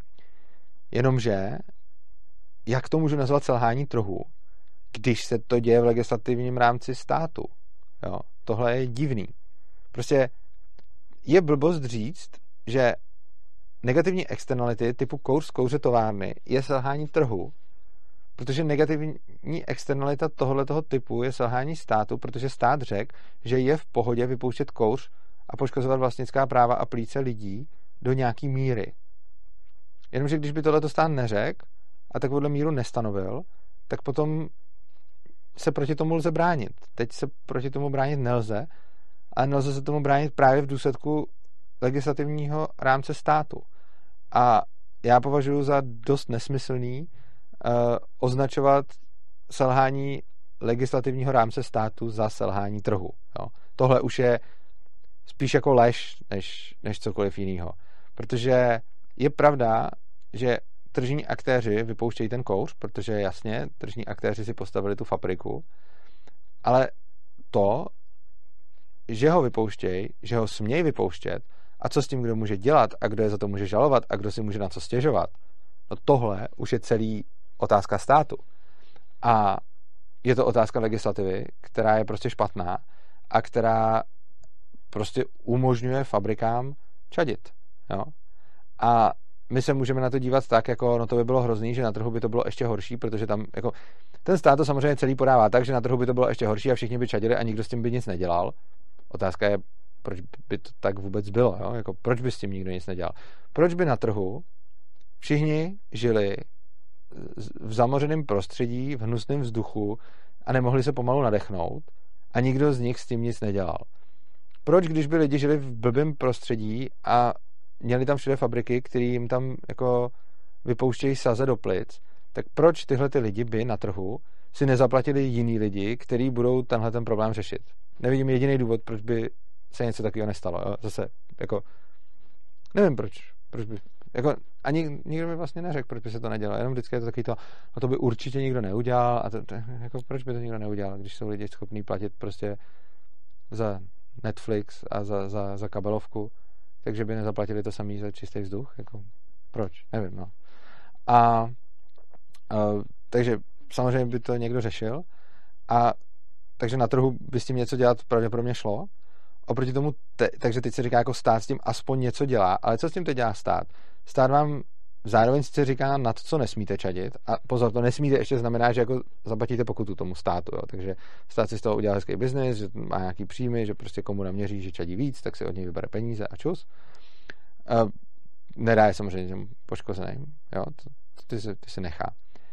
Jenomže, jak to můžu nazvat selhání trhu, když se to děje v legislativním rámci státu? Jo? Tohle je divný. Prostě je blbost říct, že negativní externality typu kouř z kouře továrny je selhání trhu, protože negativní externalita tohoto typu je selhání státu, protože stát řekl, že je v pohodě vypouštět kouř a poškozovat vlastnická práva a plíce lidí do nějaký míry. Jenomže když by tohleto stát neřekl a takovouhle míru nestanovil, tak potom se proti tomu lze bránit. Teď se proti tomu bránit nelze, ale nelze se tomu bránit právě v důsledku legislativního rámce státu. A já považuji za dost nesmyslný uh, označovat selhání legislativního rámce státu za selhání trhu. Jo. Tohle už je spíš jako lež, než, než cokoliv jiného. Protože je pravda, že tržní aktéři vypouštějí ten kouř, protože jasně, tržní aktéři si postavili tu fabriku, ale to že ho vypouštějí, že ho smějí vypouštět a co s tím kdo může dělat a kdo je za to může žalovat a kdo si může na co stěžovat. No tohle už je celý otázka státu. A je to otázka legislativy, která je prostě špatná a která prostě umožňuje fabrikám čadit. Jo? A my se můžeme na to dívat tak, jako no to by bylo hrozný, že na trhu by to bylo ještě horší, protože tam jako ten stát to samozřejmě celý podává tak, že na trhu by to bylo ještě horší a všichni by čadili a nikdo s tím by nic nedělal. Otázka je, proč by to tak vůbec bylo, jo? Jako, proč by s tím nikdo nic nedělal. Proč by na trhu všichni žili v zamořeném prostředí, v hnusném vzduchu a nemohli se pomalu nadechnout a nikdo z nich s tím nic nedělal. Proč, když by lidi žili v blbém prostředí a měli tam všude fabriky, které jim tam jako vypouštějí saze do plic, tak proč tyhle ty lidi by na trhu si nezaplatili jiný lidi, kteří budou tenhle ten problém řešit? Nevidím jediný důvod, proč by se něco takového nestalo. Jo? Zase, jako, nevím proč. Proč by, jako, ani nikdo mi vlastně neřekl, proč by se to nedělalo. Jenom vždycky je to takový to, no to by určitě nikdo neudělal a to, to, jako, proč by to nikdo neudělal, když jsou lidi schopní platit prostě za Netflix a za, za, za kabelovku, takže by nezaplatili to samý za čistý vzduch? Jako, proč? Nevím, no. A, a takže samozřejmě by to někdo řešil a takže na trhu by s tím něco dělat pravděpodobně šlo. Oproti tomu, te, takže teď se říká, jako stát s tím aspoň něco dělá, ale co s tím teď dělá stát? Stát vám zároveň sice říká, na to, co nesmíte čadit, a pozor, to nesmíte ještě znamená, že jako zaplatíte pokutu tomu státu, jo. Takže stát si z toho udělá hezký biznis, že má nějaký příjmy, že prostě komu naměří, že čadí víc, tak si od něj vybere peníze a čus. A nedá je samozřejmě těm poškozeným, jo, to, ty, si, ty si nechá.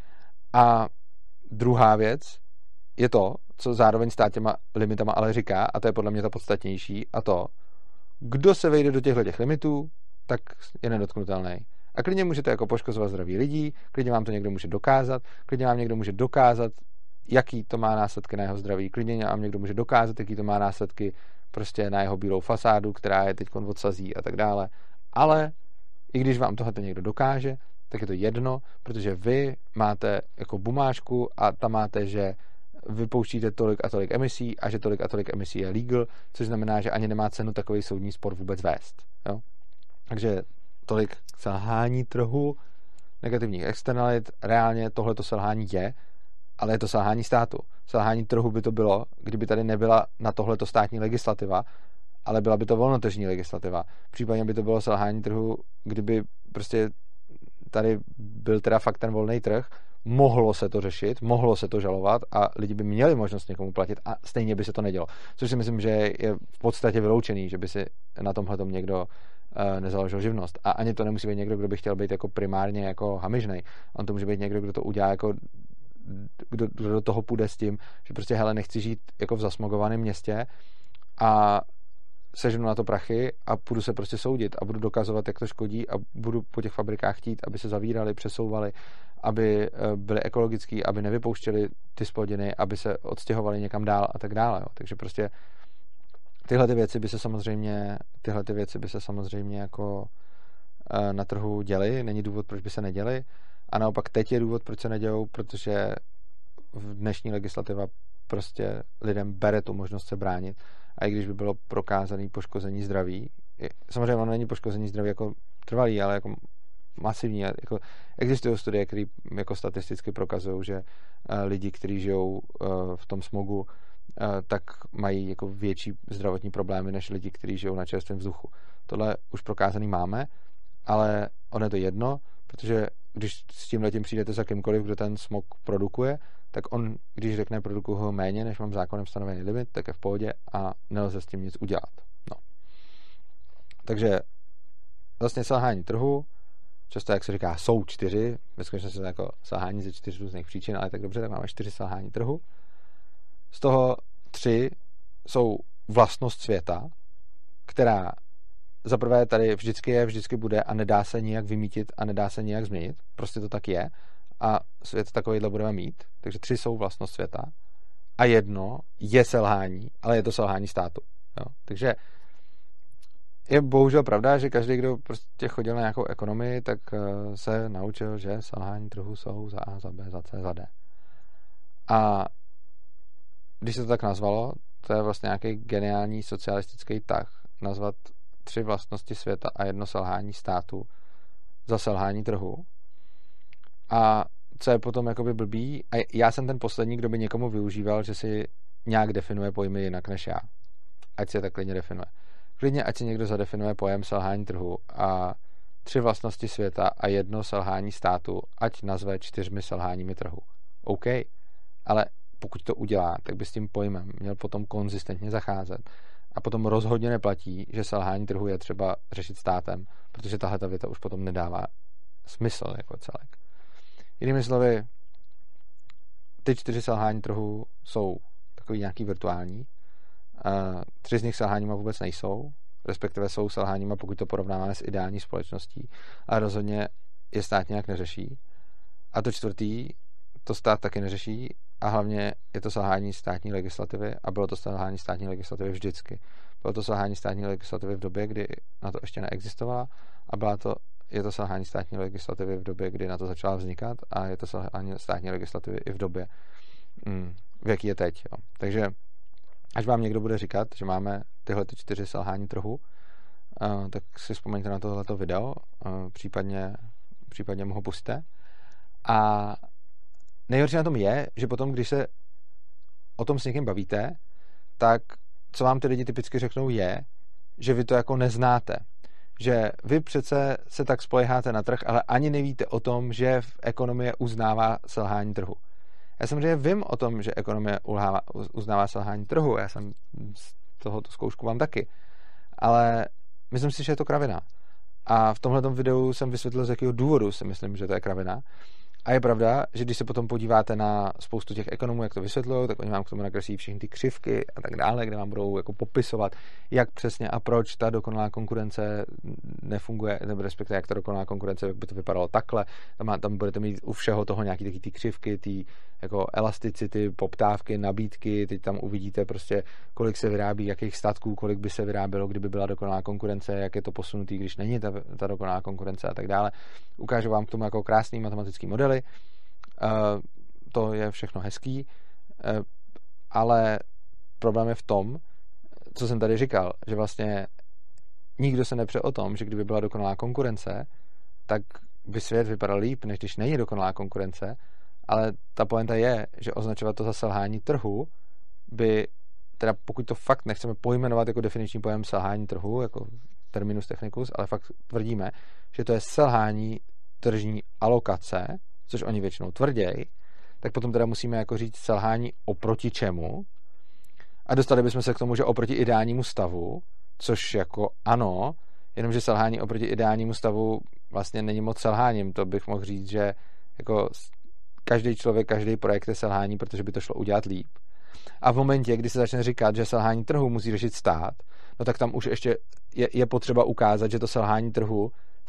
A druhá věc je to, co zároveň stát těma limitama ale říká, a to je podle mě ta podstatnější, a to, kdo se vejde do těchto těch limitů, tak je nedotknutelný. A klidně můžete jako poškozovat zdraví lidí, klidně vám to někdo může dokázat, klidně vám někdo může dokázat, jaký to má následky na jeho zdraví, klidně vám někdo může dokázat, jaký to má následky prostě na jeho bílou fasádu, která je teď odsazí a tak dále. Ale i když vám tohle někdo dokáže, tak je to jedno, protože vy máte jako bumážku a tam máte, že vypouštíte tolik a tolik emisí a že tolik a tolik emisí je legal, což znamená, že ani nemá cenu takový soudní spor vůbec vést. Jo? Takže tolik selhání trhu, negativních externalit, reálně tohleto selhání je, ale je to selhání státu. Selhání trhu by to bylo, kdyby tady nebyla na tohleto státní legislativa, ale byla by to volnotržní legislativa. Případně by to bylo selhání trhu, kdyby prostě tady byl teda fakt ten volný trh, mohlo se to řešit, mohlo se to žalovat a lidi by měli možnost někomu platit a stejně by se to nedělo. Což si myslím, že je v podstatě vyloučený, že by si na tomhletom někdo uh, nezaložil živnost. A ani to nemusí být někdo, kdo by chtěl být jako primárně jako hamižnej. On to může být někdo, kdo to udělá jako kdo, kdo do toho půjde s tím, že prostě hele, nechci žít jako v zasmogovaném městě a seženu na to prachy a půjdu se prostě soudit a budu dokazovat, jak to škodí a budu po těch fabrikách chtít, aby se zavírali, přesouvali, aby byly ekologický, aby nevypouštěli ty spodiny, aby se odstěhovali někam dál a tak dále. Jo. Takže prostě tyhle ty věci by se samozřejmě tyhle ty věci by se samozřejmě jako na trhu děly, není důvod, proč by se neděly a naopak teď je důvod, proč se nedělou, protože v dnešní legislativa prostě lidem bere tu možnost se bránit a i když by bylo prokázané poškození zdraví, samozřejmě ono není poškození zdraví jako trvalý, ale jako masivní. Jako existují studie, které jako statisticky prokazují, že lidi, kteří žijou v tom smogu, tak mají jako větší zdravotní problémy než lidi, kteří žijou na čerstvém vzduchu. Tohle už prokázaný máme, ale ono je to jedno, protože když s tím letím přijdete za kýmkoliv, kdo ten smog produkuje, tak on, když řekne, produkuju ho méně, než mám zákonem stanovený limit, tak je v pohodě a nelze s tím nic udělat. No. Takže vlastně selhání trhu, často, jak se říká, jsou čtyři, ve skutečnosti jsou jako selhání ze čtyř různých příčin, ale tak dobře, tak máme čtyři selhání trhu. Z toho tři jsou vlastnost světa, která za prvé tady vždycky je, vždycky bude a nedá se nijak vymítit a nedá se nijak změnit. Prostě to tak je a svět takovýhle budeme mít. Takže tři jsou vlastnost světa a jedno je selhání, ale je to selhání státu. Jo? Takže je bohužel pravda, že každý, kdo prostě chodil na nějakou ekonomii, tak se naučil, že selhání trhu jsou za A, za B, za C, za D. A když se to tak nazvalo, to je vlastně nějaký geniální socialistický tah, nazvat tři vlastnosti světa a jedno selhání státu za selhání trhu. A co je potom jakoby blbý, a já jsem ten poslední, kdo by někomu využíval, že si nějak definuje pojmy jinak než já. Ať si je tak klidně definuje. Klidně, ať si někdo zadefinuje pojem selhání trhu a tři vlastnosti světa a jedno selhání státu, ať nazve čtyřmi selháními trhu. OK, ale pokud to udělá, tak by s tím pojmem měl potom konzistentně zacházet. A potom rozhodně neplatí, že selhání trhu je třeba řešit státem, protože tahle ta věta už potom nedává smysl jako celek. Jinými slovy, ty čtyři selhání trhu jsou takový nějaký virtuální. Tři z nich selháníma vůbec nejsou, respektive jsou selháníma, pokud to porovnáváme s ideální společností, a rozhodně je stát nějak neřeší. A to čtvrtý, to stát taky neřeší a hlavně je to selhání státní legislativy a bylo to selhání státní legislativy vždycky. Bylo to selhání státní legislativy v době, kdy na to ještě neexistovala a byla to, je to selhání státní legislativy v době, kdy na to začala vznikat a je to selhání státní legislativy i v době, v jaký je teď. Jo. Takže až vám někdo bude říkat, že máme tyhle ty čtyři selhání trhu, tak si vzpomeňte na tohleto video, případně, případně mu ho pusťte. A nejhorší na tom je, že potom, když se o tom s někým bavíte, tak co vám ty lidi typicky řeknou je, že vy to jako neznáte. Že vy přece se tak spoléháte na trh, ale ani nevíte o tom, že v ekonomii uznává selhání trhu. Já samozřejmě vím o tom, že ekonomie ulhává, uznává selhání trhu, já jsem z tohoto zkoušku mám taky, ale myslím si, že je to kravina. A v tomhletom videu jsem vysvětlil, z jakého důvodu si myslím, že to je kravina. A je pravda, že když se potom podíváte na spoustu těch ekonomů, jak to vysvětlují, tak oni vám k tomu nakreslí všechny ty křivky a tak dále, kde vám budou jako popisovat, jak přesně a proč ta dokonalá konkurence nefunguje, nebo respektive jak ta dokonalá konkurence, jak by to vypadalo takhle. Tam, má, tam budete mít u všeho toho nějaký taky ty křivky, ty jako elasticity, poptávky, nabídky, teď tam uvidíte prostě, kolik se vyrábí, jakých statků, kolik by se vyrábělo, kdyby byla dokonalá konkurence, jak je to posunutý, když není ta, ta dokonalá konkurence a tak dále. Ukážu vám k tomu jako krásný matematický model. To je všechno hezký, ale problém je v tom, co jsem tady říkal, že vlastně nikdo se nepře o tom, že kdyby byla dokonalá konkurence, tak by svět vypadal líp, než když není dokonalá konkurence, ale ta pointa je, že označovat to za selhání trhu by, teda pokud to fakt nechceme pojmenovat jako definiční pojem selhání trhu, jako terminus technicus, ale fakt tvrdíme, že to je selhání tržní alokace, což oni většinou tvrděj, tak potom teda musíme jako říct selhání oproti čemu. A dostali bychom se k tomu, že oproti ideálnímu stavu, což jako ano, jenomže selhání oproti ideálnímu stavu vlastně není moc selháním. To bych mohl říct, že jako každý člověk, každý projekt je selhání, protože by to šlo udělat líp. A v momentě, kdy se začne říkat, že selhání trhu musí řešit stát, no tak tam už ještě je, je potřeba ukázat, že to selhání trhu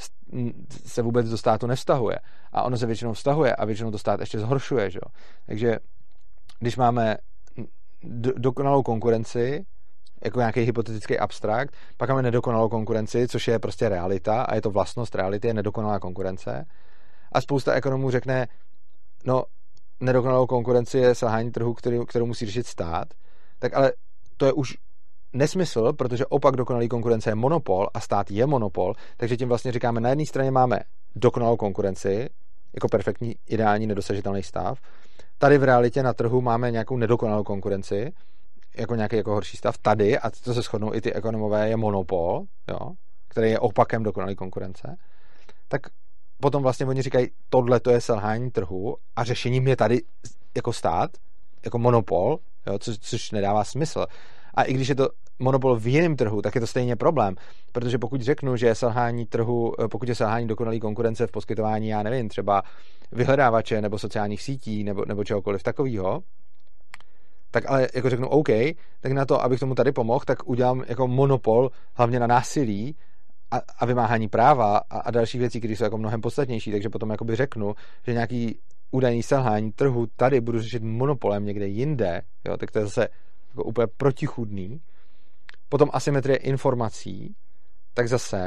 se vůbec do státu nevztahuje. A ono se většinou vztahuje a většinou to stát ještě zhoršuje. Že? Takže když máme do, dokonalou konkurenci, jako nějaký hypotetický abstrakt, pak máme nedokonalou konkurenci, což je prostě realita a je to vlastnost reality, je nedokonalá konkurence. A spousta ekonomů řekne, no nedokonalou konkurenci je selhání trhu, který, kterou musí řešit stát, tak ale to je už nesmysl, protože opak dokonalý konkurence je monopol a stát je monopol, takže tím vlastně říkáme, na jedné straně máme dokonalou konkurenci, jako perfektní, ideální, nedosažitelný stav. Tady v realitě na trhu máme nějakou nedokonalou konkurenci, jako nějaký jako horší stav. Tady, a to se shodnou i ty ekonomové, je monopol, jo, který je opakem dokonalé konkurence. Tak potom vlastně oni říkají, tohle to je selhání trhu a řešením je tady jako stát, jako monopol, jo, co, což nedává smysl. A i když je to monopol v jiném trhu, tak je to stejně problém, protože pokud řeknu, že je selhání trhu, pokud je selhání dokonalý konkurence v poskytování, já nevím, třeba vyhledávače nebo sociálních sítí nebo, nebo čehokoliv takového, tak ale jako řeknu OK, tak na to, abych tomu tady pomohl, tak udělám jako monopol hlavně na násilí a, a vymáhání práva a, a dalších věcí, které jsou jako mnohem podstatnější, takže potom jakoby řeknu, že nějaký údajný selhání trhu tady budu řešit monopolem někde jinde, jo, tak to je zase jako úplně protichůdný. Potom asymetrie informací, tak zase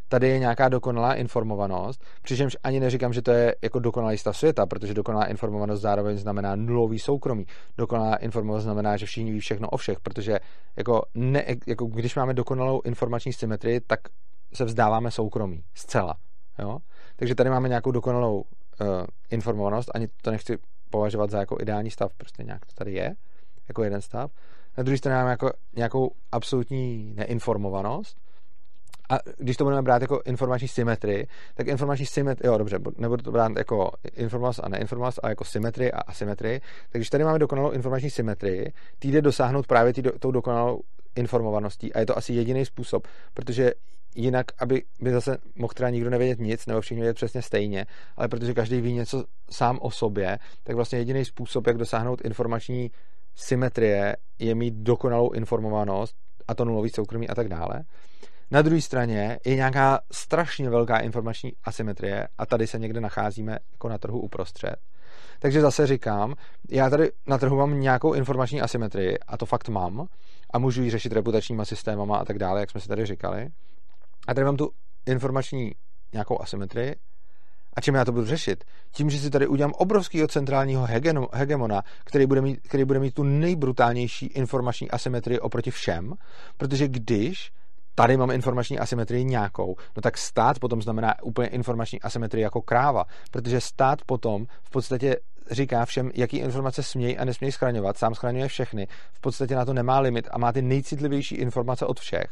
tady je nějaká dokonalá informovanost, přičemž ani neříkám, že to je jako dokonalý stav světa, protože dokonalá informovanost zároveň znamená nulový soukromí. Dokonalá informovanost znamená, že všichni ví všechno o všech, protože jako, ne, jako když máme dokonalou informační symetrii, tak se vzdáváme soukromí zcela. Jo? Takže tady máme nějakou dokonalou uh, informovanost, ani to nechci považovat za jako ideální stav, prostě nějak to tady je, jako jeden stav. Na druhé straně máme jako nějakou absolutní neinformovanost. A když to budeme brát jako informační symetrii, tak informační symetrii, jo dobře, nebudu to brát jako informovanost a neinformovanost, ale jako symetrii a asymetrii. Takže když tady máme dokonalou informační symetrii, tý jde dosáhnout právě tý, tou dokonalou informovaností a je to asi jediný způsob, protože jinak, aby by zase mohl třeba nikdo nevědět nic, nebo všichni vědět přesně stejně, ale protože každý ví něco sám o sobě, tak vlastně jediný způsob, jak dosáhnout informační symetrie, je mít dokonalou informovanost, a to nulový soukromí a tak dále. Na druhé straně je nějaká strašně velká informační asymetrie a tady se někde nacházíme jako na trhu uprostřed. Takže zase říkám, já tady na trhu mám nějakou informační asymetrii a to fakt mám a můžu ji řešit reputačníma systémama a tak dále, jak jsme si tady říkali. A tady mám tu informační nějakou asymetrii. A čím já to budu řešit? Tím, že si tady udělám obrovského centrálního hegemona, který bude mít, který bude mít tu nejbrutálnější informační asymetrii oproti všem, protože když tady mám informační asymetrii nějakou, no tak stát potom znamená úplně informační asymetrii jako kráva, protože stát potom v podstatě říká všem, jaký informace smějí a nesmějí schraňovat, sám schraňuje všechny, v podstatě na to nemá limit a má ty nejcitlivější informace od všech.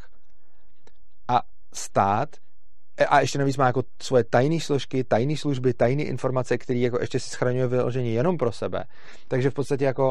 A stát a ještě navíc má jako svoje tajné složky, tajné služby, tajné informace, které jako ještě si schraňuje vyloženě jenom pro sebe. Takže v podstatě jako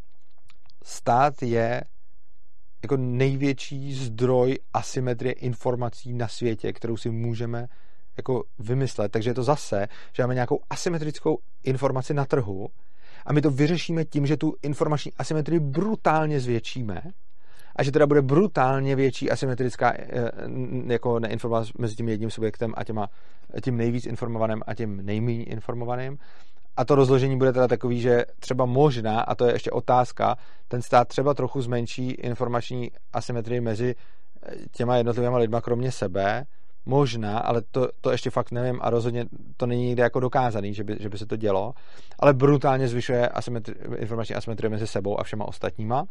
stát je jako největší zdroj asymetrie informací na světě, kterou si můžeme jako vymyslet. Takže je to zase, že máme nějakou asymetrickou informaci na trhu a my to vyřešíme tím, že tu informační asymetrii brutálně zvětšíme a že teda bude brutálně větší asymetrická jako neinformovanost mezi tím jedním subjektem a těma, tím nejvíc informovaným a tím nejméně informovaným. A to rozložení bude teda takový, že třeba možná, a to je ještě otázka, ten stát třeba trochu zmenší informační asymetrii mezi těma jednotlivými lidma kromě sebe, možná, ale to, to ještě fakt nevím a rozhodně to není nikde jako dokázaný, že by, že by se to dělo, ale brutálně zvyšuje asymetri, informační asymetrii mezi sebou a všema ostatníma.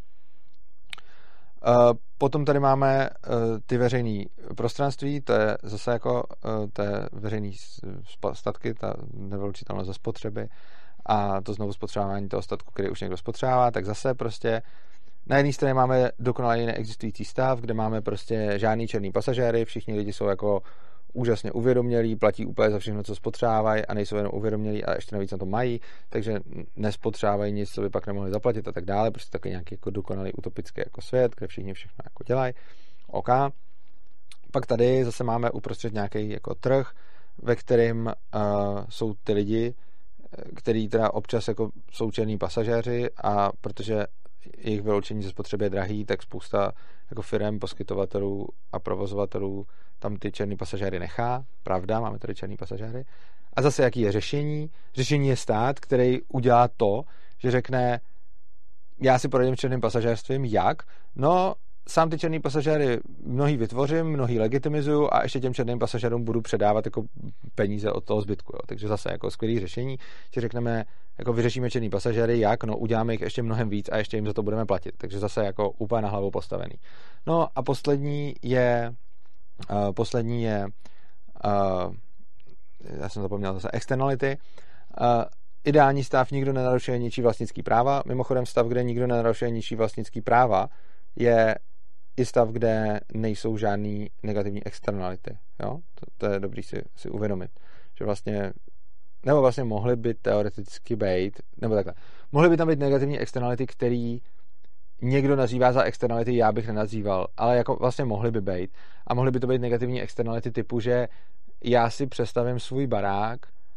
Potom tady máme ty veřejné prostranství, to je zase jako to je veřejný statky, ta nevylučitelnost ze spotřeby a to znovu spotřebování toho statku, který už někdo spotřebává, tak zase prostě na jedné straně máme dokonalý neexistující stav, kde máme prostě žádný černý pasažéry, všichni lidi jsou jako úžasně uvědomělí, platí úplně za všechno, co spotřebávají a nejsou jenom uvědomělí a ještě navíc na to mají, takže nespotřebávají nic, co by pak nemohli zaplatit a tak dále, prostě taky nějaký jako dokonalý utopický jako svět, kde všichni všechno jako dělají. OK. Pak tady zase máme uprostřed nějaký jako trh, ve kterém uh, jsou ty lidi, který teda občas jako jsou černí pasažéři a protože jejich vyloučení ze spotřeby je drahý, tak spousta jako firem, poskytovatelů a provozovatelů tam ty černý pasažéry nechá. Pravda, máme tady černý pasažéry. A zase jaký je řešení? Řešení je stát, který udělá to, že řekne, já si poradím s černým pasažérstvím, jak? No, sám ty černý pasažéry mnohý vytvořím, mnohý legitimizuju a ještě těm černým pasažérům budu předávat jako peníze od toho zbytku. Jo. Takže zase jako skvělý řešení, že řekneme, jako vyřešíme černý pasažéry, jak? No, uděláme jich ještě mnohem víc a ještě jim za to budeme platit. Takže zase jako úplně na hlavu postavený. No a poslední je uh, poslední je uh, já jsem zapomněl zase externality. Uh, ideální stav, nikdo nenarušuje ničí vlastnický práva. Mimochodem stav, kde nikdo nenarušuje ničí vlastnický práva, je i stav, kde nejsou žádný negativní externality. Jo? To, to je dobrý si, si uvědomit. Že vlastně, nebo vlastně mohly by teoreticky být, nebo takhle, mohly by tam být negativní externality, který někdo nazývá za externality, já bych nenazýval, ale jako vlastně mohly by být. A mohly by to být negativní externality typu, že já si představím svůj barák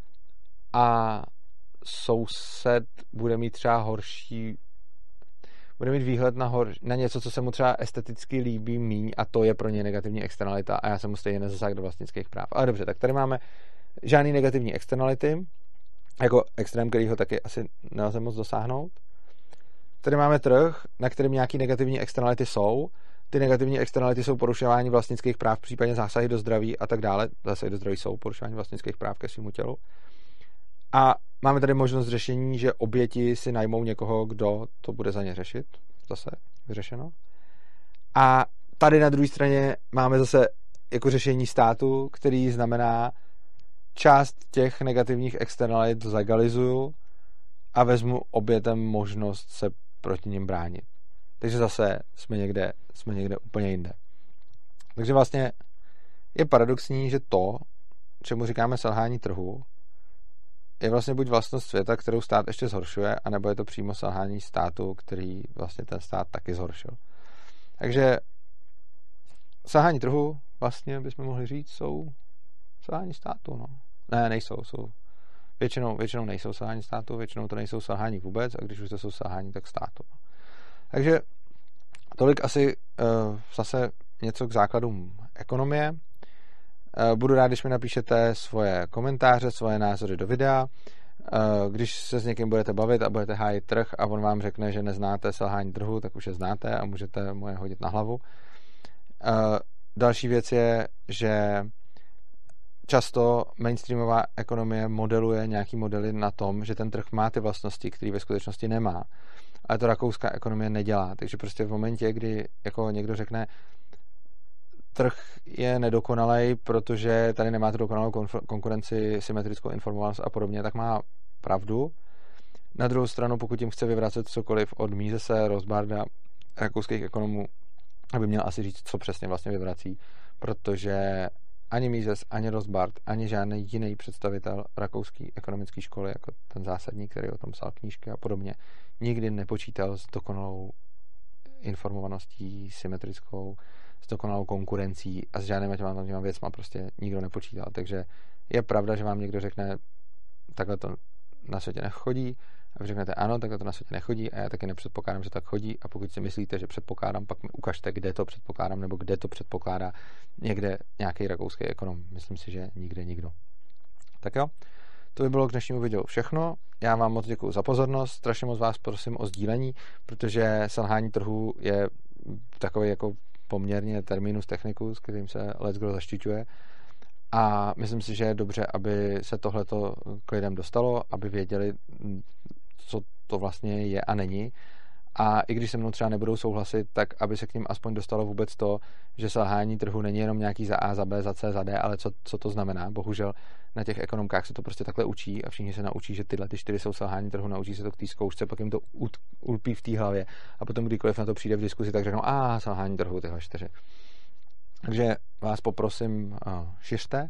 a soused bude mít třeba horší bude mít výhled na, hor, na něco, co se mu třeba esteticky líbí míň a to je pro ně negativní externalita a já se mu stejně nezasáhl do vlastnických práv. Ale dobře, tak tady máme žádný negativní externality, jako extrém, kterýho taky asi nelze moc dosáhnout. Tady máme trh, na kterém nějaký negativní externality jsou, ty negativní externality jsou porušování vlastnických práv, případně zásahy do zdraví a tak dále. Zásahy do zdraví jsou porušování vlastnických práv ke svému tělu. A máme tady možnost řešení, že oběti si najmou někoho, kdo to bude za ně řešit. Zase vyřešeno. A tady na druhé straně máme zase jako řešení státu, který znamená část těch negativních externalit zlegalizuju a vezmu obětem možnost se proti nim bránit. Takže zase jsme někde, jsme někde úplně jinde. Takže vlastně je paradoxní, že to, čemu říkáme selhání trhu, je vlastně buď vlastnost světa, kterou stát ještě zhoršuje, anebo je to přímo selhání státu, který vlastně ten stát taky zhoršil. Takže selhání trhu, vlastně bychom mohli říct, jsou selhání státu. No. Ne, nejsou. Jsou. Většinou, většinou nejsou selhání státu, většinou to nejsou selhání vůbec, a když už to jsou selhání, tak státu. Takže tolik asi uh, zase něco k základům ekonomie. Uh, budu rád, když mi napíšete svoje komentáře, svoje názory do videa. Uh, když se s někým budete bavit a budete hájit trh a on vám řekne, že neznáte selhání trhu, tak už je znáte a můžete mu je hodit na hlavu. Uh, další věc je, že často mainstreamová ekonomie modeluje nějaký modely na tom, že ten trh má ty vlastnosti, které ve skutečnosti nemá. Ale to rakouská ekonomie nedělá. Takže prostě v momentě, kdy jako někdo řekne, trh je nedokonalej, protože tady nemáte dokonalou konkurenci, symetrickou informovanost a podobně, tak má pravdu. Na druhou stranu, pokud jim chce vyvracet cokoliv od Misese, Rothbarda, rakouských ekonomů, aby měl asi říct, co přesně vlastně vyvrací, protože ani Mises, ani Rothbard, ani žádný jiný představitel rakouské ekonomické školy, jako ten zásadní, který o tom psal knížky a podobně, nikdy nepočítal s dokonalou informovaností, symetrickou, s dokonalou konkurencí a s žádnými těma, těma věcma prostě nikdo nepočítal. Takže je pravda, že vám někdo řekne, takhle to na světě nechodí, a vy řeknete, ano, takhle to na světě nechodí a já taky nepředpokládám, že tak chodí, a pokud si myslíte, že předpokládám, pak mi ukažte, kde to předpokládám nebo kde to předpokládá někde nějaký rakouský ekonom. Myslím si, že nikde nikdo. Tak jo, to by bylo k dnešnímu videu všechno. Já vám moc děkuji za pozornost, strašně moc vás prosím o sdílení, protože selhání trhu je takový jako poměrně terminus technicus, kterým se leckdo zaštiťuje. A myslím si, že je dobře, aby se tohleto k lidem dostalo, aby věděli, co to vlastně je a není. A i když se mnou třeba nebudou souhlasit, tak aby se k ním aspoň dostalo vůbec to, že selhání trhu není jenom nějaký za A, za B, za C, za D, ale co, co to znamená. Bohužel na těch ekonomkách se to prostě takhle učí a všichni se naučí, že tyhle ty čtyři jsou selhání trhu, naučí se to k té zkoušce, pak jim to ulpí v té hlavě a potom kdykoliv na to přijde v diskuzi, tak řeknou, a selhání trhu tyhle čtyři. Takže vás poprosím, šiřte.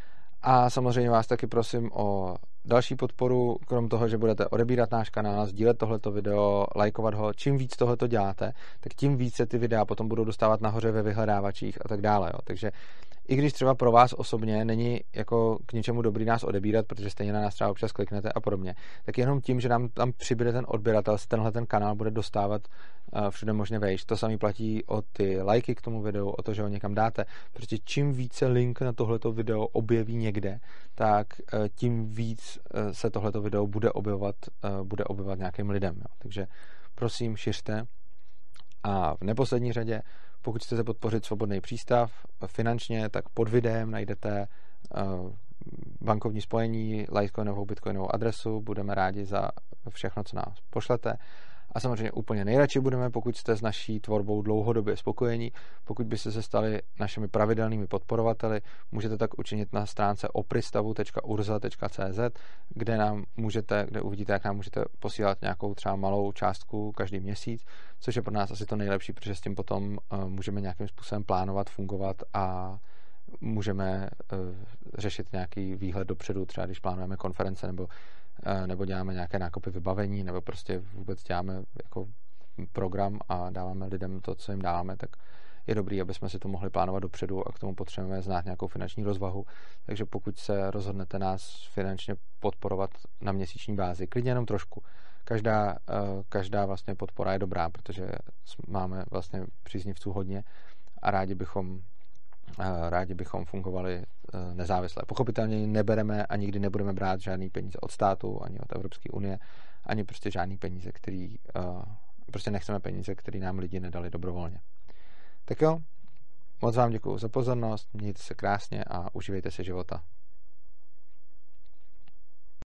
A samozřejmě vás taky prosím o další podporu, krom toho, že budete odebírat náš kanál, sdílet tohleto video, lajkovat ho. Čím víc tohleto děláte, tak tím více ty videa potom budou dostávat nahoře ve vyhledávačích a tak dále. Jo. Takže i když třeba pro vás osobně není jako k ničemu dobrý nás odebírat, protože stejně na nás třeba občas kliknete a podobně, tak jenom tím, že nám tam přibude ten odběratel, se tenhle ten kanál bude dostávat uh, všude možně vejš. To samé platí o ty lajky k tomu videu, o to, že ho někam dáte. Protože čím více link na tohleto video objeví někde, tak uh, tím víc uh, se tohleto video bude objevovat, uh, bude objevovat nějakým lidem. Jo. Takže prosím, šiřte. A v neposlední řadě, pokud chcete podpořit Svobodný přístav finančně, tak pod videem najdete bankovní spojení, Litecoinovou, bitcoinovou adresu. Budeme rádi za všechno, co nás pošlete. A samozřejmě úplně nejradši budeme, pokud jste s naší tvorbou dlouhodobě spokojení. Pokud byste se stali našimi pravidelnými podporovateli, můžete tak učinit na stránce opristavu tečka urza tečka cz, kde nám můžete, kde uvidíte, jak nám můžete posílat nějakou třeba malou částku každý měsíc, což je pro nás asi to nejlepší, protože s tím potom můžeme nějakým způsobem plánovat, fungovat a můžeme řešit nějaký výhled dopředu, třeba když plánujeme konference nebo nebo děláme nějaké nákupy vybavení, nebo prostě vůbec děláme jako program a dáváme lidem to, co jim dáváme, tak je dobrý, aby jsme si to mohli plánovat dopředu a k tomu potřebujeme znát nějakou finanční rozvahu. Takže pokud se rozhodnete nás finančně podporovat na měsíční bázi, klidně jenom trošku. Každá, každá vlastně podpora je dobrá, protože máme vlastně příznivců hodně a rádi bychom rádi bychom fungovali nezávisle. Pochopitelně nebereme a nikdy nebudeme brát žádný peníze od státu, ani od Evropské unie, ani prostě žádný peníze, který prostě nechceme peníze, které nám lidi nedali dobrovolně. Tak jo, moc vám děkuju za pozornost, mějte se krásně a užívejte si života.